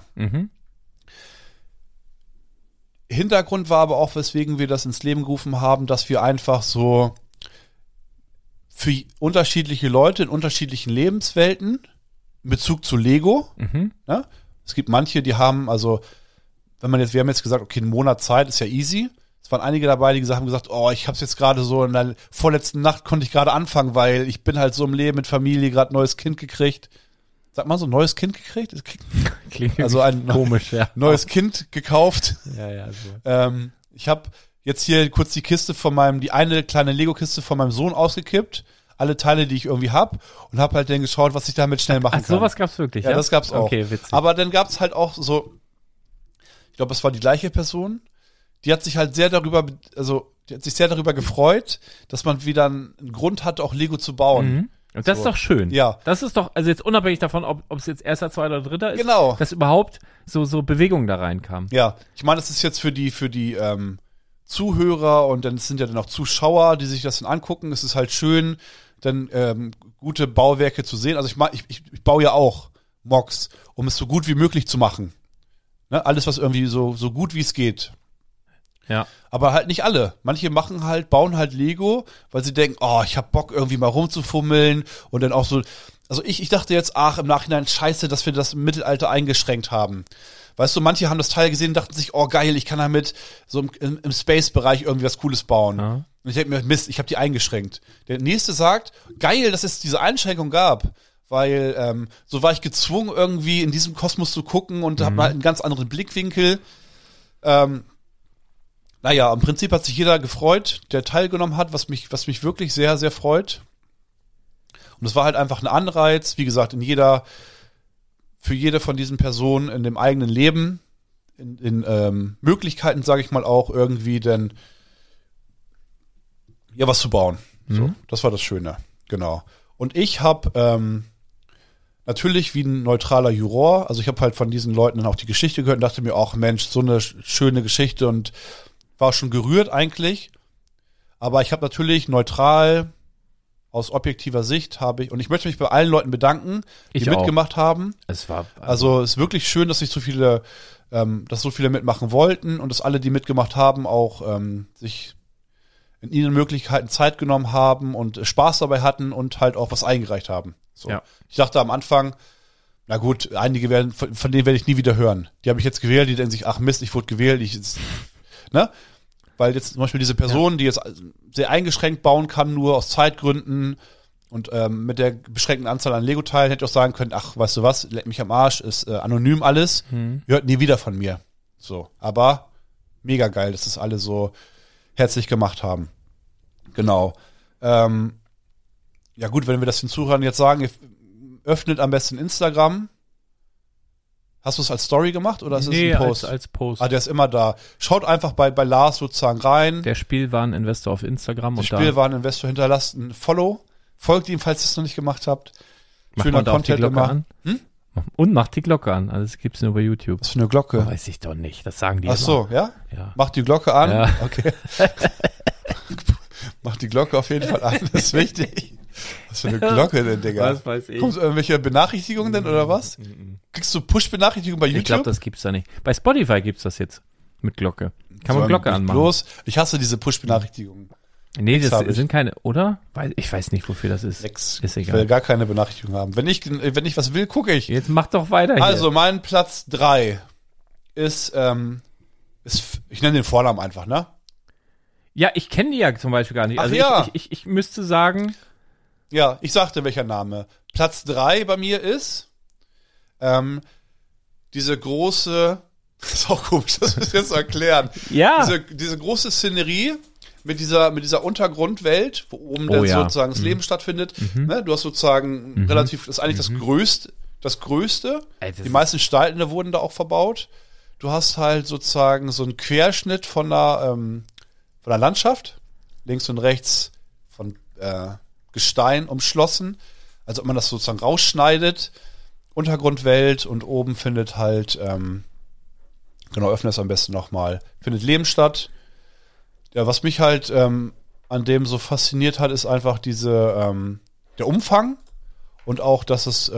Hintergrund war aber auch, weswegen wir das ins Leben gerufen haben, dass wir einfach so für unterschiedliche Leute in unterschiedlichen Lebenswelten in Bezug zu Lego, es gibt manche, die haben, also wir haben jetzt gesagt, okay, einen Monat Zeit ist ja easy. Es waren einige dabei, die haben gesagt, oh, ich hab's jetzt gerade so in der vorletzten Nacht konnte ich gerade anfangen, weil ich bin halt so im Leben mit Familie, gerade neues Kind gekriegt. Sagt man so, neues Kind gekriegt? Klingt also ein komisch, neues Kind gekauft. Ja, so. Ich habe jetzt hier kurz die eine kleine Lego-Kiste von meinem Sohn ausgekippt. Alle Teile, die ich irgendwie habe und habe halt dann geschaut, was ich damit schnell machen kann. Sowas gab's wirklich, ja? Ja, das gab's auch. Okay, witzig. Aber dann gab's halt auch so, ich glaube, es war die gleiche Person, die hat sich halt sehr darüber gefreut, dass man wieder einen Grund hatte, auch Lego zu bauen. Und das ist doch schön. Ja. Das ist doch, also jetzt unabhängig davon, ob es jetzt erster, zweiter oder dritter ist, Genau. dass überhaupt so Bewegung da reinkam. Ja, ich meine, das ist jetzt für die Zuhörer und dann sind ja dann auch Zuschauer, die sich das dann angucken. Es ist halt schön, dann gute Bauwerke zu sehen. Also ich baue ja auch Mocks, um es so gut wie möglich zu machen. Ne? Alles, was irgendwie so gut wie es geht. Ja. Aber halt nicht alle. Manche bauen halt Lego, weil sie denken, oh, ich hab Bock irgendwie mal rumzufummeln und dann auch so, also ich dachte jetzt, im Nachhinein scheiße, dass wir das im Mittelalter eingeschränkt haben. Weißt du, manche haben das Teil gesehen und dachten sich, oh geil, ich kann damit so im Space-Bereich irgendwie was Cooles bauen. Ja. Und ich denke mir, Mist, ich habe die eingeschränkt. Der nächste sagt, geil, dass es diese Einschränkung gab, weil so war ich gezwungen, irgendwie in diesem Kosmos zu gucken und habe halt einen ganz anderen Blickwinkel. Naja, im Prinzip hat sich jeder gefreut, der teilgenommen hat, was mich wirklich sehr, sehr freut. Und es war halt einfach ein Anreiz, wie gesagt, für jede von diesen Personen in dem eigenen Leben in Möglichkeiten, sage ich mal, auch irgendwie denn ja was zu bauen. So, das war das Schöne, genau. Und ich habe natürlich wie ein neutraler Juror, also ich habe halt von diesen Leuten dann auch die Geschichte gehört und dachte mir, ach Mensch, so eine schöne Geschichte und war schon gerührt eigentlich. Aber ich habe natürlich neutral, aus objektiver Sicht und ich möchte mich bei allen Leuten bedanken, die mitgemacht haben. Also es ist wirklich schön, dass sich dass so viele mitmachen wollten und dass alle, die mitgemacht haben, auch sich in ihren Möglichkeiten Zeit genommen haben und Spaß dabei hatten und halt auch was eingereicht haben. So. Ja. Ich dachte am Anfang, na gut, einige von denen werde ich nie wieder hören. Die habe ich jetzt gewählt, die denken sich, ach Mist, ich wurde gewählt, ne? Weil jetzt zum Beispiel diese Person, die jetzt sehr eingeschränkt bauen kann, nur aus Zeitgründen und mit der beschränkten Anzahl an Lego-Teilen hätte ich auch sagen können, ach, weißt du was, leck mich am Arsch, ist anonym alles, hört nie wieder von mir. So, aber mega geil, dass das alle so herzlich gemacht haben. Genau. Ja gut, wenn wir das den Zuhörern jetzt sagen, ihr öffnet am besten Instagram. Hast du es als Story gemacht oder ist es ein Post? Als Post. Der ist immer da. Schaut einfach bei Lars sozusagen rein. Der Spielwareninvestor auf Instagram. Der Spielwareninvestor, hinterlasst ein Follow. Folgt ihm, falls ihr es noch nicht gemacht habt. Schöner Content immer. An? Und macht die Glocke an. Also es gibt's nur bei YouTube. Was für eine Glocke? Weiß ich doch nicht. Das sagen die Ach so, immer. Ja? Macht die Glocke an. Ja. Okay. Macht die Glocke auf jeden Fall an. Das ist wichtig. Was für eine Glocke denn, Digga? Was weiß ich. Kommen irgendwelche Benachrichtigungen denn oder was? Kriegst du Push-Benachrichtigungen bei YouTube? Ich glaube, das gibt's da nicht. Bei Spotify gibt's das jetzt. Mit Glocke. Kann man Glocke anmachen. Bloß, ich hasse diese Push-Benachrichtigungen. Nee, das sind keine, oder? Ich weiß nicht, wofür das ist. Ist egal. Ich will gar keine Benachrichtigung haben. Wenn ich was will, gucke ich. Jetzt mach doch weiter hier. Also, mein Platz 3 ist, ich nenne den Vornamen einfach, ne? Ja, ich kenne die ja zum Beispiel gar nicht. Ach also ja. Ich müsste sagen. Ja, ich sagte, welcher Name. Platz 3 bei mir ist diese große, das ist auch komisch, das muss ich jetzt erklären. Ja. Diese große Szenerie mit dieser Untergrundwelt, wo oben dann sozusagen das Leben stattfindet. Ne? Du hast sozusagen relativ, das ist eigentlich das Größte. Die meisten Stalten wurden da auch verbaut. Du hast halt sozusagen so einen Querschnitt von der Landschaft, links und rechts von Gestein umschlossen, als ob man das sozusagen rausschneidet, Untergrundwelt und oben findet halt, öffne es am besten nochmal, findet Leben statt. Ja, was mich halt an dem so fasziniert hat, ist einfach der Umfang und auch, dass es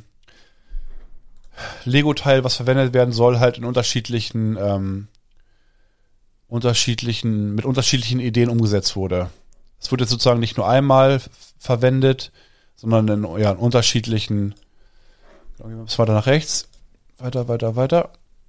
Lego-Teil, was verwendet werden soll, halt in mit unterschiedlichen Ideen umgesetzt wurde. Es wurde jetzt sozusagen nicht nur einmal verwendet, sondern in unterschiedlichen. Bis weiter nach rechts. Weiter.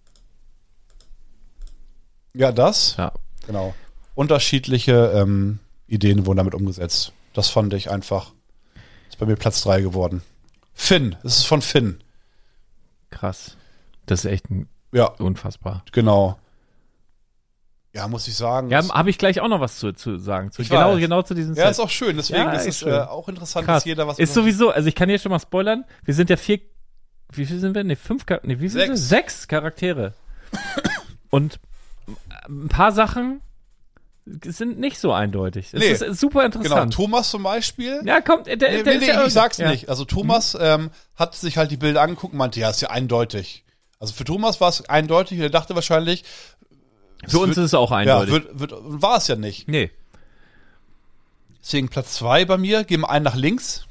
Ja, das. Ja. Genau. Unterschiedliche Ideen wurden damit umgesetzt. Das fand ich einfach. Ist bei mir Platz 3 geworden. Finn. Das ist von Finn. Krass. Das ist echt unfassbar. Genau. Ja, muss ich sagen. Ja, habe ich gleich auch noch was zu sagen. Genau zu diesem Set. Ja, ist auch schön. Deswegen ist es auch interessant, Krass. dass jeder was... Ist sowieso, also ich kann hier schon mal spoilern, wir sind ja wie viel sind wir? Ne, 5 Charaktere. Wie viel sind wir? 6 Charaktere. Und ein paar Sachen sind nicht so eindeutig. Das ist super interessant. Genau, Thomas zum Beispiel. Ja, kommt. Ich sag's nicht. Also Thomas hat sich halt die Bilder angeguckt und meinte, ja, ist ja eindeutig. Also für Thomas war es eindeutig und er dachte wahrscheinlich... Für uns ist es auch eindeutig. Ja, war es ja nicht. Nee. Deswegen Platz 2 bei mir, gehen wir einen nach links,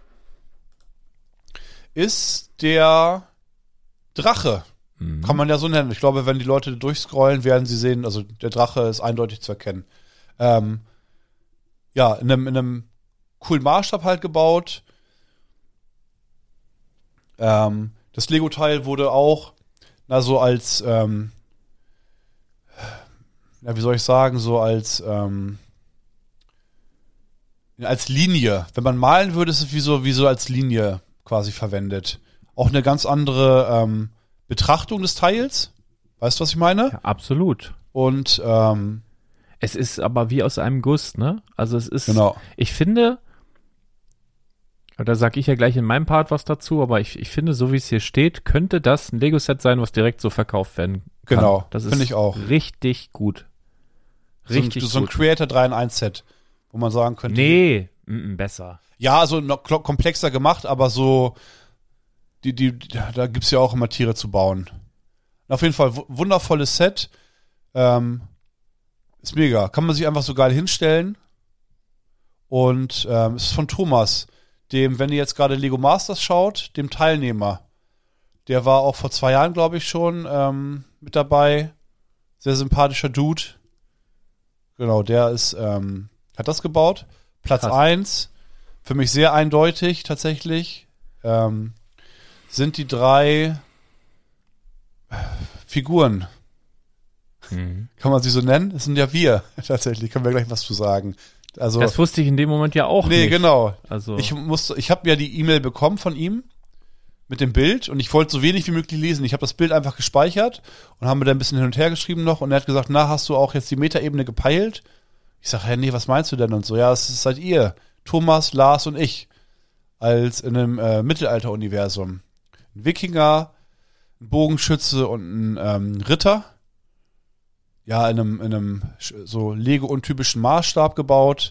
ist der Drache. Kann man ja so nennen. Ich glaube, wenn die Leute durchscrollen, werden sie sehen, also der Drache ist eindeutig zu erkennen. In einem coolen Maßstab halt gebaut. Das Lego-Teil wurde auch so als wie soll ich sagen, so als Linie. Wenn man malen würde, ist es wie so als Linie quasi verwendet. Auch eine ganz andere Betrachtung des Teils. Weißt du, was ich meine? Ja, absolut. Und es ist aber wie aus einem Guss, ne? Also es ist, genau. Ich finde, Da sage ich ja gleich in meinem Part was dazu, aber ich finde, so wie es hier steht, könnte das ein Lego-Set sein, was direkt so verkauft werden kann. Genau, das finde ich auch. Richtig gut. Richtig so ein gut. Creator 3-in-1-Set, wo man sagen könnte. Nee, besser. Ja, so noch komplexer gemacht, aber so, da gibt's ja auch immer Tiere zu bauen. Auf jeden Fall wundervolles Set. Ist mega. Kann man sich einfach so geil hinstellen. Und ist von Thomas, dem, wenn ihr jetzt gerade Lego Masters schaut, dem Teilnehmer. Der war auch vor 2 Jahren, glaube ich, schon mit dabei. Sehr sympathischer Dude. Genau, der ist, hat das gebaut. Platz 1, für mich sehr eindeutig tatsächlich, sind die 3 Figuren. Kann man sie so nennen? Das sind ja wir, tatsächlich. Können wir gleich was zu sagen. Also, das wusste ich in dem Moment ja auch nicht. Nee, genau. Also. Ich habe ja die E-Mail bekommen von ihm mit dem Bild und ich wollte so wenig wie möglich lesen. Ich habe das Bild einfach gespeichert und haben mir da ein bisschen hin und her geschrieben noch und er hat gesagt, na, hast du auch jetzt die Metaebene gepeilt? Ich sage, nee, was meinst du denn? Und so, ja, es seid ihr. Thomas, Lars und ich. Als in einem Mittelalter-Universum. Ein Wikinger, ein Bogenschütze und ein Ritter. Ja, in einem so Lego-untypischen Maßstab gebaut.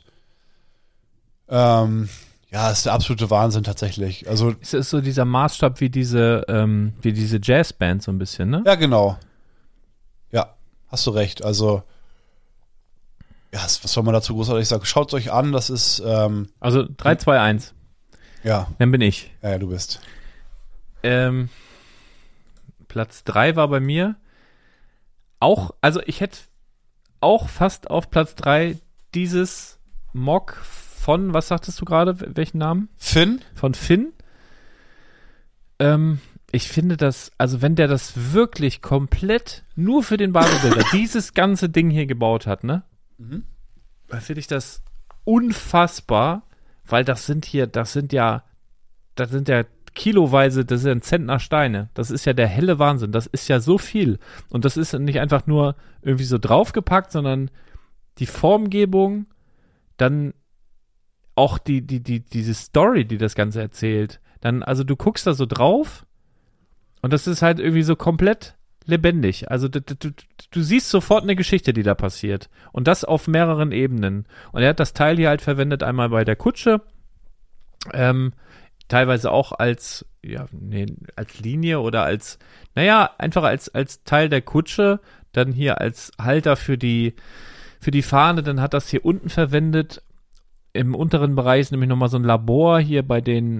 Ja, ist der absolute Wahnsinn tatsächlich. Also es ist so dieser Maßstab wie diese Jazzband so ein bisschen, ne? Ja, genau. Ja, hast du recht. Also ja, was soll man dazu großartig sagen? Schaut es euch an, das ist also 3, 2, 1. Ja. Dann bin ich. Ja, du bist. Platz 3 war bei mir auch, also ich hätte auch fast auf Platz 3 dieses Mock von, was sagtest du gerade, welchen Namen? Finn? Von Finn. Ich finde das, also wenn der das wirklich komplett nur für den Badebilder dieses ganze Ding hier gebaut hat, ne? Dann finde ich das unfassbar, weil das sind ja kiloweise, das sind Zentner Steine. Das ist ja der helle Wahnsinn. Das ist ja so viel. Und das ist nicht einfach nur irgendwie so draufgepackt, sondern die Formgebung, dann auch diese Story, die das Ganze erzählt. Dann, also du guckst da so drauf und das ist halt irgendwie so komplett lebendig. Also du siehst sofort eine Geschichte, die da passiert. Und das auf mehreren Ebenen. Und er hat das Teil hier halt verwendet, einmal bei der Kutsche, teilweise auch als Linie oder einfach als Teil der Kutsche, dann hier als Halter für die Fahne, dann hat das hier unten verwendet, im unteren Bereich ist nämlich nochmal so ein Labor hier bei den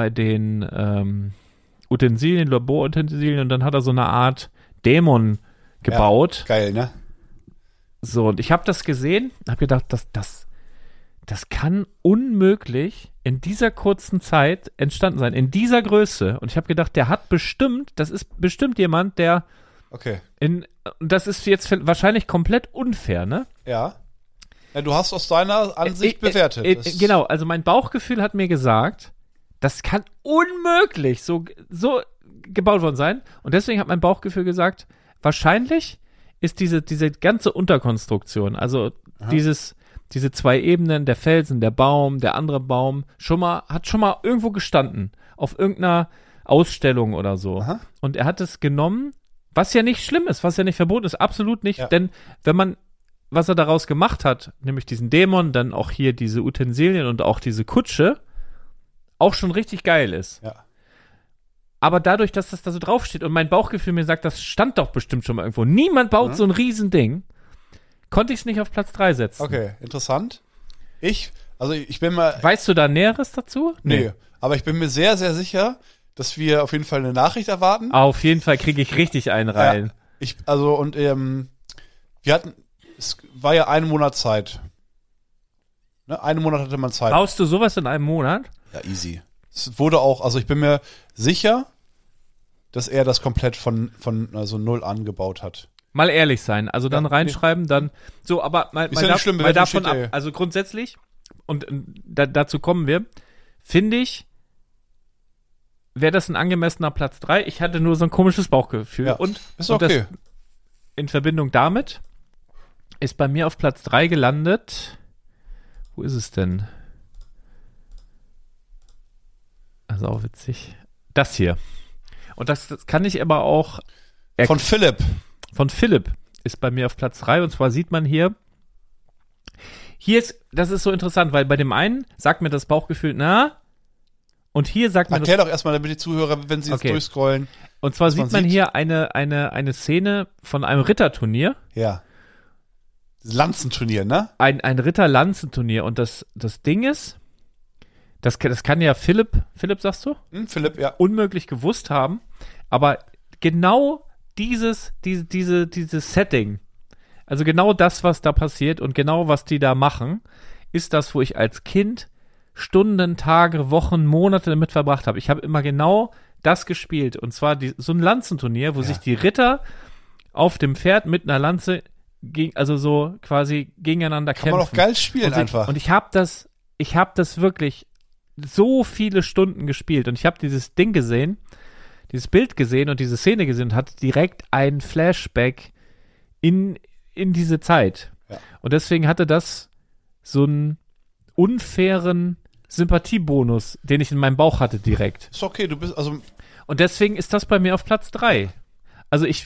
Utensilien, Laborutensilien und dann hat er so eine Art Dämon gebaut. Ja, geil, ne? So, und ich habe das gesehen, habe gedacht, das kann unmöglich in dieser kurzen Zeit entstanden sein, in dieser Größe. Und ich habe gedacht, das ist bestimmt jemand, der das ist jetzt wahrscheinlich komplett unfair, ne? Ja. Ja, du hast aus deiner Ansicht bewertet. Genau, also mein Bauchgefühl hat mir gesagt, das kann unmöglich so gebaut worden sein. Und deswegen hat mein Bauchgefühl gesagt, wahrscheinlich ist diese ganze Unterkonstruktion, also diese 2 Ebenen, der Felsen, der Baum, der andere Baum, hat schon mal irgendwo gestanden. Auf irgendeiner Ausstellung oder so. Aha. Und er hat es genommen, was ja nicht schlimm ist, was ja nicht verboten ist, absolut nicht. Ja. Denn was er daraus gemacht hat, nämlich diesen Dämon, dann auch hier diese Utensilien und auch diese Kutsche, auch schon richtig geil ist. Ja. Aber dadurch, dass das da so draufsteht und mein Bauchgefühl mir sagt, das stand doch bestimmt schon mal irgendwo. Niemand baut so ein Riesending. Konnte ich es nicht auf Platz 3 setzen. Okay, interessant. Ich bin mal... Weißt du da Näheres dazu? Nee, aber ich bin mir sehr, sehr sicher, dass wir auf jeden Fall eine Nachricht erwarten. Auf jeden Fall kriege ich richtig einen rein. Ja, es war ja 1 Monat Zeit. Ne? 1 Monat hatte man Zeit. Baust du sowas in einem Monat? Ja, easy. Es wurde auch, also ich bin mir sicher, dass er das komplett von 0 angebaut hat. Mal ehrlich sein, also dann reinschreiben, dann so, aber mal davon ab, also grundsätzlich, und dazu kommen wir, finde ich, wäre das ein angemessener Platz 3. Ich hatte nur so ein komisches Bauchgefühl. Ja, und ist okay. Das, in Verbindung damit ist bei mir auf Platz 3 gelandet. Wo ist es denn? sau witzig. Das hier. Und das kann ich aber auch Von Philipp. Von Philipp ist bei mir auf Platz 3 und zwar sieht man hier das ist so interessant, weil bei dem einen sagt mir das Bauchgefühl, na, und hier sagt man Erklär doch erstmal, damit die Zuhörer, wenn sie jetzt durchscrollen. Und zwar sieht man hier eine Szene von einem Ritterturnier. Ja. Lanzenturnier, ne? Ein Ritter-Lanzenturnier und das Ding ist, das kann ja Philipp sagst du? Philipp, ja. Unmöglich gewusst haben, aber genau dieses Setting, also genau das, was da passiert und genau was die da machen, ist das, wo ich als Kind Stunden, Tage, Wochen, Monate damit verbracht habe. Ich habe immer genau das gespielt und zwar so ein Lanzenturnier, wo sich die Ritter auf dem Pferd mit einer Lanze also so quasi gegeneinander kämpfen. Kann man auch geil spielen einfach. Und ich habe das wirklich so viele Stunden gespielt und ich habe dieses Ding gesehen, dieses Bild gesehen und diese Szene gesehen und hatte direkt einen Flashback in diese Zeit. Ja. Und deswegen hatte das so einen unfairen Sympathiebonus, den ich in meinem Bauch hatte direkt. Ist okay, du bist also. Und deswegen ist das bei mir auf Platz 3. Also ich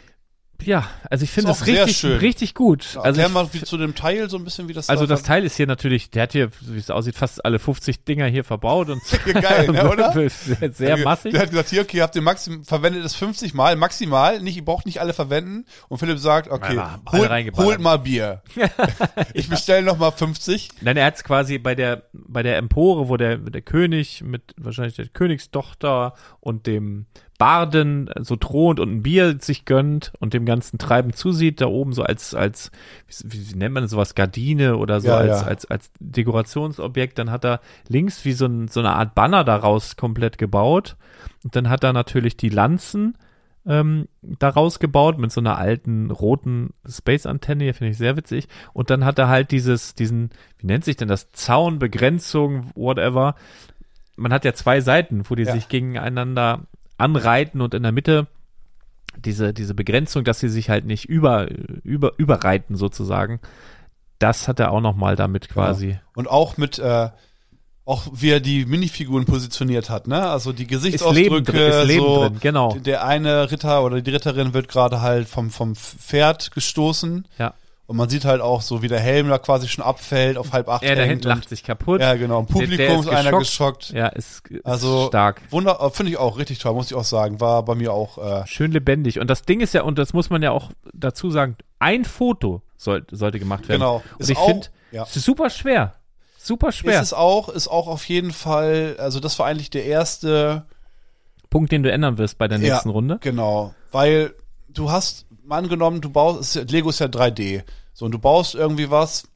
finde es richtig gut. Ja, also erklär mal zu dem Teil so ein bisschen, wie das also das Teil ist hier natürlich, der hat hier, wie es aussieht, fast alle 50 Dinger hier verbaut und geil, ne, oder? Sehr massig. Der hat gesagt, hier, okay, habt ihr verwendet es 50 Mal, maximal, ihr braucht nicht alle verwenden. Und Philipp sagt, okay, holt mal Bier. Ich bestelle noch mal 50. Nein, er hat es quasi bei der Empore, wo der König mit wahrscheinlich der Königstochter und dem Barden so thront und ein Bier sich gönnt und dem ganzen Treiben zusieht, da oben so als wie nennt man sowas, Gardine oder so, als Dekorationsobjekt. Dann hat er links wie so eine Art Banner daraus komplett gebaut und dann hat er natürlich die Lanzen daraus gebaut mit so einer alten roten Space-Antenne, hier finde ich sehr witzig. Und dann hat er halt diesen, wie nennt sich denn das, Zaun, Begrenzung, whatever. Man hat ja zwei Seiten, wo die sich gegeneinander anreiten und in der Mitte diese Begrenzung, dass sie sich halt nicht überreiten sozusagen, das hat er auch nochmal damit quasi. Ja. Und auch mit, auch wie er die Minifiguren positioniert hat, ne? Also die Gesichtsausdrücke, ist Leben drin, genau. Der eine Ritter oder die Ritterin wird gerade halt vom Pferd gestoßen. Ja. Und man sieht halt auch so, wie der Helm da quasi schon abfällt, auf 7:30 der hinten lacht sich kaputt. Ja, genau. Im Publikum ist einer geschockt. Ja, ist also stark. Finde ich auch richtig toll, muss ich auch sagen. War bei mir auch schön lebendig. Und das Ding ist ja, und das muss man ja auch dazu sagen, ein Foto sollte gemacht werden. Genau. Und ich finde, es ist super schwer. Super schwer. Ist auch auf jeden Fall, also das war eigentlich der erste Punkt, den du ändern wirst bei der nächsten Runde. Genau. Weil du hast mal angenommen, Lego ist ja 3D. So, und du baust irgendwie was.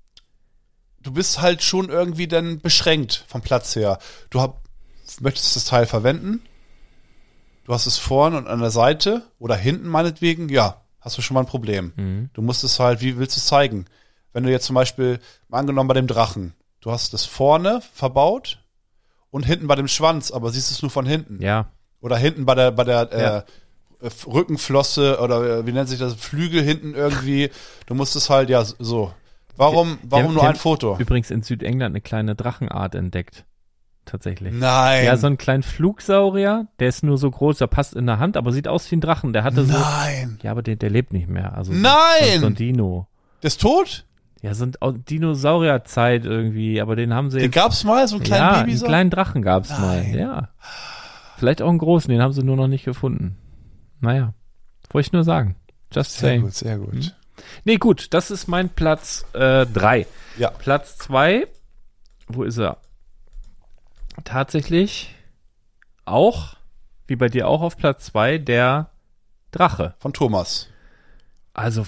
Du bist halt schon irgendwie dann beschränkt vom Platz her. Möchtest das Teil verwenden. Du hast es vorne und an der Seite oder hinten meinetwegen. Ja, hast du schon mal ein Problem. Mhm. Du musst es halt, wie willst du es zeigen? Wenn du jetzt zum Beispiel, mal angenommen bei dem Drachen, du hast das vorne verbaut und hinten bei dem Schwanz, aber siehst es nur von hinten. Ja. Oder hinten bei der Rückenflosse oder wie nennt sich das, Flügel hinten irgendwie. Du musst es halt, so. Warum nur ein Foto? Übrigens in Südengland eine kleine Drachenart entdeckt. Tatsächlich. Nein. Ja, so ein kleinen Flugsaurier, der ist nur so groß, der passt in der Hand, aber sieht aus wie ein Drachen. Der hatte so. Nein. Ja, aber der lebt nicht mehr. Also nein! So ein Dino. Der ist tot? Ja, so ein Dinosaurierzeit irgendwie, aber den haben sie. Den gab's mal, so einen kleinen Baby? Ja, einen kleinen Drachen gab's mal, ja. Vielleicht auch einen großen, den haben sie nur noch nicht gefunden. Naja, wollte ich nur sagen. Just saying. Sehr gut, sehr gut. Nee, gut, das ist mein Platz 3. Ja. Platz 2, wo ist er? Tatsächlich auch, wie bei dir auch auf Platz 2, der Drache. Von Thomas. Also,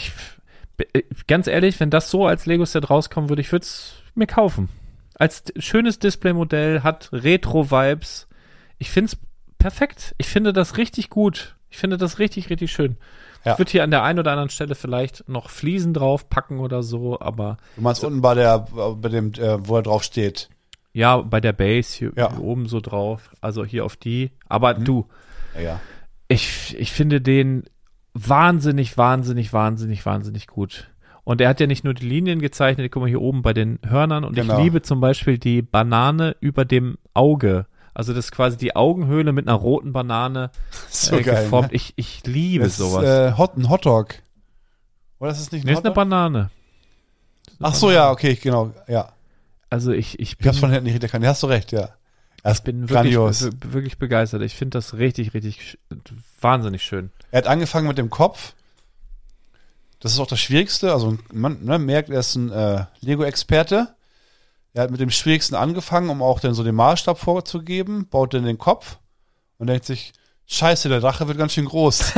ganz ehrlich, wenn das so als Lego-Set rauskommt, würde ich es mir kaufen. Als schönes Displaymodell, hat Retro-Vibes. Ich finde es perfekt. Ich finde das richtig gut. Ich finde das richtig, richtig schön. Ja. Ich würde hier an der einen oder anderen Stelle vielleicht noch Fliesen drauf packen oder so, aber. Du meinst unten bei dem, wo er drauf steht? Ja, bei der Base hier oben so drauf. Also hier auf die. Aber du. Ja. Ich finde den wahnsinnig, wahnsinnig, wahnsinnig, wahnsinnig gut. Und er hat ja nicht nur die Linien gezeichnet, guck mal hier oben bei den Hörnern. Und ich liebe zum Beispiel die Banane über dem Auge. Also das ist quasi die Augenhöhle mit einer roten Banane So geil, geformt. ne? Ich liebe Das sowas. ist ein Hotdog. Oder ist es nicht ein Nee, ist eine Hotdog? Banane. Ach so, ja, okay, genau, ja. Also ich Ich hab's von hinten nicht erkannt. Ja, hast du recht, ja. Ich bin wirklich begeistert. Ich finde das richtig, richtig wahnsinnig schön. Er hat angefangen mit dem Kopf. Das ist auch das Schwierigste. Also man merkt, er ist ein Lego-Experte. Er hat mit dem Schwierigsten angefangen, um auch dann so den Maßstab vorzugeben. Baut dann den Kopf und denkt sich, scheiße, der Drache wird ganz schön groß.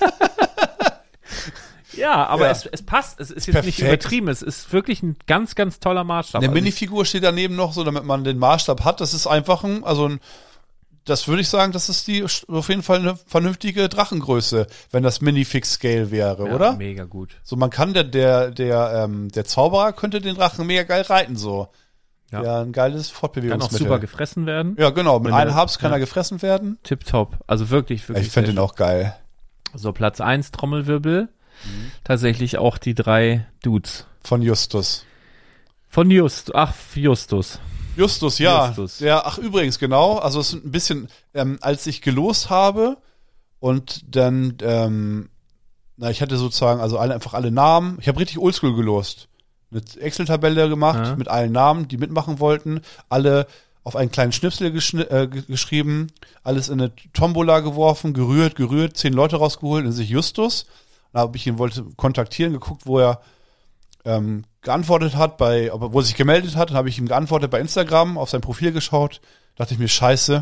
Ja, aber Ja. Es passt. Es ist jetzt Perfekt. nicht übertrieben. Es ist wirklich ein ganz, ganz toller Maßstab. Eine Also Minifigur steht daneben noch, so damit man den Maßstab hat. Das ist einfach das würde ich sagen, das ist auf jeden Fall eine vernünftige Drachengröße, wenn das Minifix-Scale wäre, ja, oder? Mega gut. So, man kann der Zauberer könnte den Drachen mega geil reiten, so. Ja. Ja, ein geiles Kann auch Fortbewegungsmittel. super gefressen werden. Ja, genau. Mit Wenn einem der- Haps kann ja. er gefressen werden. Tipptopp. Also wirklich, Ja, wirklich. ich finde sehr den auch geil. schön. So, Platz 1 Trommelwirbel. Tatsächlich auch die 3 Dudes. Von Justus. Von Justus. Justus, ja. Justus. Übrigens, genau. Also es ist ein bisschen, als ich gelost habe und dann, ich hatte sozusagen, also einfach alle Namen. Ich habe richtig oldschool gelost. Eine Excel-Tabelle gemacht Ja. mit allen Namen, die mitmachen wollten. Alle auf einen kleinen Schnipsel geschrieben. Alles in eine Tombola geworfen, gerührt, 10 Leute rausgeholt, in sich Justus. Da habe ich ihn kontaktieren, geguckt, wo er geantwortet hat, wo er sich gemeldet hat, dann habe ich ihm geantwortet bei Instagram, auf sein Profil geschaut, dachte ich mir, scheiße.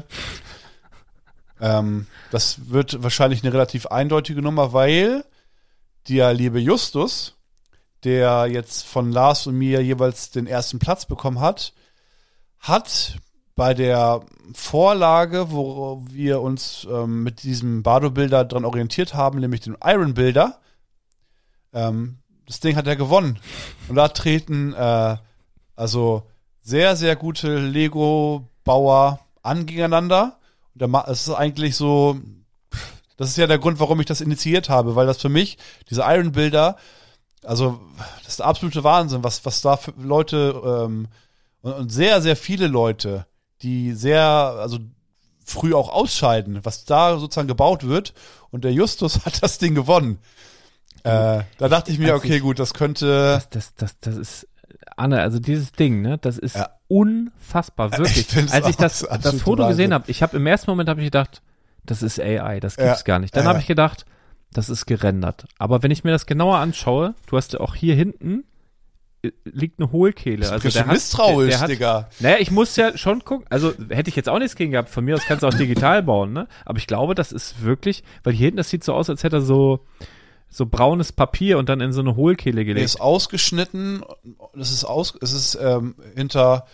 Das wird wahrscheinlich eine relativ eindeutige Nummer, weil der liebe Justus, der jetzt von Lars und mir jeweils den ersten Platz bekommen hat bei der Vorlage, wo wir uns mit diesem Bardo-Bilder dran orientiert haben, nämlich dem Iron-Bilder, das Ding hat er gewonnen. Und da treten also sehr, sehr gute Lego-Bauer an gegeneinander. Und es ist eigentlich so, das ist ja der Grund, warum ich das initiiert habe, weil das für mich, diese Iron-Bilder, also das ist der absolute Wahnsinn, was da für Leute und sehr, sehr viele Leute, die also früh auch ausscheiden, was da sozusagen gebaut wird. Und der Justus hat das Ding gewonnen. Da dachte ich mir, okay, gut, das könnte. Das ist, Anne, also dieses Ding, ne, das ist Ja. unfassbar, wirklich. Ich find's Als ich auch das absolut Foto Wahnsinn. gesehen habe, im ersten Moment habe ich gedacht, das ist AI, das gibt's Ja. gar nicht. Dann Ja. habe ich gedacht, das ist gerendert. Aber wenn ich mir das genauer anschaue, du hast ja auch hier hinten liegt eine Hohlkehle. Also Bist du misstrauisch, der hat, Digga. naja, ich muss ja schon gucken. Also hätte ich jetzt auch nichts gegen gehabt. Von mir aus kannst du auch digital bauen, ne? Aber ich glaube, das ist wirklich, weil hier hinten, das sieht so aus, als hätte er so braunes Papier und dann in so eine Hohlkehle Der gelegt. ist ausgeschnitten, es ist hinter,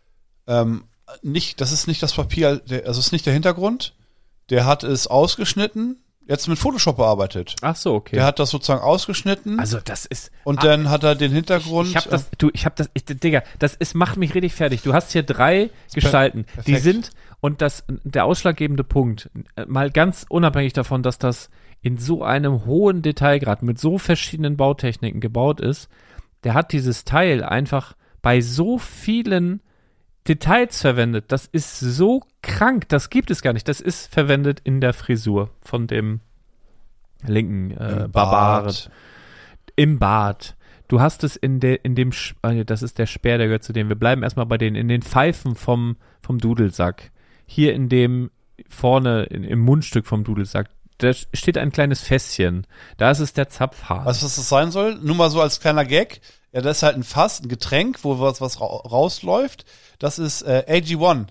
das ist nicht das Papier, also es ist nicht der Hintergrund. Der hat es ausgeschnitten, jetzt mit Photoshop bearbeitet. Ach so, okay. Der hat das sozusagen ausgeschnitten Also das ist und dann hat er den Hintergrund. Digga, macht mich richtig fertig. Du hast hier 3 Gestalten, die perfekt. sind, und der ausschlaggebende Punkt, mal ganz unabhängig davon, dass das in so einem hohen Detailgrad mit so verschiedenen Bautechniken gebaut ist, der hat dieses Teil einfach bei so vielen Details verwendet. Das ist so krank, das gibt es gar nicht. Das ist verwendet in der Frisur von dem linken Im Barbaren. Bart. Im Bart. Du hast es das ist der Speer, der gehört zu dem. Wir bleiben erstmal bei in den Pfeifen vom Dudelsack. Hier in dem, vorne im Mundstück vom Dudelsack, da steht ein kleines Fässchen. Da ist es der Zapfhahn. Weißt du, was das sein soll? Nur mal so als kleiner Gag. Ja, das ist halt ein Fass, ein Getränk, wo was rausläuft. Das ist AG1.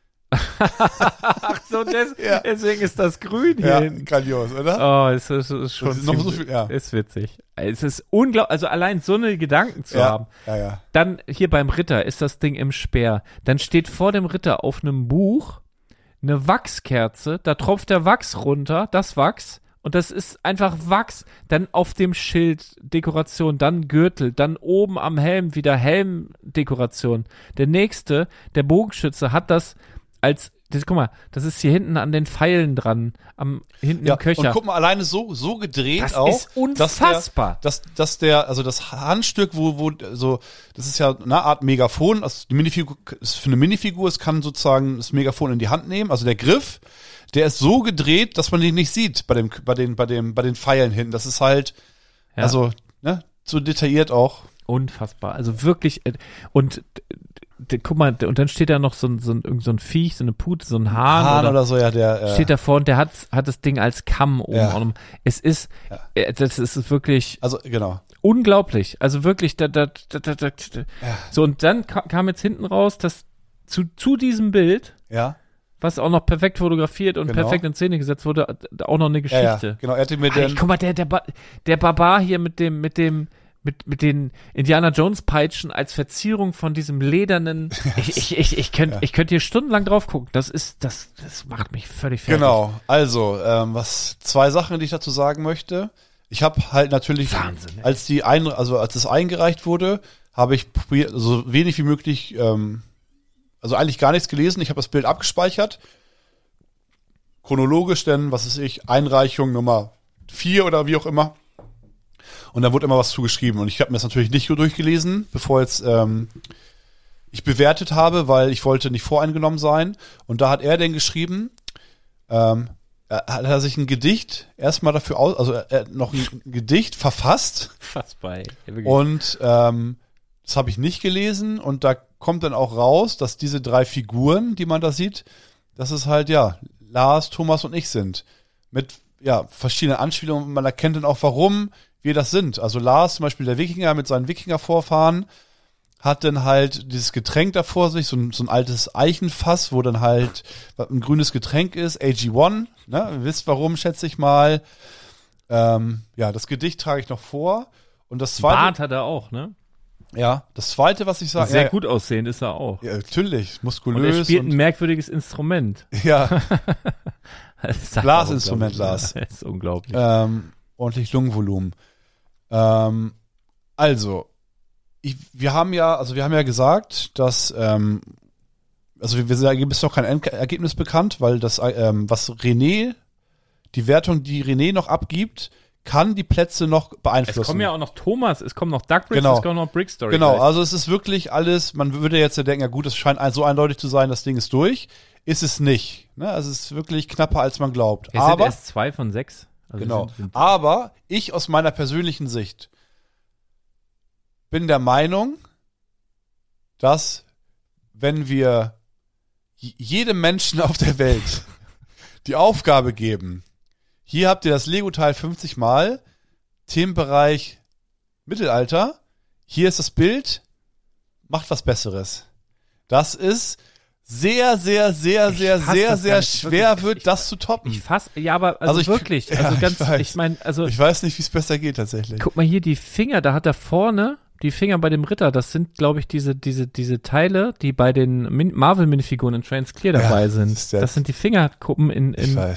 Ach so, Ja. deswegen ist das grün hier Ja, hinten. grandios, oder? Oh, es ist schon Das ist noch so viel, ja. ist witzig. Es ist unglaublich, also allein so eine Gedanken zu haben. Ja. Dann hier beim Ritter ist das Ding im Speer. Dann steht vor dem Ritter auf einem Buch eine Wachskerze, da tropft der Wachs runter, das Wachs, und das ist einfach Wachs. Dann auf dem Schild Dekoration, dann Gürtel, dann oben am Helm wieder Helmdekoration. Der nächste, der Bogenschütze, hat das guck mal, das ist hier hinten an den Pfeilen dran, hinten im Köcher. Und guck mal, alleine so gedreht das auch. Ist unfassbar. Also das Handstück, wo so, das ist ja eine Art Megafon, also die Minifigur ist für eine Minifigur, es kann sozusagen das Megafon in die Hand nehmen, also der Griff, der ist so gedreht, dass man den nicht sieht bei den Pfeilen hinten. Das ist halt, also, ne, so detailliert auch. Unfassbar. Also wirklich, und guck mal, und dann steht da noch so ein Viech, so eine Pute, so ein Hahn oder so, ja, der steht davor und der hat das Ding als Kamm oben. Es ist, das ist wirklich, also genau, unglaublich. Also wirklich, so, und dann kam jetzt hinten raus, dass zu diesem Bild, was auch noch perfekt fotografiert und perfekt in Szene gesetzt wurde, auch noch eine Geschichte. Ja, genau, er hatte mit guck mal, der Barbar hier mit den Indiana Jones Peitschen als Verzierung von diesem ledernen, ich könnte hier stundenlang drauf gucken. Das macht mich völlig fertig. Genau. Also, zwei Sachen, die ich dazu sagen möchte. Ich habe halt natürlich, Wahnsinn, als es eingereicht wurde, habe ich probiert, so wenig wie möglich, also eigentlich gar nichts gelesen. Ich habe das Bild abgespeichert. Chronologisch, denn, was weiß ich, Einreichung Nummer 4 oder wie auch immer. Und da wurde immer was zugeschrieben. Und ich habe mir das natürlich nicht durchgelesen, bevor jetzt ich bewertet habe, weil ich wollte nicht voreingenommen sein. Und da hat er denn geschrieben, hat er sich ein Gedicht erstmal dafür er hat noch ein Gedicht verfasst. Fast bei. Und das habe ich nicht gelesen. Und da kommt dann auch raus, dass diese 3 Figuren, die man da sieht, dass es halt, Lars, Thomas und ich sind. Mit, verschiedenen Anspielungen. Man erkennt dann auch, warum wir das sind. Also Lars, zum Beispiel der Wikinger mit seinen Wikinger-Vorfahren, hat dann halt dieses Getränk da vor sich, so ein altes Eichenfass, wo dann halt ein grünes Getränk ist, AG1, ne? Ihr wisst warum, schätze ich mal. Das Gedicht trage ich noch vor. Und das zweite. Bart hat er auch, ne? Ja, das zweite, was ich sage. Sehr gut aussehend ist er auch. Ja, natürlich, muskulös. Und er spielt ein merkwürdiges Instrument. Ja. Blasinstrument, Lars. Das ist unglaublich. Ordentlich Lungenvolumen. Wir haben ja gesagt, dass, wir sagen, ist noch kein Ergebnis bekannt, weil das, was René, die Wertung, die René noch abgibt, kann die Plätze noch beeinflussen. Es kommen ja auch noch Thomas, es kommen noch Duck Bricks, genau. Es kommen noch Brick Story. Genau, also es ist wirklich alles, man würde jetzt ja denken, ja gut, es scheint so eindeutig zu sein, das Ding ist durch. Ist es nicht. Ne? Also es ist wirklich knapper, als man glaubt. Es sind erst 2 von 6. Also genau. Aber ich aus meiner persönlichen Sicht bin der Meinung, dass wenn wir jedem Menschen auf der Welt die Aufgabe geben, hier habt ihr das Lego-Teil 50 Mal, Themenbereich Mittelalter, hier ist das Bild, macht was Besseres. Das ist sehr, sehr, sehr, sehr, sehr, sehr schwer wird, das zu toppen. Aber wirklich. Ich weiß nicht, wie es besser geht tatsächlich. Guck mal hier, die Finger, da hat er vorne, die Finger bei dem Ritter, das sind, glaube ich, diese Teile, die bei den Marvel-Minifiguren in Transclear dabei sind. Das sind die Fingerkuppen in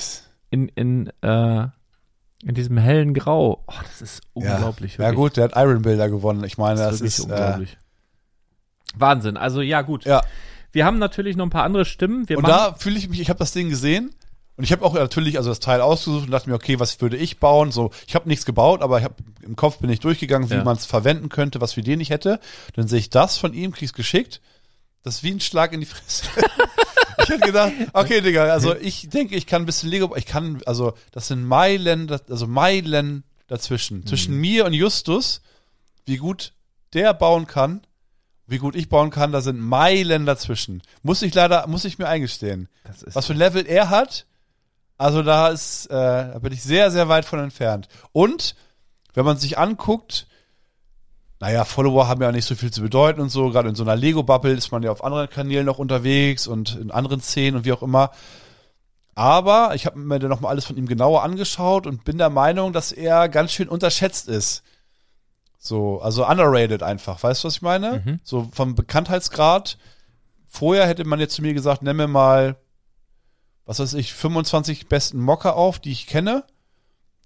diesem hellen Grau. Oh, das ist unglaublich. Ja gut, der hat Iron Builder gewonnen. Ich meine, das ist unglaublich. Wahnsinn. Also ja, gut. Ja. Wir haben natürlich noch ein paar andere Stimmen. Da fühle ich mich, ich habe das Ding gesehen und ich habe auch natürlich das Teil ausgesucht und dachte mir, okay, was würde ich bauen? So, ich habe nichts gebaut, aber im Kopf bin ich durchgegangen, wie man es verwenden könnte, was für den ich hätte. Dann sehe ich das von ihm, krieg's geschickt. Das ist wie ein Schlag in die Fresse. Ich hätte gedacht, okay, Digga, also ich denke, ich kann ein bisschen Lego, das sind Meilen dazwischen. Zwischen mir und Justus, wie gut der bauen kann, wie gut ich bauen kann, da sind Meilen dazwischen. Muss ich mir eingestehen. Was für ein Level er hat, also da bin ich sehr, sehr weit von entfernt. Und, wenn man sich anguckt, Follower haben ja auch nicht so viel zu bedeuten und so, gerade in so einer Lego-Bubble ist man ja auf anderen Kanälen noch unterwegs und in anderen Szenen und wie auch immer. Aber ich habe mir dann nochmal alles von ihm genauer angeschaut und bin der Meinung, dass er ganz schön unterschätzt ist. So, also underrated einfach, weißt du, was ich meine? Mhm. So vom Bekanntheitsgrad. Vorher hätte man jetzt zu mir gesagt, nenn mir mal, 25 besten Mocker auf, die ich kenne.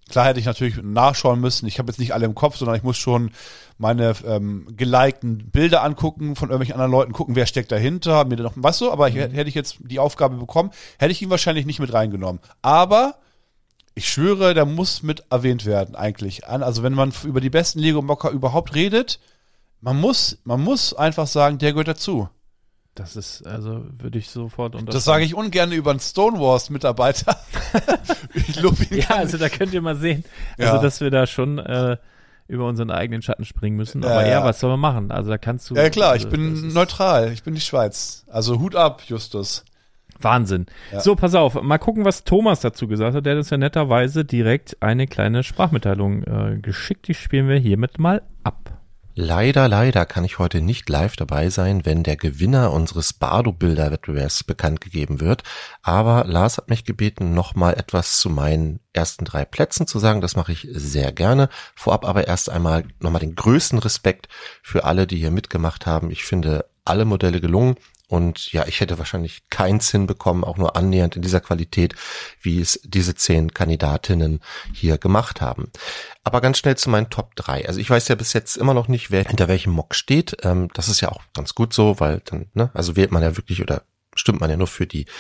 Klar hätte ich natürlich nachschauen müssen. Ich habe jetzt nicht alle im Kopf, sondern ich muss schon meine gelikten Bilder angucken, von irgendwelchen anderen Leuten gucken, wer steckt dahinter, mir dann noch, weißt du, aber hätte ich jetzt die Aufgabe bekommen, hätte ich ihn wahrscheinlich nicht mit reingenommen. Aber ich schwöre, der muss mit erwähnt werden eigentlich. Also wenn man über die besten Lego-Mocker überhaupt redet, man muss einfach sagen, der gehört dazu. Das ist, also würde ich sofort unterschreiben. Das sage ich ungern über einen Stonewalls-Mitarbeiter. Ich lobe ihn. Ja, also da könnt ihr mal sehen, also dass wir da schon über unseren eigenen Schatten springen müssen. Aber was soll man machen? Also da kannst du... Ja klar, also, ich bin neutral. Ich bin die Schweiz. Also Hut ab, Justus. Wahnsinn. Ja. So, pass auf. Mal gucken, was Thomas dazu gesagt hat. Der hat uns ja netterweise direkt eine kleine Sprachmitteilung geschickt. Die spielen wir hiermit mal ab. Leider kann ich heute nicht live dabei sein, wenn der Gewinner unseres Bardo-Bilder-Wettbewerbs bekannt gegeben wird. Aber Lars hat mich gebeten, nochmal etwas zu meinen ersten 3 Plätzen zu sagen. Das mache ich sehr gerne. Vorab aber erst einmal nochmal den größten Respekt für alle, die hier mitgemacht haben. Ich finde alle Modelle gelungen. Und ja, ich hätte wahrscheinlich keins hinbekommen, auch nur annähernd in dieser Qualität, wie es diese 10 Kandidatinnen hier gemacht haben. Aber ganz schnell zu meinen Top 3. Also ich weiß ja bis jetzt immer noch nicht, wer hinter welchem Mock steht. Das ist ja auch ganz gut so, weil dann, also wählt man ja wirklich oder stimmt man ja nur für den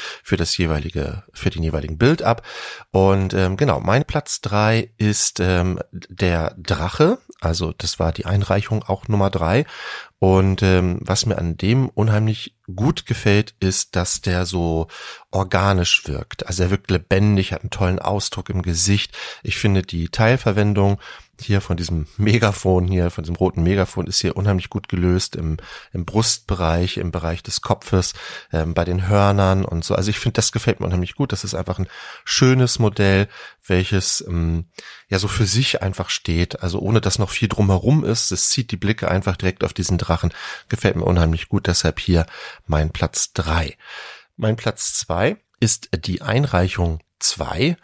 jeweiligen Bild ab. Und genau, mein Platz 3 ist der Drache. Also das war die Einreichung auch Nummer 3. Und was mir an dem unheimlich gut gefällt, ist, dass der so organisch wirkt. Also er wirkt lebendig, hat einen tollen Ausdruck im Gesicht. Ich finde die Teilverwendung hier von diesem Megafon hier, von diesem roten Megafon ist hier unheimlich gut gelöst im Brustbereich, im Bereich des Kopfes, bei den Hörnern und so. Also ich finde, das gefällt mir unheimlich gut. Das ist einfach ein schönes Modell, welches ja so für sich einfach steht. Also ohne dass noch viel drumherum ist. Es zieht die Blicke einfach direkt auf diesen Drachen. Gefällt mir unheimlich gut. Deshalb hier mein Platz 3. Mein Platz 2 ist die Einreichung 2.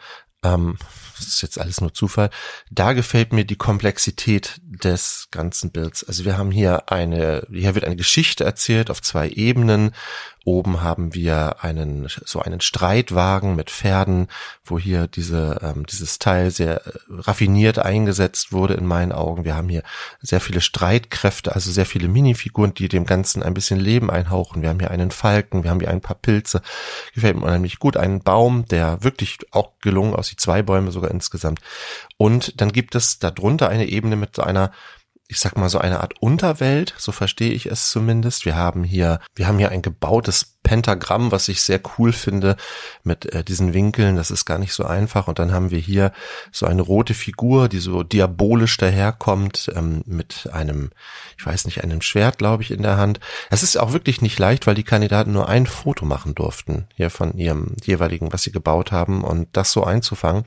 Das ist jetzt alles nur Zufall. Da gefällt mir die Komplexität des ganzen Bilds. Also wir haben hier wird eine Geschichte erzählt auf 2 Ebenen. Oben haben wir einen Streitwagen mit Pferden, wo hier dieses Teil sehr raffiniert eingesetzt wurde in meinen Augen. Wir haben hier sehr viele Streitkräfte, also sehr viele Minifiguren, die dem Ganzen ein bisschen Leben einhauchen. Wir haben hier einen Falken, wir haben hier ein paar Pilze. Gefällt mir unheimlich gut. Einen Baum, der wirklich auch gelungen aussieht. 2 Bäume sogar insgesamt. Und dann gibt es darunter eine Ebene mit so einer, ich sag mal so eine Art Unterwelt, so verstehe ich es zumindest. Wir haben hier ein gebautes Pentagramm, was ich sehr cool finde mit diesen Winkeln. Das ist gar nicht so einfach. Und dann haben wir hier so eine rote Figur, die so diabolisch daherkommt mit einem Schwert, glaube ich, in der Hand. Es ist auch wirklich nicht leicht, weil die Kandidaten nur ein Foto machen durften hier von ihrem jeweiligen, was sie gebaut haben und das so einzufangen.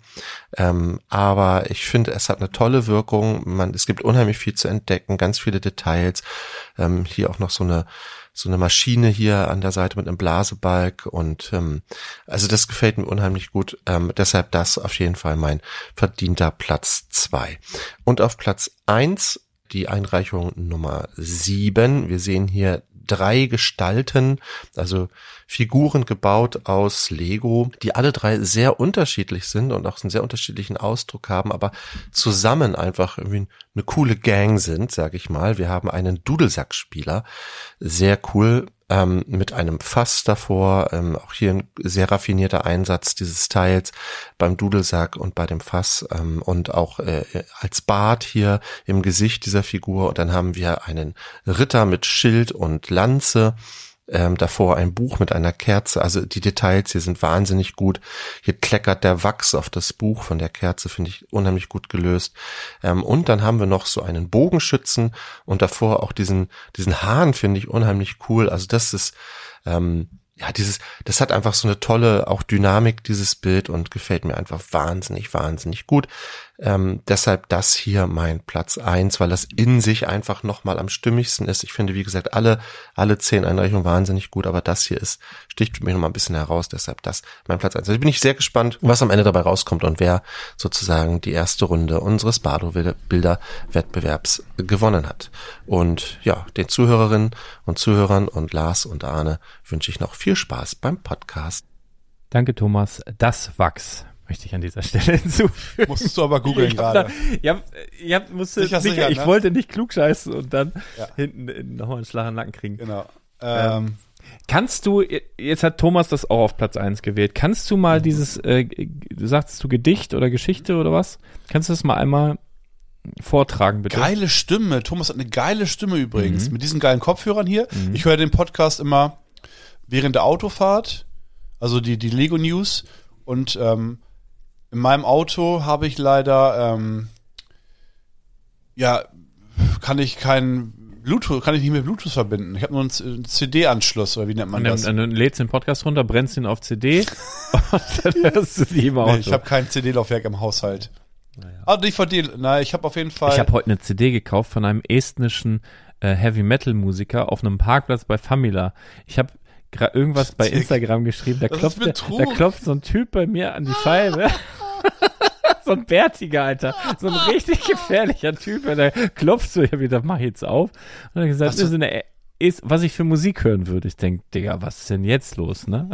Aber ich finde, es hat eine tolle Wirkung. Es gibt unheimlich viel zu entdecken, ganz viele Details. Hier auch noch so eine Maschine hier an der Seite mit einem Blasebalg und also das gefällt mir unheimlich gut. Deshalb das auf jeden Fall mein verdienter Platz 2. Und auf Platz 1 die Einreichung Nummer 7. Wir sehen hier 3 Gestalten, also Figuren gebaut aus Lego, die alle 3 sehr unterschiedlich sind und auch einen sehr unterschiedlichen Ausdruck haben, aber zusammen einfach irgendwie eine coole Gang sind, sag ich mal. Wir haben einen Dudelsackspieler, sehr cool, mit einem Fass davor, auch hier ein sehr raffinierter Einsatz dieses Teils beim Dudelsack und bei dem Fass und auch als Bart hier im Gesicht dieser Figur. Und dann haben wir einen Ritter mit Schild und Lanze, davor ein Buch mit einer Kerze. Also die Details hier sind wahnsinnig gut. Hier kleckert der Wachs auf das Buch von der Kerze, finde ich unheimlich gut gelöst. Und dann haben wir noch so einen Bogenschützen und davor auch diesen Hahn, finde ich unheimlich cool. Also das ist das hat einfach so eine tolle auch Dynamik, dieses Bild, und gefällt mir einfach wahnsinnig, wahnsinnig gut. Deshalb das hier mein Platz 1, weil das in sich einfach nochmal am stimmigsten ist. Ich finde, wie gesagt, alle 10 Einreichungen wahnsinnig gut, aber das hier sticht für mich nochmal ein bisschen heraus, deshalb das mein Platz 1. Also bin ich sehr gespannt, was am Ende dabei rauskommt und wer sozusagen die erste Runde unseres Bardo-Bilder-Wettbewerbs gewonnen hat. Und ja, den Zuhörerinnen und Zuhörern und Lars und Arne wünsche ich noch viel Spaß beim Podcast. Danke, Thomas. Das Wachs. Möchte ich an dieser Stelle hinzufügen. Musstest du aber googeln gerade. Ich wollte nicht klugscheißen und dann hinten nochmal einen Schlag in den Nacken kriegen. Genau. Kannst du, jetzt hat Thomas das auch auf Platz 1 gewählt, kannst du mal dieses, du sagst du Gedicht oder Geschichte oder was? Kannst du das mal einmal vortragen, bitte? Geile Stimme. Thomas hat eine geile Stimme übrigens. Mit diesen geilen Kopfhörern hier. Ich höre den Podcast immer während der Autofahrt. Also die Lego News. Und in meinem Auto habe ich leider, kann ich nicht mehr Bluetooth verbinden. Ich habe nur einen CD-Anschluss, oder wie nennt man das? Dann lädst den Podcast runter, brennst ihn auf CD und dann hörst du die im Auto. Nee, ich habe kein CD-Laufwerk im Haushalt. Naja. DVD, ich habe auf jeden Fall... Ich habe heute eine CD gekauft von einem estnischen Heavy-Metal-Musiker auf einem Parkplatz bei Famila. Ich habe gerade irgendwas bei Instagram geschrieben, da klopft so ein Typ bei mir an die Scheibe. So ein Bärtiger, Alter. So ein richtig gefährlicher Typ. Der klopft so, ich hab gedacht, mach jetzt auf. Und er hat gesagt, das ist, was ich für Musik hören würde. Ich denke, Digga, was ist denn jetzt los, ne?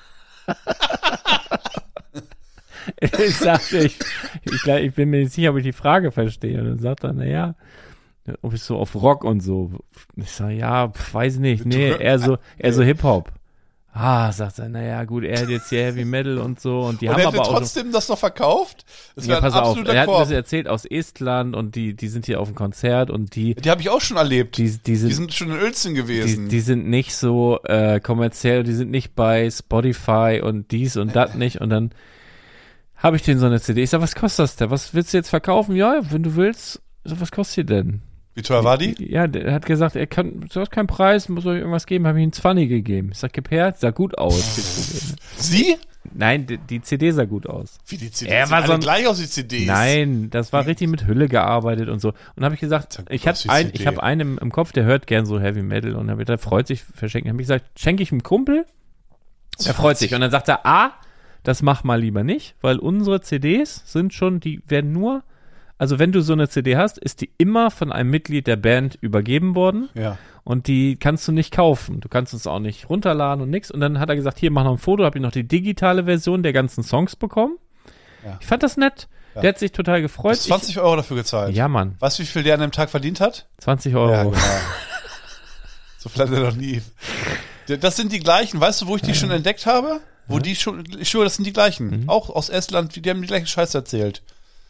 Ich sagte, ich bin mir nicht sicher, ob ich die Frage verstehe. Und dann sagt er, naja, ob ich so auf Rock und so. Ich sage, ja, weiß nicht. Nee, eher so Hip-Hop. Sagt er, naja, gut, er hat jetzt hier Heavy Metal und so. Und die haben aber auch trotzdem das noch verkauft? Das ja, pass auf, er hat Korb. das erzählt aus Estland und die sind hier auf dem Konzert und die habe ich auch schon erlebt. Die sind schon in Uelzen gewesen. Die sind nicht so kommerziell, die sind nicht bei Spotify und dies und das nicht. Und dann habe ich denen so eine CD. Ich sag, was kostet das denn? Was willst du jetzt verkaufen? Ja, wenn du willst. So, was kostet die denn? Wie teuer war die? Ja, der hat gesagt, du hast keinen Preis, muss euch irgendwas geben, habe ich ihm 20 gegeben. Ich sag, gib her, sah gut aus. Sie? Nein, die CD sah gut aus. Wie die CD? Sieht alle gleich aus, die CDs. Nein, das war richtig mit Hülle gearbeitet und so. Und habe ich gesagt, ich habe einen im Kopf, der hört gern so Heavy Metal und der freut sich, verschenken. Habe ich gesagt, schenke ich einem Kumpel? Er freut sich. Und dann sagt er, das mach mal lieber nicht, weil unsere CDs sind schon, die werden nur, also wenn du so eine CD hast, ist die immer von einem Mitglied der Band übergeben worden. Ja. Und die kannst du nicht kaufen. Du kannst es auch nicht runterladen und nix. Und dann hat er gesagt, hier, mach noch ein Foto. Habe ich noch die digitale Version der ganzen Songs bekommen. Ja. Ich fand das nett. Ja. Der hat sich total gefreut. Du hast 20 Euro dafür gezahlt. Ja, Mann. Weißt du, wie viel der an dem Tag verdient hat? 20 Euro. Ja, genau. So viel hat er noch nie. Das sind die gleichen. Weißt du, wo ich die schon entdeckt habe? Wo die schon, ich schwöre, das sind die gleichen. Auch aus Estland, die haben die gleichen Scheiße erzählt.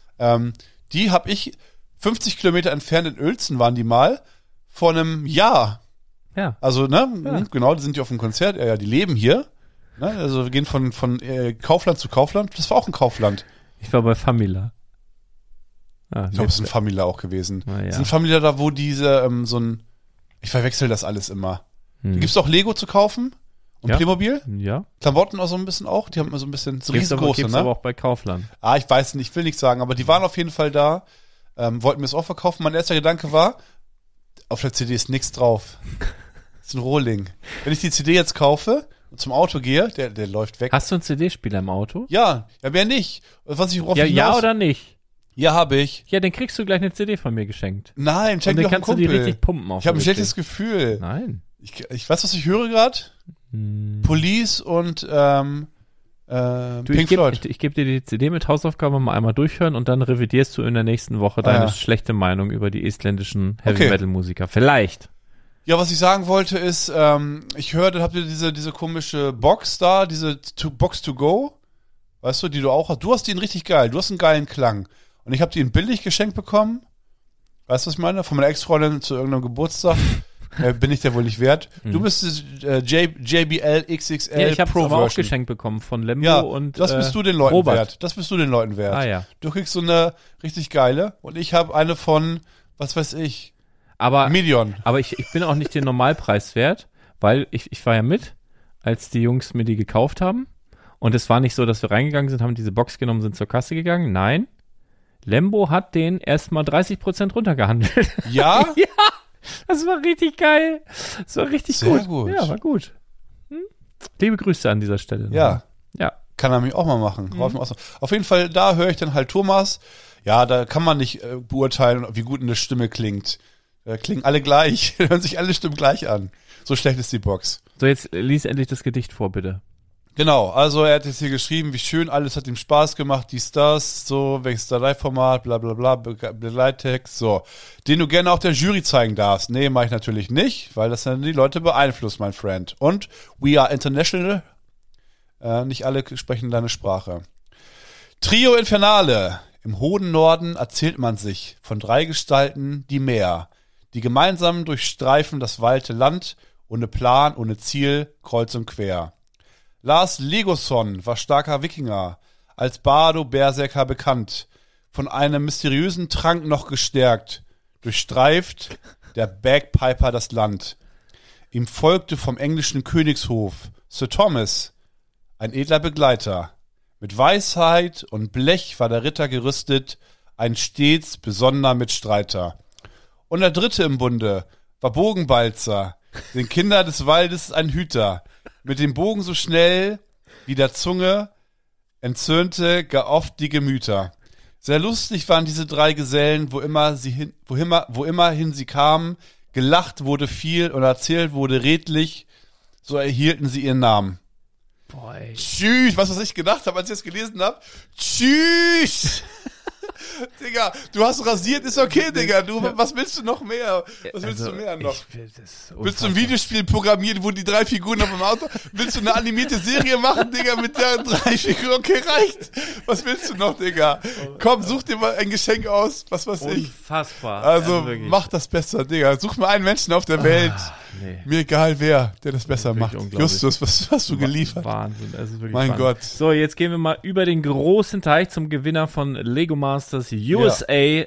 Die habe ich 50 Kilometer entfernt in Uelzen waren die mal vor einem Jahr. Ja. Also, genau, die sind ja auf dem Konzert. Ja, die leben hier. Ne? Also wir gehen von Kaufland zu Kaufland. Das war auch ein Kaufland. Ich war bei Famila. Ich glaube, es ist ein Famila auch gewesen. Ja. Es ist ein Famila da, wo diese ich verwechsel das alles immer. Gibt es auch Lego zu kaufen? Und Playmobil? Ja. Klamotten auch so ein bisschen auch? Die haben immer so ein bisschen so riesengroße, ne? Aber auch bei Kaufland. Ich weiß nicht, ich will nichts sagen, aber die waren auf jeden Fall da, wollten mir das auch verkaufen. Mein erster Gedanke war, auf der CD ist nichts drauf. Das ist ein Rohling. Wenn ich die CD jetzt kaufe und zum Auto gehe, der läuft weg. Hast du einen CD-Spieler im Auto? Ja, mehr nicht. Ja oder nicht? Ja, habe ich. Ja, dann kriegst du gleich eine CD von mir geschenkt. Nein, schenk dir doch einen Kumpel. Dann kannst du die richtig pumpen auf. Ich habe ein schlechtes Gefühl. Nein. Ich weiß, was ich höre gerade. Police und Pink Floyd. Ich gebe dir die CD mit Hausaufgaben mal einmal durchhören und dann revidierst du in der nächsten Woche deine schlechte Meinung über die estländischen Heavy-Metal-Musiker. Vielleicht. Ja, was ich sagen wollte ist, ich hörte, habt ihr diese komische Box da, diese Box to go, weißt du, die du auch hast. Du hast die richtig geil, du hast einen geilen Klang. Und ich habe die in billig geschenkt bekommen. Weißt du, was ich meine? Von meiner Ex-Freundin zu irgendeinem Geburtstag. Bin ich der wohl nicht wert. Du bist JBL XXL ja, ich hab's Pro aber Version. auch geschenkt bekommen von Lembo ja, und das bist du den Leuten Robert. wert. Das bist du den Leuten wert. Ah, ja. Du kriegst so eine richtig geile und ich habe eine von, was weiß ich, Medion. Aber ich bin auch nicht den Normalpreis wert, weil ich war ja mit, als die Jungs mir die gekauft haben. Und es war nicht so, dass wir reingegangen sind, haben diese Box genommen, sind zur Kasse gegangen. Nein, Lembo hat den erstmal 30% runtergehandelt. Ja? Ja. Das war richtig geil. Das war richtig Sehr gut. Ja, war gut. Liebe Grüße an dieser Stelle. Ja. Ja. Kann er mich auch mal machen. Auf jeden Fall, da höre ich dann halt Thomas. Ja, da kann man nicht beurteilen, wie gut eine Stimme klingt. Klingen alle gleich. Hören sich alle Stimmen gleich an. So schlecht ist die Box. So, jetzt lies endlich das Gedicht vor, bitte. Genau, also er hat jetzt hier geschrieben, wie schön, alles hat ihm Spaß gemacht, dies, das, so, welches Dateiformat, bla bla bla, Begleittext, so. Den du gerne auch der Jury zeigen darfst. Nee, mache ich natürlich nicht, weil das dann die Leute beeinflusst, mein Friend. Und we are international, nicht alle sprechen deine Sprache. Trio Infernale. Im hohen Norden erzählt man sich von 3 Gestalten, die gemeinsam durchstreifen das weite Land, ohne Plan, ohne Ziel, kreuz und quer. Lars Legoson war starker Wikinger, als Bardo Berserker bekannt, von einem mysteriösen Trank noch gestärkt, durchstreift der Bagpiper das Land. Ihm folgte vom englischen Königshof Sir Thomas, ein edler Begleiter. Mit Weisheit und Blech war der Ritter gerüstet, ein stets besonderer Mitstreiter. Und der dritte im Bunde war Bogenbalzer, den Kinder des Waldes ein Hüter, mit dem Bogen so schnell wie der Zunge entzürnte gar oft die Gemüter. Sehr lustig waren diese 3 Gesellen, wo immerhin sie kamen, gelacht wurde viel und erzählt wurde redlich, so erhielten sie ihren Namen. Boy. Tschüss, was ich gedacht habe, als ich das gelesen habe. Tschüss! Digga, du hast rasiert, ist okay, Digga. Was willst du noch mehr? Was willst du mehr noch? Willst du ein Videospiel programmieren, wo die 3 Figuren auf dem Auto? Willst du eine animierte Serie machen, Digga, mit der 3 Figuren? Okay, reicht. Was willst du noch, Digga? Komm, such dir mal ein Geschenk aus, was weiß ich. Unfassbar. Also, mach das besser, Digga. Such mal einen Menschen auf der Welt. Nee. Mir egal wer, der das besser macht. Justus, was hast du geliefert? Wahnsinn, das ist wirklich mein spannend. Gott. So, jetzt gehen wir mal über den großen Teich zum Gewinner von Lego Masters USA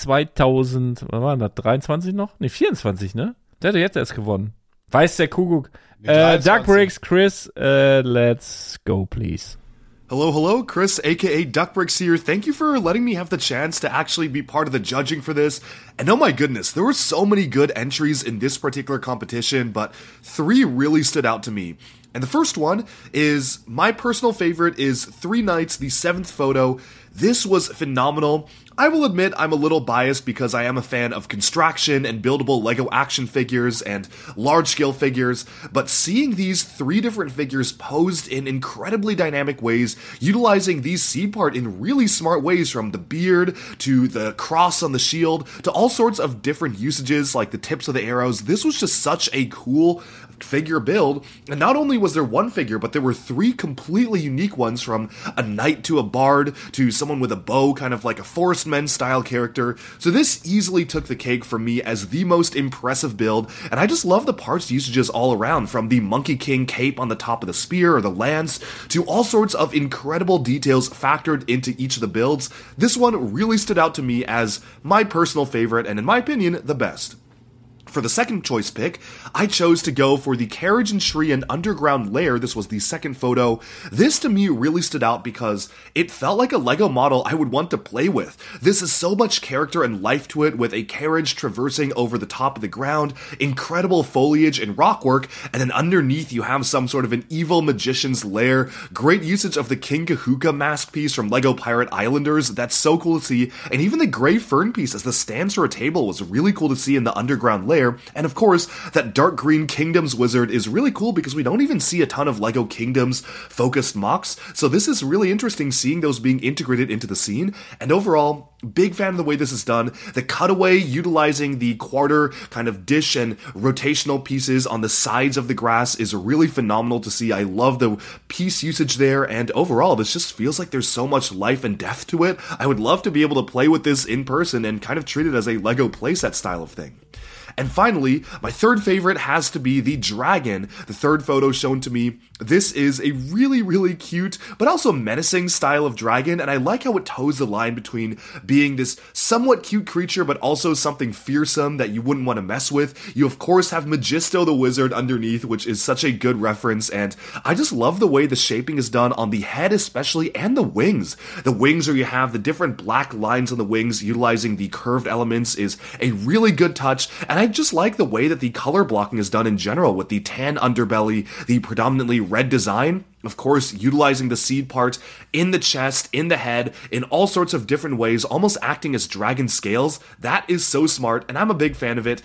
2000, was war das, 23 noch? Ne, 24, ne? Der hat ja jetzt erst gewonnen. Weiß der Kuckuck. Doug Briggs, Chris, let's go, please. Hello, Chris, aka Duckbricks here. Thank you for letting me have the chance to actually be part of the judging for this. And oh my goodness, there were so many good entries in this particular competition, but 3 really stood out to me. And the first one is, my personal favorite is 3 Knights, the 7th photo. This was phenomenal. I will admit I'm a little biased because I am a fan of construction and buildable Lego action figures and large-scale figures, but seeing these 3 different figures posed in incredibly dynamic ways, utilizing these seed part in really smart ways, from the beard to the cross on the shield to all sorts of different usages like the tips of the arrows, this was just such a cool figure build. And not only was there one figure, but there were 3 completely unique ones, from a knight to a bard to someone with a bow, kind of like a Forestman style character. So this easily took the cake for me as the most impressive build, and I just love the parts usages all around, from the Monkey King cape on the top of the spear or the lance to all sorts of incredible details factored into each of the builds. This one really stood out to me as my personal favorite, and in my opinion, the best. For the second choice pick, I chose to go for the Carriage and Tree and Underground Lair. This was the second photo. This to me really stood out because it felt like a Lego model I would want to play with. This is so much character and life to it, with a carriage traversing over the top of the ground, incredible foliage and rockwork, and then underneath you have some sort of an evil magician's lair. Great usage of the King Kahuka mask piece from Lego Pirate Islanders. That's so cool to see. And even the gray fern piece as the stands for a table was really cool to see in the Underground Lair. And of course, that dark green Kingdoms wizard is really cool because we don't even see a ton of Lego Kingdoms focused mocks, so this is really interesting seeing those being integrated into the scene. And overall, big fan of the way this is done. The cutaway utilizing the quarter kind of dish and rotational pieces on the sides of the grass is really phenomenal to see. I love the piece usage there, and overall, this just feels like there's so much life and depth to it. I would love to be able to play with this in person and kind of treat it as a Lego playset style of thing. And finally, my third favorite has to be the dragon, the third photo shown to me. This is a really, really cute, but also menacing style of dragon, and I like how it toes the line between being this somewhat cute creature, but also something fearsome that you wouldn't want to mess with. You, of course, have Magisto the wizard underneath, which is such a good reference, and I just love the way the shaping is done on the head especially, and the wings. The wings, where you have the different black lines on the wings utilizing the curved elements, is a really good touch, and I just like the way that the color blocking is done in general, with the tan underbelly, the predominantly red design, of course utilizing the seed part in the chest, in the head, in all sorts of different ways, almost acting as dragon scales. That is so smart, and I'm a big fan of it.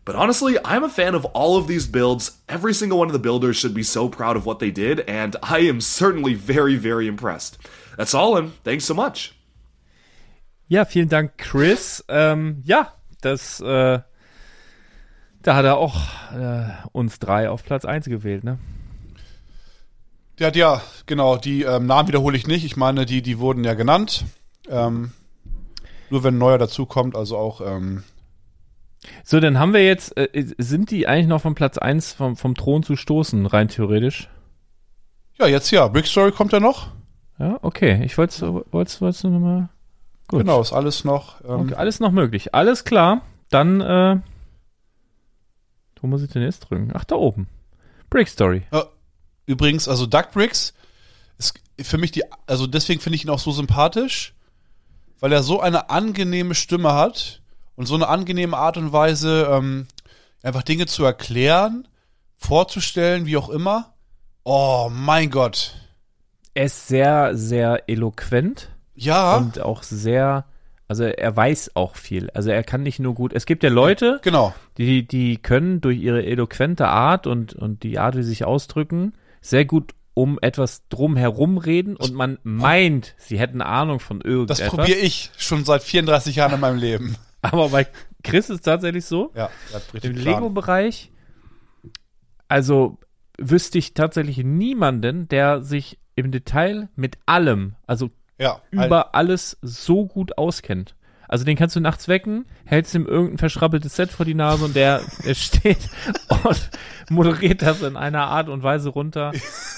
But honestly, I'm a fan of all of these builds. Every single one of the builders should be so proud of what they did, and I am certainly very, very impressed. That's all, and thanks so much. Ja, vielen Dank, Chris. Ja, das, da hat er auch uns 3 auf Platz 1 gewählt, ne? Ja, genau, die Namen wiederhole ich nicht. Ich meine, die wurden ja genannt. Nur wenn ein neuer dazukommt, also auch So, dann haben wir jetzt, sind die eigentlich noch vom Platz 1 vom Thron zu stoßen, rein theoretisch? ja, jetzt ja. Brick Story kommt ja noch. Ja, okay. Ich wollt's nochmal. Gut. Genau, ist alles noch. Okay, alles noch möglich. Alles klar. Dann, wo muss ich denn jetzt drücken? Ach, da oben. Brick Story. Übrigens, also Doug Briggs ist für mich also deswegen finde ich ihn auch so sympathisch, weil er so eine angenehme Stimme hat und so eine angenehme Art und Weise, einfach Dinge zu erklären, vorzustellen, wie auch immer. Oh mein Gott. Er ist sehr, sehr eloquent. Ja. Und auch sehr, also er weiß auch viel. Also er kann nicht nur gut, es gibt ja Leute, Genau. die können durch ihre eloquente Art und die Art, wie sie sich ausdrücken, sehr gut um etwas drumherum reden und man meint, sie hätten Ahnung von irgendetwas. Das probiere ich schon seit 34 Jahren in meinem Leben. Aber bei Chris ist es tatsächlich so. Ja, er hat richtig Im Plan. Lego-Bereich, also wüsste ich tatsächlich niemanden, der sich im Detail mit allem, also Ja, über alles so gut auskennt. Also den kannst du nachts wecken, hältst ihm irgendein verschrabbeltes Set vor die Nase und der steht und moderiert das in einer Art und Weise runter.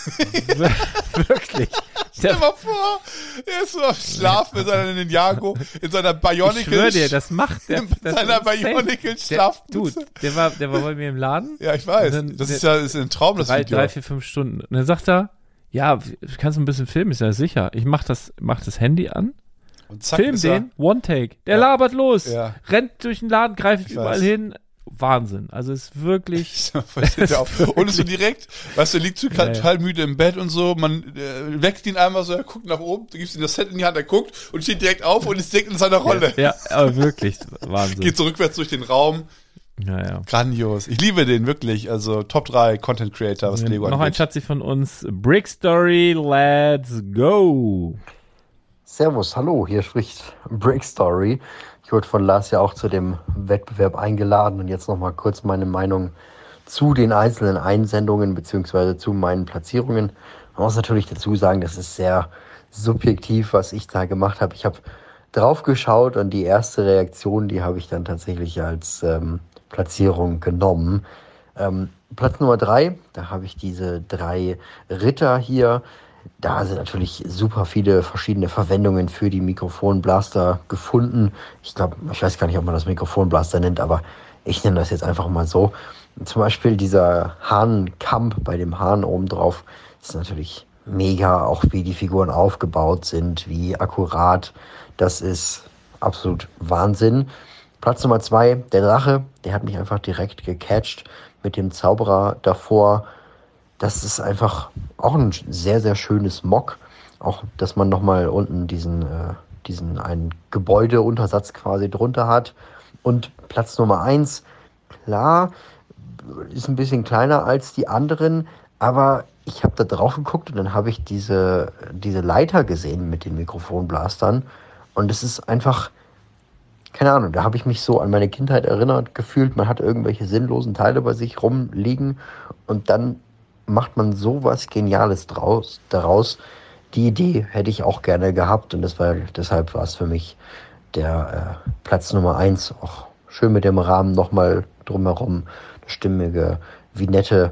Wirklich. Stell dir mal vor, er ist so am Schlaf mit seiner Ninjago, in seiner Bionicle. Ich schwör dir, das macht der. In seiner Bionicle-Schlafmütze. Der war bei mir im Laden. Ja, ich weiß. Dann, Das ist ein Traum, das Video. 3, 4, 5 Stunden. Und dann sagt er, ja, kannst du ein bisschen filmen? Ist ja sicher. Ich mach das Handy an. Und zack, Film ist er- den, One-Take. Der labert los. Ja. Rennt durch den Laden, greift Ich überall weiß. hin. Wahnsinn. Also es ist wirklich. Versteht er auch. Und ist so direkt, weißt du, er liegt so total müde im Bett und so, man weckt ihn einmal so, er guckt nach oben, du gibst ihm das Set in die Hand, er guckt und steht direkt auf und ist direkt in seiner Rolle. Ja, aber wirklich. Wahnsinn. Geht so rückwärts durch den Raum. Ja. Grandios. Ich liebe den wirklich. Also Top 3 Content Creator, was Lego Noch ein angeht. Schatzi von uns. Brick Story, let's go. Servus, hallo, hier spricht Brick Story. Ich wurde von Lars ja auch zu dem Wettbewerb eingeladen und jetzt nochmal kurz meine Meinung zu den einzelnen Einsendungen beziehungsweise zu meinen Platzierungen. Man muss natürlich dazu sagen, das ist sehr subjektiv, was ich da gemacht habe. Ich habe drauf geschaut und die erste Reaktion, die habe ich dann tatsächlich als Platzierung genommen. Platz Nummer 3, da habe ich diese 3 Ritter hier. Da sind natürlich super viele verschiedene Verwendungen für die Mikrofonblaster gefunden. Ich weiß gar nicht, ob man das Mikrofonblaster nennt, aber ich nenne das jetzt einfach mal so. Zum Beispiel dieser Hahnenkamm bei dem Hahn oben drauf ist natürlich mega, auch wie die Figuren aufgebaut sind, wie akkurat. Das ist absolut Wahnsinn. Platz Nummer 2, der Drache, der hat mich einfach direkt gecatcht mit dem Zauberer davor. Das ist einfach auch ein sehr, sehr schönes Mock. Auch, dass man nochmal unten diesen einen Gebäudeuntersatz quasi drunter hat. Und Platz Nummer 1, klar, ist ein bisschen kleiner als die anderen, aber ich habe da drauf geguckt und dann habe ich diese Leiter gesehen mit den Mikrofonblastern. Und es ist einfach, keine Ahnung, da habe ich mich so an meine Kindheit erinnert gefühlt. Man hat irgendwelche sinnlosen Teile bei sich rumliegen und dann macht man sowas Geniales daraus. Die Idee hätte ich auch gerne gehabt und deshalb war es für mich der Platz Nummer 1. Auch schön mit dem Rahmen nochmal drumherum, eine stimmige Vignette.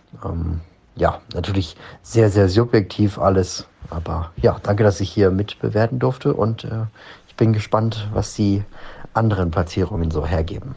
Ja, natürlich sehr, sehr subjektiv alles. Aber ja, danke, dass ich hier mitbewerten durfte und ich bin gespannt, was die anderen Platzierungen so hergeben.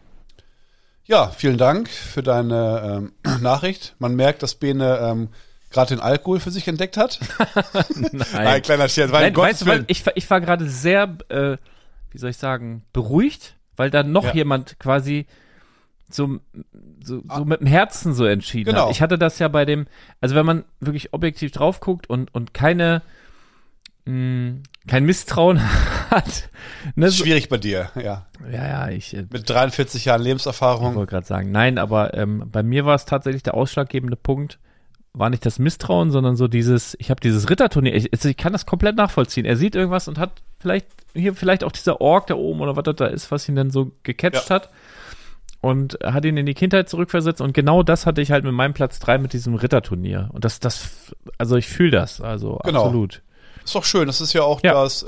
Ja, vielen Dank für deine Nachricht. Man merkt, dass Bene gerade den Alkohol für sich entdeckt hat. Nein, kleiner Scherz. Nein, weißt du, ich war gerade sehr, wie soll ich sagen, beruhigt, weil da noch jemand quasi so mit dem Herzen so entschieden hat. Ich hatte das ja bei dem, also wenn man wirklich objektiv drauf guckt und kein Misstrauen hat. Ne, Schwierig bei dir, ja. Ja, ich Mit 43 Jahren Lebenserfahrung. wollte gerade sagen, nein, aber bei mir war es tatsächlich der ausschlaggebende Punkt, war nicht das Misstrauen, sondern so ich habe dieses Ritterturnier, ich kann das komplett nachvollziehen. Er sieht irgendwas und hat vielleicht auch dieser Ork da oben oder was das da ist, was ihn dann so gecatcht hat und hat ihn in die Kindheit zurückversetzt und genau das hatte ich halt mit meinem Platz 3 mit diesem Ritterturnier und also ich fühle das, also Genau. absolut. Ist doch schön, das ist ja auch das,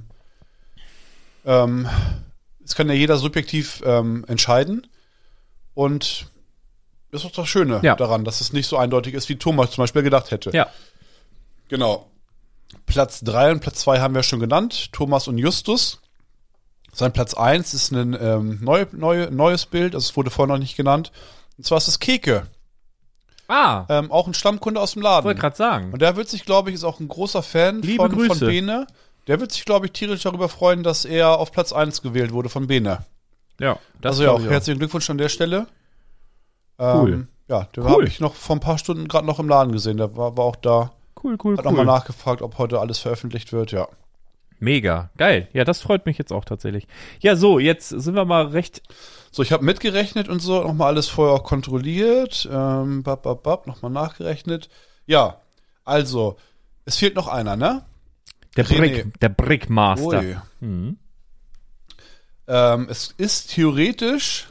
es kann ja jeder subjektiv entscheiden und das ist doch das Schöne daran, dass es nicht so eindeutig ist, wie Thomas zum Beispiel gedacht hätte. Ja. Genau. Platz 3 und Platz 2 haben wir schon genannt, Thomas und Justus. Sein Platz 1 ist ein neues Bild, also es wurde vorher noch nicht genannt. Und zwar ist es Keke. Auch ein Stammkunde aus dem Laden. Wollte gerade sagen. Und der wird sich, glaube ich, ist auch ein großer Fan von Bene. Der wird sich, glaube ich, tierisch darüber freuen, dass er auf Platz 1 gewählt wurde von Bene. Ja. Das also ja auch herzlichen Glückwunsch an der Stelle. Cool. Ja, den habe ich noch vor ein paar Stunden gerade noch im Laden gesehen. Der war auch da. Cool. Hat nochmal nachgefragt, ob heute alles veröffentlicht wird, ja. Mega, geil. Ja, das freut mich jetzt auch tatsächlich. Ja, so, jetzt sind wir mal recht... So, ich habe mitgerechnet und so, nochmal alles vorher auch kontrolliert. Nochmal nachgerechnet. Ja, also, es fehlt noch einer, ne? Der Brickmaster. Mhm. Es ist theoretisch...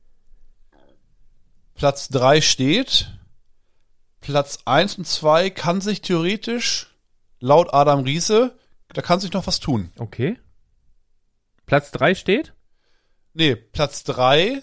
Platz 3 steht. Platz 1 und 2 kann sich theoretisch, laut Adam Riese, da kann sich noch was tun. Okay. Platz 3 steht? Nee, Platz 3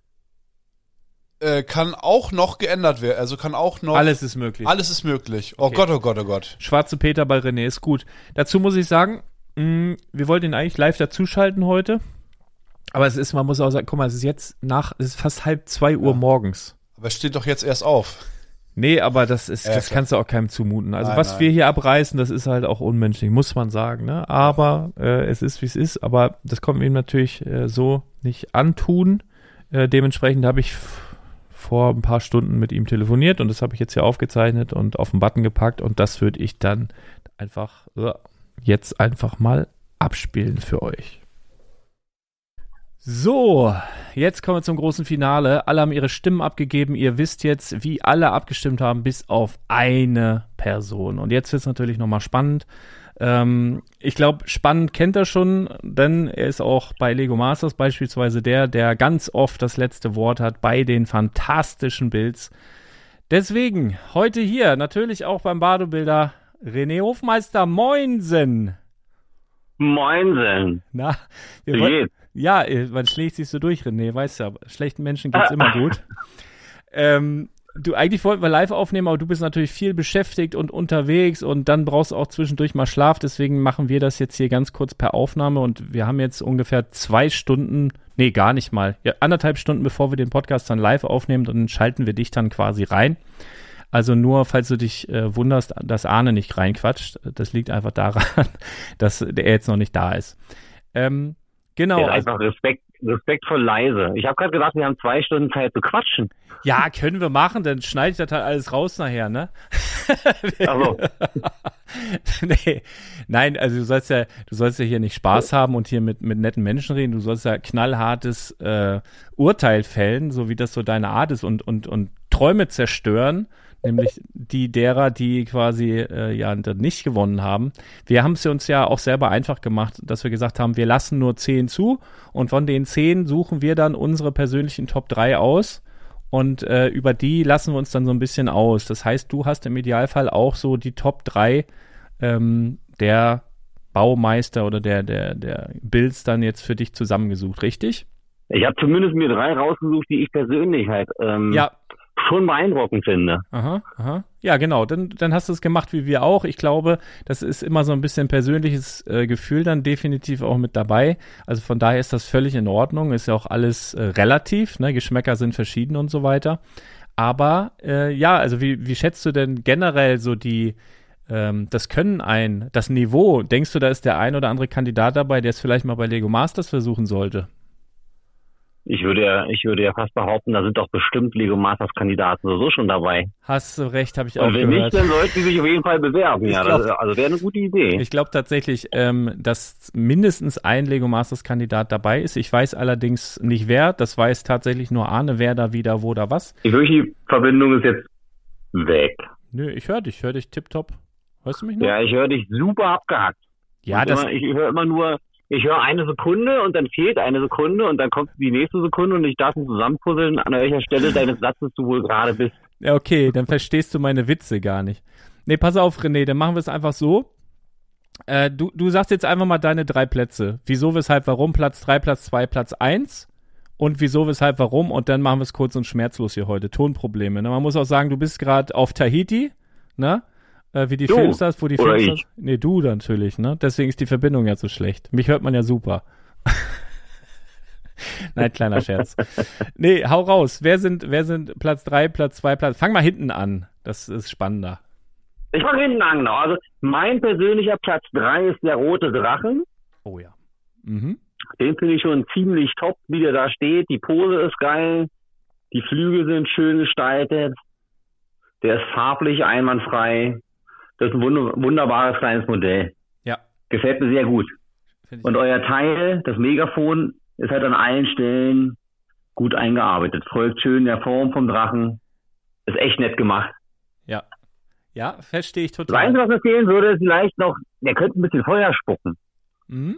kann auch noch geändert werden. Also kann auch noch... Alles ist möglich. Alles ist möglich. Oh Okay. Gott, oh Gott, oh Gott. Schwarze Peter bei René ist gut. Dazu muss ich sagen, wir wollten ihn eigentlich live dazuschalten heute. Aber man muss auch sagen, guck mal, es ist fast 1:30 Uhr morgens. Aber es steht doch jetzt erst auf. Nee, aber das kannst du auch keinem zumuten. Also was wir hier abreißen, das ist halt auch unmenschlich, muss man sagen. Ne? Aber es ist, wie es ist. Aber das konnten wir ihm natürlich so nicht antun. Dementsprechend habe ich vor ein paar Stunden mit ihm telefoniert und das habe ich jetzt hier aufgezeichnet und auf den Button gepackt und das würde ich dann jetzt einfach mal abspielen für euch. So, jetzt kommen wir zum großen Finale. Alle haben ihre Stimmen abgegeben. Ihr wisst jetzt, wie alle abgestimmt haben, bis auf eine Person. Und jetzt wird es natürlich nochmal spannend. Ich glaube, spannend kennt er schon, denn er ist auch bei Lego Masters beispielsweise der ganz oft das letzte Wort hat bei den fantastischen Builds. Deswegen heute hier natürlich auch beim Bardo-Bilder René Hofmeister. Moinsen! Moinsen! Na, Wie geht's? Ja, man schlägt sich so durch, René, weißt du, schlechten Menschen geht's immer gut. Eigentlich wollten wir live aufnehmen, aber du bist natürlich viel beschäftigt und unterwegs und dann brauchst du auch zwischendurch mal Schlaf, deswegen machen wir das jetzt hier ganz kurz per Aufnahme und wir haben jetzt ungefähr 2 Stunden, nee, gar nicht mal, 1,5 Stunden, bevor wir den Podcast dann live aufnehmen, dann schalten wir dich dann quasi rein. Also nur, falls du dich wunderst, dass Arne nicht reinquatscht, das liegt einfach daran, dass er jetzt noch nicht da ist. Genau. Ja, einfach respektvoll leise. Ich habe gerade gedacht, wir haben 2 Stunden Zeit zu quatschen. Ja, können wir machen, dann schneide ich das halt alles raus nachher, ne? Also. Nee. Nein, also du sollst ja hier nicht Spaß haben und hier mit netten Menschen reden, du sollst ja knallhartes Urteil fällen, so wie das so deine Art ist und Träume zerstören, nämlich die derer, die quasi nicht gewonnen haben. Wir haben es uns ja auch selber einfach gemacht, dass wir gesagt haben, wir lassen nur 10 zu und von den 10 suchen wir dann unsere persönlichen Top 3 aus und über die lassen wir uns dann so ein bisschen aus. Das heißt, du hast im Idealfall auch so die Top 3 der Baumeister oder der Builds dann jetzt für dich zusammengesucht, richtig? Ich habe zumindest mir 3 rausgesucht, die ich persönlich halt schon beeindruckend finde. Aha. Ja, genau. Dann hast du es gemacht wie wir auch. Ich glaube, das ist immer so ein bisschen persönliches Gefühl dann definitiv auch mit dabei. Also von daher ist das völlig in Ordnung. Ist ja auch alles relativ. Ne? Geschmäcker sind verschieden und so weiter. Aber also wie schätzt du denn generell so das Können ein, das Niveau? Denkst du, da ist der ein oder andere Kandidat dabei, der es vielleicht mal bei Lego Masters versuchen sollte? Ich würde ja fast behaupten, da sind doch bestimmt Lego Masters Kandidaten so schon dabei. Hast du recht, habe ich auch gehört. Und wenn nicht, dann sollten die sich auf jeden Fall bewerben. Ja, also wäre eine gute Idee. Ich glaube tatsächlich, dass mindestens ein Lego Masters Kandidat dabei ist. Ich weiß allerdings nicht wer. Das weiß tatsächlich nur Arne, wer da wieder, wo da was. Ich fürchte, die Verbindung ist jetzt weg. Nö, ich höre dich tipptopp. Hörst du mich noch? Ja, ich höre dich super abgehackt. Ja, ich höre immer nur... Ich höre eine Sekunde und dann fehlt eine Sekunde und dann kommt die nächste Sekunde und ich darf ihn zusammenpuzzeln, an welcher Stelle deines Satzes du wohl gerade bist. Ja, okay, dann verstehst du meine Witze gar nicht. Nee, pass auf, René, dann machen wir es einfach so. Du sagst jetzt einfach mal deine 3 Plätze. Wieso, weshalb, warum, Platz 3, Platz 2, Platz 1 und wieso, weshalb, warum und dann machen wir es kurz und schmerzlos hier heute. Tonprobleme. Ne? Man muss auch sagen, du bist gerade auf Tahiti, ne? Wie die Filmstars, wo die Filmstars... Nee, du natürlich, ne? Deswegen ist die Verbindung ja so schlecht. Mich hört man ja super. Nein, kleiner Scherz. Nee, hau raus. Wer sind Platz 3, Platz 2, Fang mal hinten an. Das ist spannender. Ich fange hinten an, genau. Also mein persönlicher Platz 3 ist der rote Drachen. Oh ja. Mhm. Den finde ich schon ziemlich top, wie der da steht. Die Pose ist geil. Die Flügel sind schön gestaltet. Der ist farblich einwandfrei. Das ist ein wunderbares kleines Modell. Ja. Gefällt mir sehr gut. Und euer Teil, das Megafon, ist halt an allen Stellen gut eingearbeitet. Folgt schön der Form vom Drachen. Ist echt nett gemacht. Ja. Ja, verstehe ich total. Das Einzige, was mir fehlen würde, ist vielleicht noch, der könnte ein bisschen Feuer spucken. Mhm.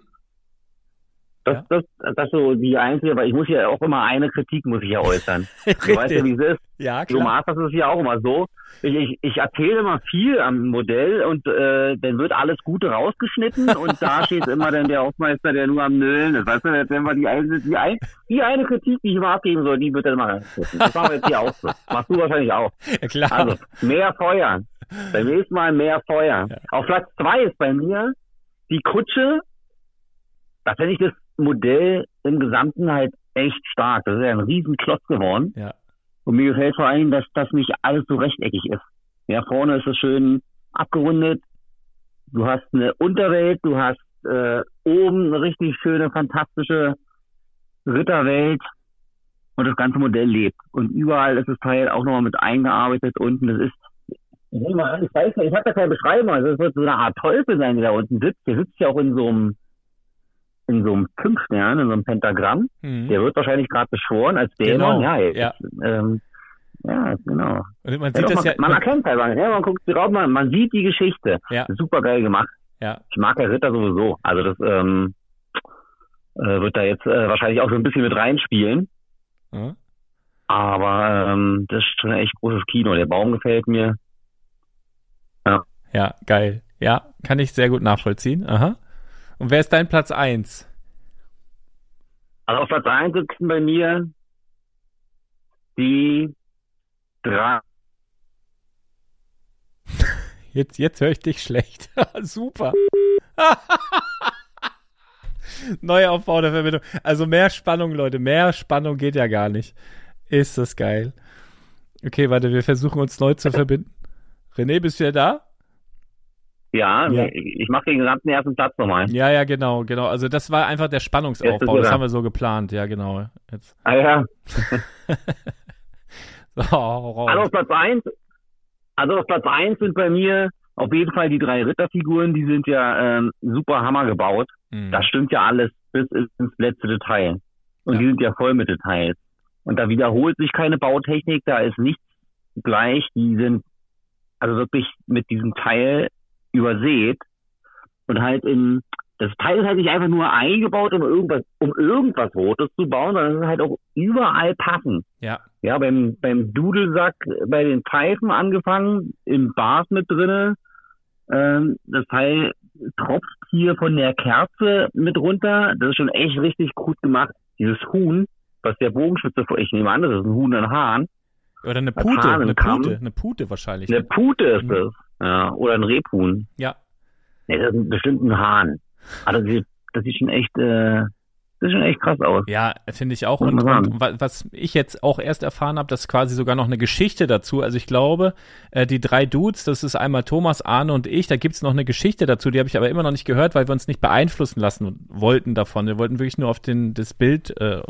Das ist so die einzige, weil ich muss ja auch immer eine Kritik muss ich ja äußern. Du weißt ja, wie es ist. Ja, klar. Du Masters ist ja auch immer so. Ich erzähle immer viel am Modell und dann wird alles Gute rausgeschnitten und da steht immer dann der Hausmeister, der nur am Nöllen ist. Weißt du, wenn wir die eine Kritik, die ich mal abgeben soll, die wird dann mal rausgeschnitten. Das machen wir jetzt hier auch so. Machst du wahrscheinlich auch. Ja, klar. Also, mehr Feuer. Beim nächsten Mal mehr Feuer. Ja. Auf Platz 2 ist bei mir die Kutsche. Da finde ich das Modell im Gesamten halt echt stark. Das ist ja ein riesen Klotz geworden. Ja. Und mir gefällt vor allem, dass das nicht alles so rechteckig ist. Ja, vorne ist es schön abgerundet. Du hast eine Unterwelt, du hast oben eine richtig schöne, fantastische Ritterwelt und das ganze Modell lebt. Und überall ist das Teil auch nochmal mit eingearbeitet unten. Das ist, ich weiß nicht, ich habe da keine Beschreibung. Also es wird so eine Art Teufel sein, der da unten sitzt. Der sitzt ja auch in so einem 5-Stern, in so einem Pentagramm. Mhm. Der wird wahrscheinlich gerade beschworen als Dämon. Genau. Ja, genau. Und man sieht man erkennt halt, man guckt sich raus, man sieht die Geschichte. Ja. Super geil gemacht. Ja. Ich mag der Ritter sowieso. Also das wird da jetzt wahrscheinlich auch so ein bisschen mit reinspielen. Mhm. Aber das ist schon ein echt großes Kino. Der Baum gefällt mir. Ja. Ja, geil. Ja, kann ich sehr gut nachvollziehen. Aha. Und wer ist dein Platz 1? Also auf Platz 1 sitzen bei mir die 3. Jetzt höre ich dich schlecht. Super. Neuaufbau der Verbindung. Also mehr Spannung, Leute. Mehr Spannung geht ja gar nicht. Ist das geil. Okay, warte, wir versuchen uns neu zu verbinden. René, bist du wieder da? Ja, ich mache den gesamten ersten Platz nochmal. Ja, genau. Also das war einfach der Spannungsaufbau. Das haben wir so geplant. Ja, genau. Jetzt. Ah ja. So, also auf Platz 1 sind bei mir auf jeden Fall die 3 Ritterfiguren. Die sind ja super Hammer gebaut. Mhm. Das stimmt ja alles bis ins letzte Detail. Und die sind ja voll mit Details. Und da wiederholt sich keine Bautechnik. Da ist nichts gleich. Die sind also wirklich mit diesem Teil übersät und halt das Teil ist halt nicht einfach nur eingebaut, um irgendwas Rotes zu bauen, sondern es ist halt auch überall passend. Ja. Ja, beim Dudelsack, bei den Pfeifen angefangen, im Bars mit drinne, das Teil tropft hier von der Kerze mit runter, das ist schon echt richtig gut gemacht. Dieses Huhn, was der Bogenschütze, ich nehme an, das ist ein Huhn und ein Hahn. Oder eine Pute, eine Pute wahrscheinlich. Eine Pute ist es. Ja, oder ein Rebhuhn. Ja. Nee, das ist bestimmt ein Hahn. Aber das sieht schon echt sieht schon echt krass aus. Ja, finde ich auch. Und was ich jetzt auch erst erfahren habe, dass quasi sogar noch eine Geschichte dazu. Also ich glaube, die 3 Dudes, das ist einmal Thomas, Arne und ich, da gibt's noch eine Geschichte dazu, die habe ich aber immer noch nicht gehört, weil wir uns nicht beeinflussen lassen wollten davon. Wir wollten wirklich nur auf das Bild,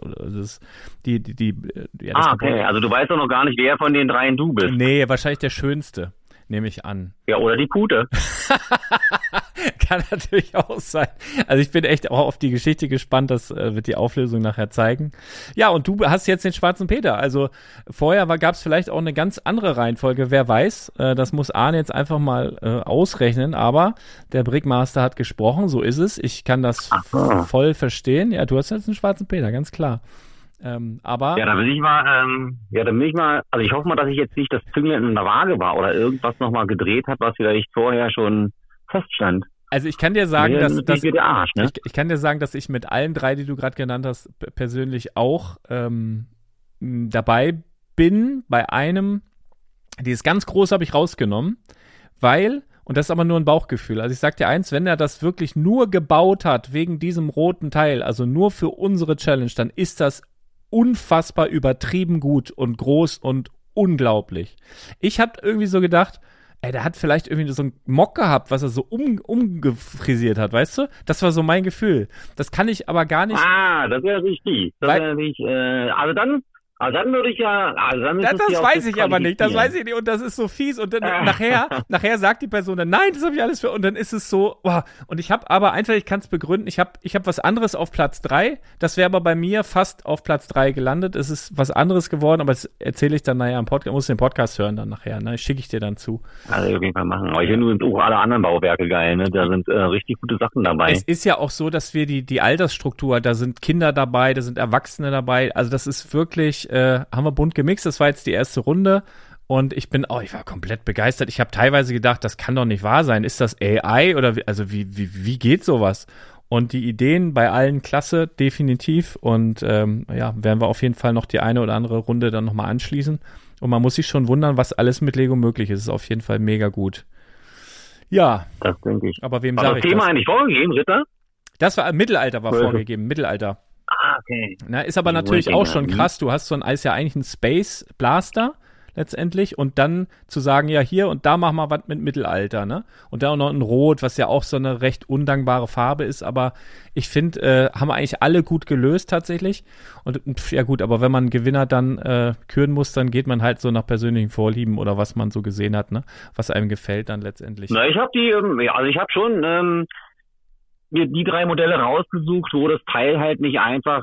okay, also du weißt doch noch gar nicht, wer von den 3 du bist. Nee, wahrscheinlich der Schönste, nehme ich an. Ja, oder die Pute. Kann natürlich auch sein. Also ich bin echt auch auf die Geschichte gespannt, das wird die Auflösung nachher zeigen. Ja, und du hast jetzt den Schwarzen Peter. Also vorher gab es vielleicht auch eine ganz andere Reihenfolge, wer weiß. Das muss Arne jetzt einfach mal ausrechnen, aber der Brickmaster hat gesprochen, so ist es. Ich kann das voll verstehen. Ja, du hast jetzt einen Schwarzen Peter, ganz klar. Aber ja, da will ich mal, also ich hoffe mal, dass ich jetzt nicht das Zünglein in der Waage war oder irgendwas nochmal gedreht hat, was vielleicht vorher schon feststand. Also ich kann dir sagen, ich kann dir sagen, dass ich mit allen 3, die du gerade genannt hast, persönlich auch dabei bin. Bei einem, dieses ganz große habe ich rausgenommen, weil, und das ist aber nur ein Bauchgefühl, also ich sag dir eins, wenn er das wirklich nur gebaut hat wegen diesem roten Teil, also nur für unsere Challenge, dann ist das unfassbar übertrieben gut und groß und unglaublich. Ich habe irgendwie so gedacht, der hat vielleicht irgendwie so einen Mock gehabt, was er so umgefrisiert hat, weißt du? Das war so mein Gefühl. Das kann ich aber gar nicht. Das wäre richtig. Also dann würde ich ja. Das weiß ich aber nicht. Das weiß ich nicht. Und das ist so fies. Und dann nachher sagt die Person dann, nein, das habe ich alles für. Und dann ist es so. Oh. Und ich habe aber einfach, ich kann es begründen, ich hab was anderes auf Platz 3. Das wäre aber bei mir fast auf Platz 3 gelandet. Es ist was anderes geworden, aber das erzähle ich dann nachher im Podcast. Muss den Podcast hören dann nachher. Ne? Schicke ich dir dann zu. Also auf jeden Fall machen. Aber ich finde auch alle anderen Bauwerke geil. Ne? Da sind richtig gute Sachen dabei. Es ist ja auch so, dass wir die Altersstruktur, da sind Kinder dabei, da sind Erwachsene dabei. Also das ist wirklich haben wir bunt gemixt, das war jetzt die erste Runde und ich war komplett begeistert. Ich habe teilweise gedacht, das kann doch nicht wahr sein. Ist das AI oder wie geht sowas? Und die Ideen bei allen klasse, definitiv. Und werden wir auf jeden Fall noch die eine oder andere Runde dann nochmal anschließen. Und man muss sich schon wundern, was alles mit Lego möglich ist. Ist auf jeden Fall mega gut. Ja. Das denke ich. Aber wem sage ich das? War das Thema eigentlich vorgegeben, Ritter? Das war Mittelalter vorgegeben. Mittelalter. Okay. Na, ist aber natürlich auch schon krass. Du hast ist ja eigentlich ein Space Blaster letztendlich und dann zu sagen, ja hier und da machen wir was mit Mittelalter, ne? Und dann auch noch ein Rot, was ja auch so eine recht undankbare Farbe ist, aber ich finde, haben wir eigentlich alle gut gelöst tatsächlich. Und ja gut, aber wenn man einen Gewinner dann küren muss, dann geht man halt so nach persönlichen Vorlieben oder was man so gesehen hat, ne? Was einem gefällt dann letztendlich. Na, ich habe ich habe schon mir die 3 Modelle rausgesucht, wo das Teil halt nicht einfach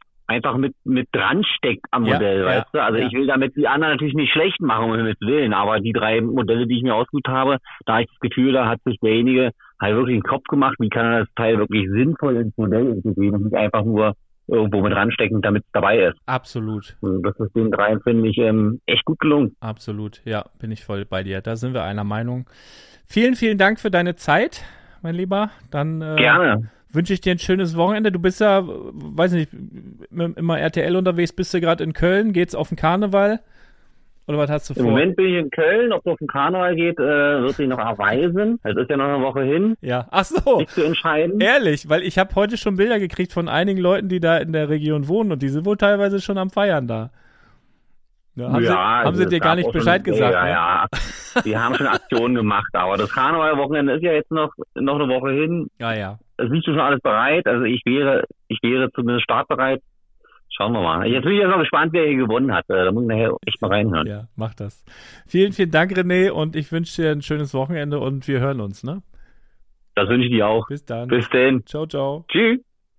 mit dran steckt am Modell, weißt du? Also ich will damit die anderen natürlich nicht schlecht machen, um Himmels Willen, aber die 3 Modelle, die ich mir ausgesucht habe, da habe ich das Gefühl, da hat sich derjenige halt wirklich einen Kopf gemacht, wie kann er das Teil wirklich sinnvoll ins Modell integrieren und nicht einfach nur irgendwo mit ranstecken, damit es dabei ist. Absolut. Und das ist den 3, finde ich, echt gut gelungen. Absolut, ja, bin ich voll bei dir. Da sind wir einer Meinung. Vielen, vielen Dank für deine Zeit, mein Lieber. Dann gerne. Wünsche ich dir ein schönes Wochenende. Du bist ja, weiß nicht, immer RTL unterwegs. Bist du gerade in Köln? Geht's auf den Karneval? Oder was hast du vor? Im Moment bin ich in Köln. Ob es auf den Karneval geht, wird sich noch erweisen. Es ist ja noch eine Woche hin. Ja, ach so. Nicht zu entscheiden. Ehrlich, weil ich habe heute schon Bilder gekriegt von einigen Leuten, die da in der Region wohnen und die sind wohl teilweise schon am Feiern da. Ja, haben sie dir gar nicht Bescheid gesagt? Ja. Die haben schon Aktionen gemacht, aber das Karnevalwochenende ist ja jetzt noch eine Woche hin. Ja. Es liegt schon alles bereit, also ich wäre zumindest startbereit. Schauen wir mal. Jetzt bin ich noch gespannt, wer hier gewonnen hat. Da muss ich nachher echt mal reinhören. Ja, mach das. Vielen, vielen Dank, René, und ich wünsche dir ein schönes Wochenende und wir hören uns, ne? Das wünsche ich dir auch. Bis dann. Bis dann. Ciao, ciao. Tschüss.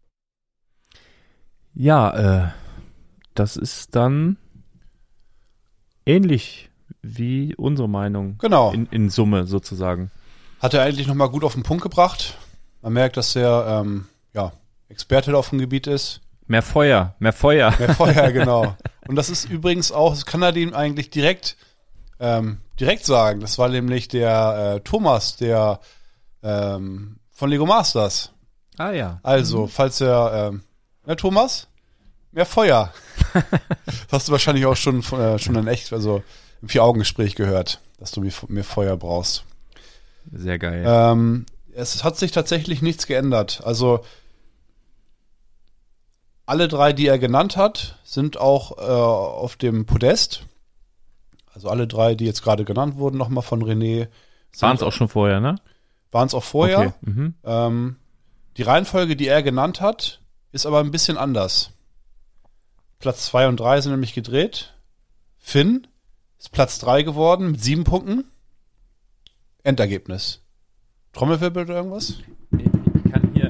Ja, das ist dann ähnlich wie unsere Meinung. Genau. In Summe sozusagen. Hat er eigentlich nochmal gut auf den Punkt gebracht. Man merkt, dass er Experte auf dem Gebiet ist. Mehr Feuer. Mehr Feuer, genau. Und das ist übrigens auch, das kann er dem eigentlich direkt sagen. Das war nämlich der Thomas, der von Lego Masters. Ah ja. Also, falls er, Thomas, mehr Feuer. Das hast du wahrscheinlich auch schon in echt, also im 4-Augen-Gespräch gehört, dass du mehr Feuer brauchst. Sehr geil. Es hat sich tatsächlich nichts geändert. Also Alle 3, die er genannt hat, sind auch auf dem Podest. Also alle 3, die jetzt gerade genannt wurden, nochmal von René. Waren es auch schon vorher, ne? Waren es auch vorher. Okay. Die Reihenfolge, die er genannt hat, ist aber ein bisschen anders. Platz 2 und 3 sind nämlich gedreht. Finn ist Platz 3 geworden mit 7 Punkten. Endergebnis. Trommelwirbel oder irgendwas? Ich kann hier.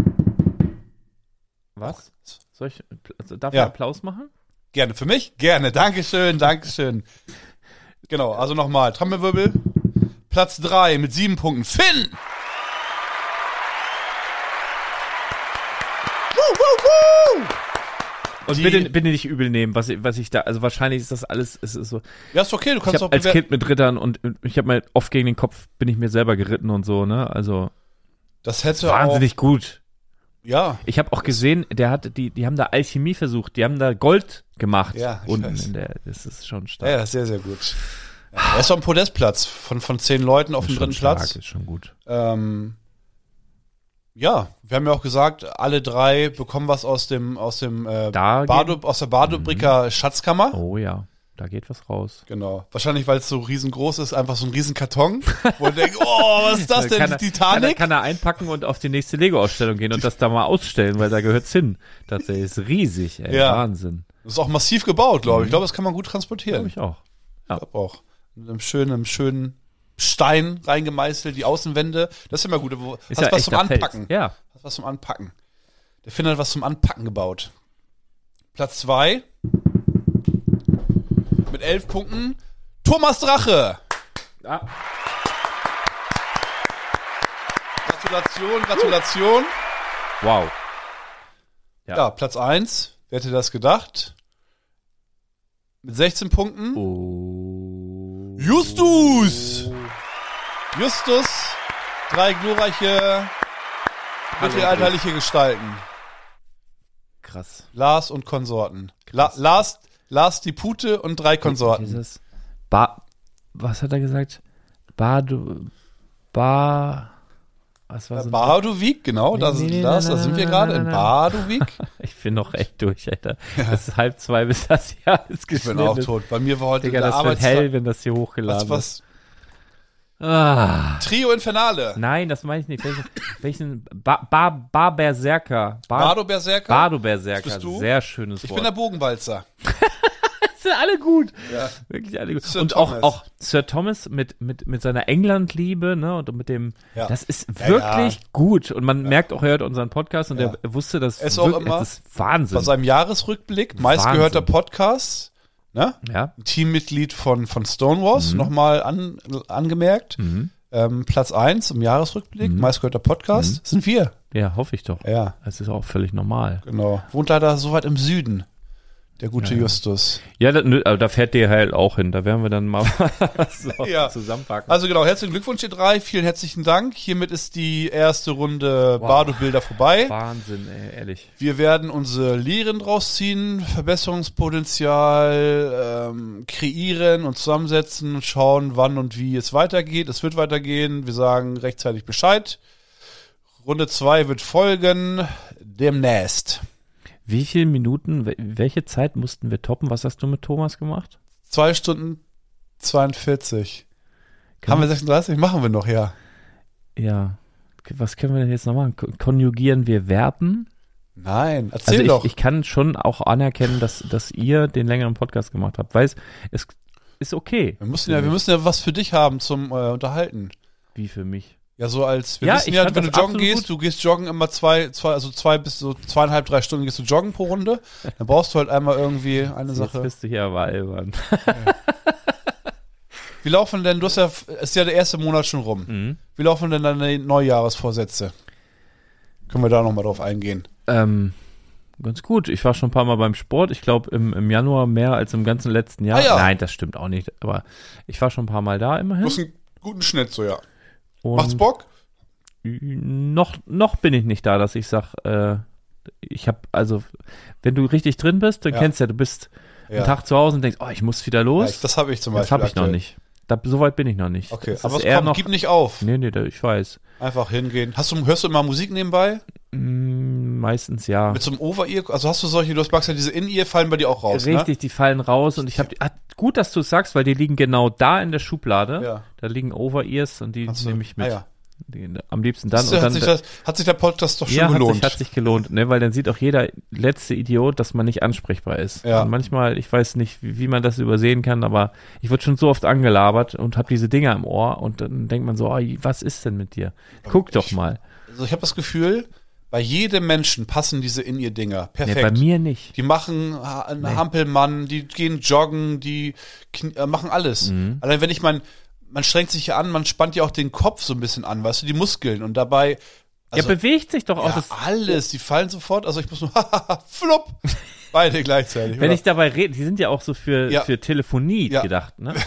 Was? Darf ich Applaus machen? Gerne. Für mich? Gerne. Dankeschön, Dankeschön. Genau, also nochmal. Trommelwirbel. Platz 3 mit 7 Punkten. Finn! Und bitte nicht übel nehmen, was ich da, also wahrscheinlich ist das alles, es ist so. Ja, ist okay, du kannst auch als Kind mit Rittern und ich habe mal oft gegen den Kopf, bin ich mir selber geritten und so, ne, also. Das hätte wahnsinnig gut. Ja. Ich habe auch gesehen, die haben da Alchemie versucht, die haben da Gold gemacht. Ja, ich unten weiß. das ist schon stark. Ja, sehr, sehr gut. Ja, er ist auf dem Podestplatz von 10 Leuten auf dem dritten Platz. Ist schon gut. Ja, wir haben ja auch gesagt, alle 3 bekommen was aus der Bardo-Bricker Schatzkammer. Oh ja, da geht was raus. Genau. Wahrscheinlich, weil es so riesengroß ist, einfach so ein riesen Karton, wo man denkt, oh, was ist das denn, Titanic? Kann er einpacken und auf die nächste Lego-Ausstellung gehen und das da mal ausstellen, weil da gehört's hin. Tatsächlich ist riesig, ey, ja. Wahnsinn. Das ist auch massiv gebaut, glaube ich. Ich glaube, das kann man gut transportieren. Glaube ich auch. Ja. Ich glaube auch. Mit einem schönen Stein reingemeißelt, die Außenwände. Das ist immer gut. Ist hast ja was zum Anpacken. Fels. Ja. Hast was zum Anpacken. Der Finn hat was zum Anpacken gebaut. Platz 2 mit 11 Punkten. Thomas Drache. Ja. Gratulation. Wow. Ja, Platz 1. Wer hätte das gedacht? Mit 16 Punkten. Justus, 3 glorreiche mittelalterliche Gestalten. Krass. Lars und Konsorten. Lars die Pute und 3 Konsorten. Dieses was hat er gesagt? Was war so Barduvik, genau, da sind wir gerade in Barduvik. Ich bin noch echt durch, Alter. Ja. Es ist 1:30, bis das hier alles geschnitten ist. Ich bin auch tot. Bei mir war heute Digga, das wird hell, wenn das hier hochgeladen ist. Trio Infernale. Nein, das meine ich nicht. Welchen Barberserker. Bardo-Berserker? Bardo-Berserker. Bist du? Sehr schönes Wort. Ich bin der Bogenwalzer. Sind alle gut. Ja. Wirklich alle gut. Sir und Thomas. auch Sir Thomas mit seiner England-Liebe, ne, und mit dem, das ist Ja, wirklich gut. Und man merkt auch, er hört unseren Podcast und er wusste, dass Es wirklich, auch immer das ist Wahnsinn. Bei seinem Jahresrückblick, meistgehörter Podcast, ne? Ja. Ein Teammitglied von Stonewalls, nochmal angemerkt. Platz 1 im Jahresrückblick, meistgehörter Podcast, sind wir. Ja, hoffe ich doch. Ja. Das ist auch völlig normal. Genau. Wohnt leider so weit im Süden. Der gute Justus. Ja, da fährt der halt auch hin. Da werden wir dann mal zusammenpacken. Also genau, herzlichen Glückwunsch, ihr 3. Vielen herzlichen Dank. Hiermit ist die erste Runde Bardo-Bilder vorbei. Wahnsinn, ey, ehrlich. Wir werden unsere Lehren draus ziehen, Verbesserungspotenzial kreieren und zusammensetzen und schauen, wann und wie es weitergeht. Es wird weitergehen. Wir sagen rechtzeitig Bescheid. Runde 2 wird folgen demnächst. Wie viele Minuten, welche Zeit mussten wir toppen? Was hast du mit Thomas gemacht? 2 Stunden 42. Haben wir 36? Machen wir noch, ja. Ja. Was können wir denn jetzt noch machen? Konjugieren wir Verben? Nein, erzähl also doch. Ich kann schon auch anerkennen, dass ihr den längeren Podcast gemacht habt, weil es ist okay. Wir müssen ja was für dich haben zum Unterhalten. Wie für mich? Ja, so als, wir wissen ja, wenn du joggen gehst, du gehst joggen immer 2 bis so 2,5, 3 Stunden gehst du joggen pro Runde. Dann brauchst du halt einmal irgendwie eine Sache. Jetzt bist du hier aber albern. Ja. Wie laufen denn, ist ja der erste Monat schon rum. Mhm. Wie laufen denn deine Neujahresvorsätze? Können wir da nochmal drauf eingehen? Ganz gut. Ich war schon ein paar Mal beim Sport. Ich glaube im Januar mehr als im ganzen letzten Jahr. Ja. Nein, das stimmt auch nicht. Aber ich war schon ein paar Mal da immerhin. Du hast einen guten Schnitt, so ja. Und macht's Bock? Noch bin ich nicht da, dass ich sage, ich habe, also, wenn du richtig drin bist, dann kennst du ja, du bist einen Tag zu Hause und denkst, ich muss wieder los. Ja, das habe ich zum Beispiel. Das habe ich noch nicht. So weit bin ich noch nicht. Okay, das aber gib nicht auf. Nee, ich weiß. Einfach hingehen. Hörst du immer Musik nebenbei? meistens ja. Mit so einem Over-Ear, also hast du solche, du magst ja diese In-Ear, fallen bei dir auch raus, Richtig, ne? die fallen raus und ich habe gut, dass du es sagst, weil die liegen genau da in der Schublade. Ja. Da liegen Over-Ears und die nehme ich mit. Ah, ja. Am liebsten dann. Hat sich der Podcast doch schon ja, gelohnt. Hat sich gelohnt, ne, weil dann sieht auch jeder letzte Idiot, dass man nicht ansprechbar ist. Ja. Und manchmal, ich weiß nicht, wie man das übersehen kann, aber ich wurde schon so oft angelabert und habe diese Dinger im Ohr und dann denkt man so, oh, was ist denn mit dir? Guck doch mal. Also ich habe das Gefühl, bei jedem Menschen passen diese In-Ear-Dinger perfekt. Nee, bei mir nicht. Die machen einen Hampelmann, die gehen joggen, die machen alles. Allein wenn ich man strengt sich ja an, man spannt ja auch den Kopf so ein bisschen an, weißt du, die Muskeln und dabei. Also, bewegt sich doch auch. Ja, alles, die fallen sofort, also ich muss nur, flupp, beide gleichzeitig. Wenn ich dabei rede, die sind ja auch so für Telefonie gedacht, ne?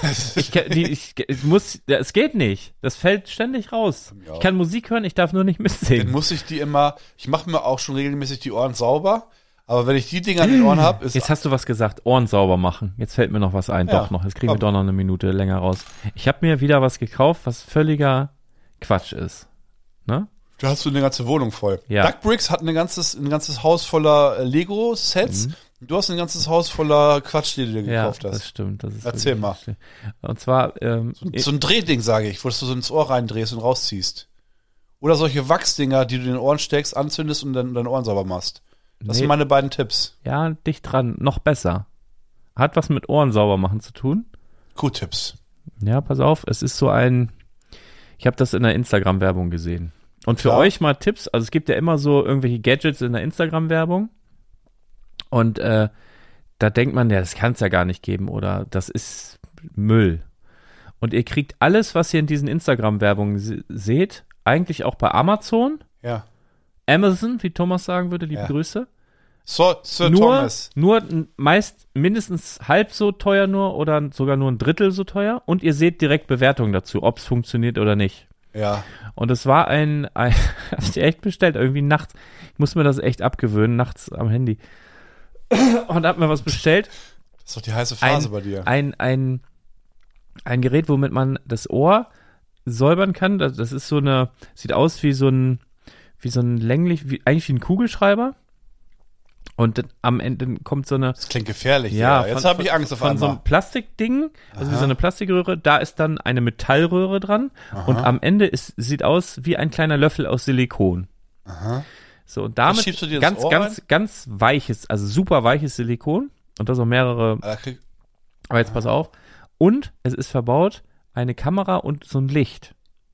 Es geht nicht. Das fällt ständig raus. Ja. Ich kann Musik hören, ich darf nur nicht mitsingen. Dann muss ich ich mache mir auch schon regelmäßig die Ohren sauber, aber wenn ich die Dinger an den Ohren habe, ist... Jetzt hast du was gesagt, Ohren sauber machen. Jetzt fällt mir noch was ein, Ja, doch noch. Jetzt kriegen wir doch noch eine Minute länger raus. Ich habe mir wieder was gekauft, was völliger Quatsch ist. Ne? Da hast du eine ganze Wohnung voll. Ja. Duckbricks hat ein ganzes Haus voller Lego-Sets. Du hast ein ganzes Haus voller Quatsch, die du dir gekauft das hast. stimmt. Das ist Erzähl mal. Stimmt. Und zwar... So ein Drehding, sage ich, wo du so ins Ohr reindrehst und rausziehst. Oder solche Wachsdinger, die du in den Ohren steckst, anzündest und dann deine Ohren sauber machst. Das sind meine beiden Tipps. Ja, dicht dran. Noch besser. Hat was mit Ohren sauber machen zu tun. Gut Tipps. Ja, pass auf. Es ist so ich habe das in der Instagram-Werbung gesehen. Und für Klar. euch mal Tipps. Also es gibt ja immer so irgendwelche Gadgets in der Instagram-Werbung. Und da denkt man, ja, das kann es ja gar nicht geben oder das ist Müll. Und ihr kriegt alles, was ihr in diesen Instagram-Werbungen seht, eigentlich auch bei Amazon. Ja. Amazon, wie Thomas sagen würde, liebe Grüße. Sir Thomas. Nur meist mindestens halb so teuer nur oder sogar nur ein Drittel so teuer. Und ihr seht direkt Bewertungen dazu, ob es funktioniert oder nicht. Ja. Und es war hab ich echt bestellt, irgendwie nachts. Ich muss mir das echt abgewöhnen, nachts am Handy. Und hab mir was bestellt. Das ist doch die heiße Phase bei dir. Ein Gerät, womit man das Ohr säubern kann. Das ist sieht aus wie so ein eigentlich wie ein Kugelschreiber. Und am Ende kommt so eine... Das klingt gefährlich. Ja, jetzt habe ich Angst auf einmal. Von so einem Plastikding, also wie so eine Plastikröhre, da ist dann eine Metallröhre dran. Aha. Und am Ende sieht aus wie ein kleiner Löffel aus Silikon. Aha. So, und damit schiebst du dir das Ohr rein? ganz weiches, also super weiches Silikon. Und das auch mehrere... Aber jetzt pass auf. Und es ist verbaut eine Kamera und so ein Licht.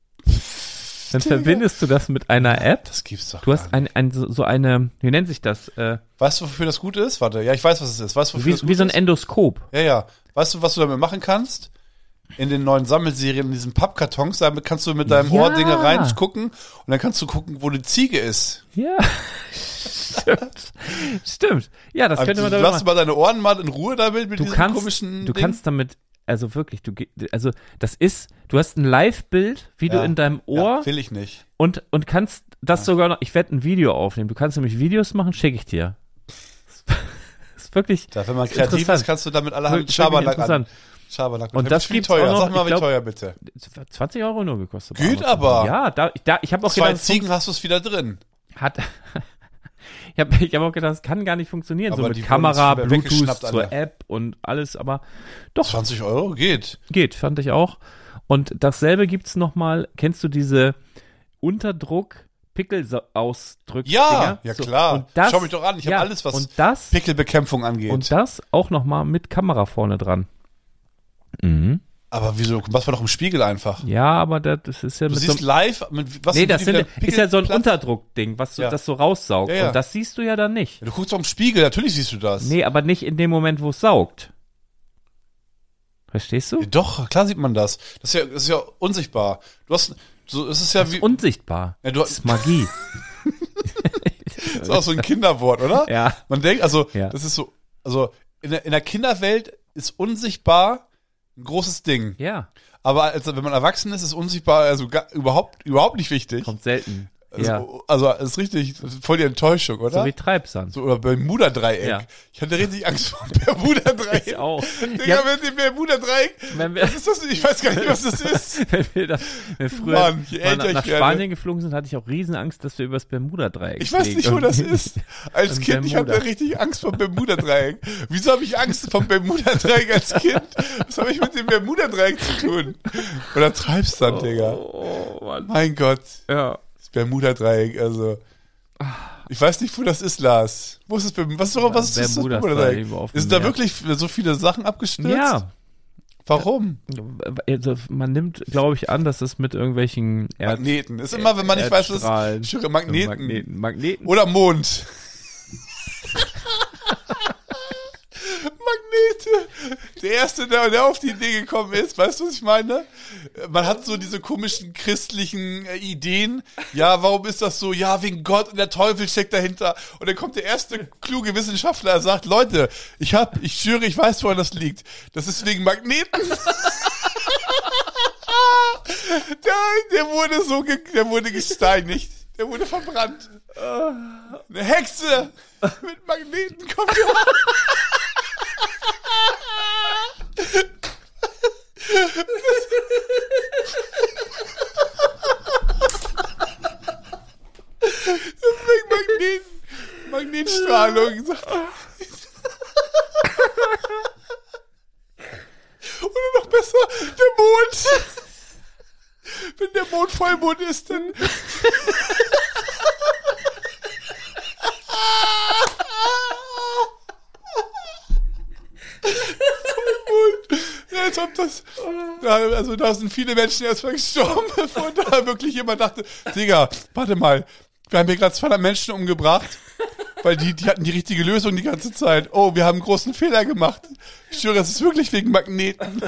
Dann verbindest du das mit einer App. Das gibt's doch Du hast so eine, wie nennt sich das? Weißt du, wofür das gut ist? Warte, ja, ich weiß, was es ist. Weißt du, wofür das gut Wie so ein ist? Endoskop. Ja. Weißt du, was du damit machen kannst? In den neuen Sammelserien, in diesen Pappkartons, damit kannst du mit deinem Ohrdinge reingucken und dann kannst du gucken, wo die Ziege ist. Ja, stimmt. Ja, das könnte man damit Lass mal deine Ohren mal in Ruhe damit mit diesem komischen Du kannst damit, also wirklich, du hast ein Live-Bild, wie du in deinem Ohr. Ja, will ich nicht. Und kannst das sogar noch, ich werde ein Video aufnehmen. Du kannst nämlich Videos machen, schicke ich dir. Das ist wirklich. Wenn man kreativ ist, kannst du damit allerhand Schabernack an. Schabernack. Und das viel gibt's teuer. auch noch, Sag mal, wie teuer bitte. 20 € nur gekostet. Geht aber. Ja, ich habe auch 2 gedacht, Ziegen hast du es wieder drin. Ich hab auch gedacht, das kann gar nicht funktionieren. Aber so mit die Kamera, wurden Bluetooth alle. zur App und alles, aber doch. 20 € geht. Geht, fand ich auch. Und dasselbe gibt's nochmal, kennst du diese Unterdruck-Pickelausdrück? Ja, klar. Und das, schau mich doch an, ich habe alles, was Pickelbekämpfung angeht. Und das auch nochmal mit Kamera vorne dran. Mhm. Aber wieso? Machst du doch im Spiegel einfach. Ja, aber das ist ja du mit siehst live, das ist ja so ein Unterdruckding, was das so raussaugt. Ja. Und das siehst du ja dann nicht. Ja, du guckst doch im Spiegel, natürlich siehst du das. Nee, aber nicht in dem Moment, wo es saugt. Verstehst du? Ja, doch, klar sieht man das. Das ist ja unsichtbar. Es ist ja das wie ist unsichtbar. Ja, das ist Magie. Das ist auch so ein Kinderwort, oder? Ja. Man denkt, das ist so, in der Kinderwelt ist unsichtbar ein großes Ding. Ja. Aber wenn man erwachsen ist, ist unsichtbar überhaupt nicht wichtig. Kommt selten. Also ist richtig, voll die Enttäuschung, oder? So wie Treibsand. So, oder Bermuda-Dreieck. Ja. Ich hatte richtig Angst vor dem Bermuda-Dreieck. Ich auch. Digga, mit dem Bermuda-Dreieck, was ist das? Ich weiß gar nicht, was das ist. Wenn wir früher Mann, je älter nach ich werde. Spanien geflogen sind, hatte ich auch Riesenangst, dass wir übers Bermuda-Dreieck Ich weiß nicht, wo das ist. Als Kind, ich hatte richtig Angst vor dem Bermuda-Dreieck. Wieso habe ich Angst vom Bermuda-Dreieck als Kind? Was habe ich mit dem Bermuda-Dreieck zu tun? Oder Treibsand, Digga. Oh, Mann. Mein Gott. Ja. Das Bermuda-Dreieck, also. Ich weiß nicht, wo das ist, Lars. Wo ist das was ist das Bermuda-Dreieck? Sind da wirklich so viele Sachen abgestürzt? Ja. Warum? Also man nimmt, glaube ich, an, dass es mit irgendwelchen Magneten. Ist immer, wenn man nicht weiß, was ist. Ich höre Magneten. Oder Mond. Magnete. Der Erste, der auf die Idee gekommen ist, weißt du, was ich meine? Man hat so diese komischen christlichen Ideen. Ja, warum ist das so? Ja, wegen Gott und der Teufel steckt dahinter. Und dann kommt der erste kluge Wissenschaftler, der sagt, Leute, ich schwöre, ich weiß, woran das liegt. Das ist wegen Magneten. Der wurde gesteinigt. Der wurde verbrannt. Eine Hexe mit Magneten kommt ja. Magnetstrahlung. Oder noch besser, der Mond. Wenn der Mond Vollmond ist, dann... Als ob das, da sind viele Menschen erstmal gestorben, bevor da wirklich jemand dachte, Digga, warte mal, wir haben hier gerade 200 Menschen umgebracht, weil die hatten die richtige Lösung die ganze Zeit. Oh, wir haben einen großen Fehler gemacht. Ich schwöre, das ist wirklich wegen Magneten.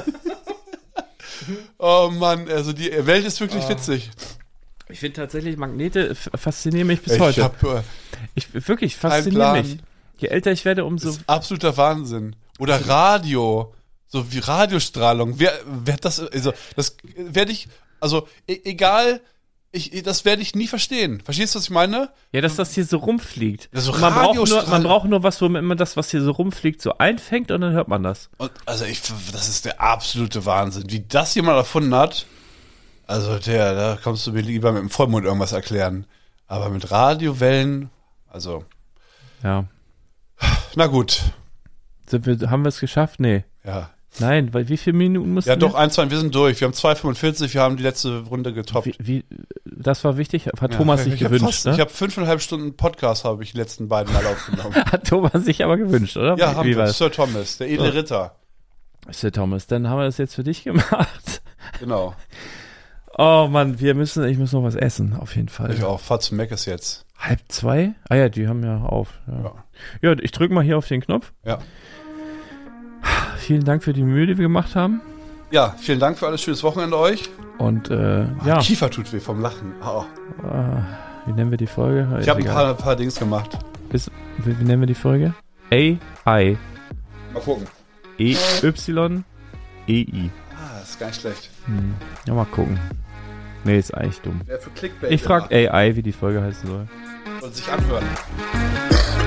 Oh Mann, also die Welt ist wirklich witzig. Ich finde tatsächlich, Magnete faszinieren mich bis heute. Wirklich faszinieren mich. Je älter ich werde, umso... Das ist absoluter Wahnsinn. Oder Radio. So wie Radiostrahlung. Wer hat das, also, das werde ich, also, egal, das werde ich nie verstehen. Verstehst du, was ich meine? Ja, dass das hier so rumfliegt. Also man braucht nur was, womit man das, was hier so rumfliegt, so einfängt und dann hört man das. Und, also, das ist der absolute Wahnsinn. Wie das jemand erfunden hat, also, da kommst du mir lieber mit dem Vollmond irgendwas erklären. Aber mit Radiowellen, also. Ja. Na gut. Haben wir es geschafft? Nee. Ja. Nein, weil wie viele Minuten mussten wir? Ja, doch, 1-2, wir sind durch. Wir haben 2,45, wir haben die letzte Runde getoppt. Das war wichtig? Hat Thomas sich gewünscht, ne? Ich habe 5,5 Stunden Podcast, habe ich die letzten beiden Mal aufgenommen. Hat Thomas sich aber gewünscht, oder? Ja, haben wir. Sir Thomas, der edle Ritter. Sir Thomas, dann haben wir das jetzt für dich gemacht. Genau. Oh Mann, ich muss noch was essen, auf jeden Fall. Ich auch, fahr zu Meckes jetzt. 1:30? Ah ja, die haben ja auf. Ja, ich drücke mal hier auf den Knopf. Ja. Vielen Dank für die Mühe, die wir gemacht haben. Ja, vielen Dank für alles. Schönes Wochenende euch. Und ja. Kiefer tut weh vom Lachen. Oh. Wie nennen wir die Folge? Ich habe ein paar Dings gemacht. Wie nennen wir die Folge? AI. Mal gucken. EYEI. Das ist gar nicht schlecht. Ja, mal gucken. Nee, ist eigentlich dumm. Wer für Clickbait ich frage AI, wie die Folge heißen soll. Und sich anhören.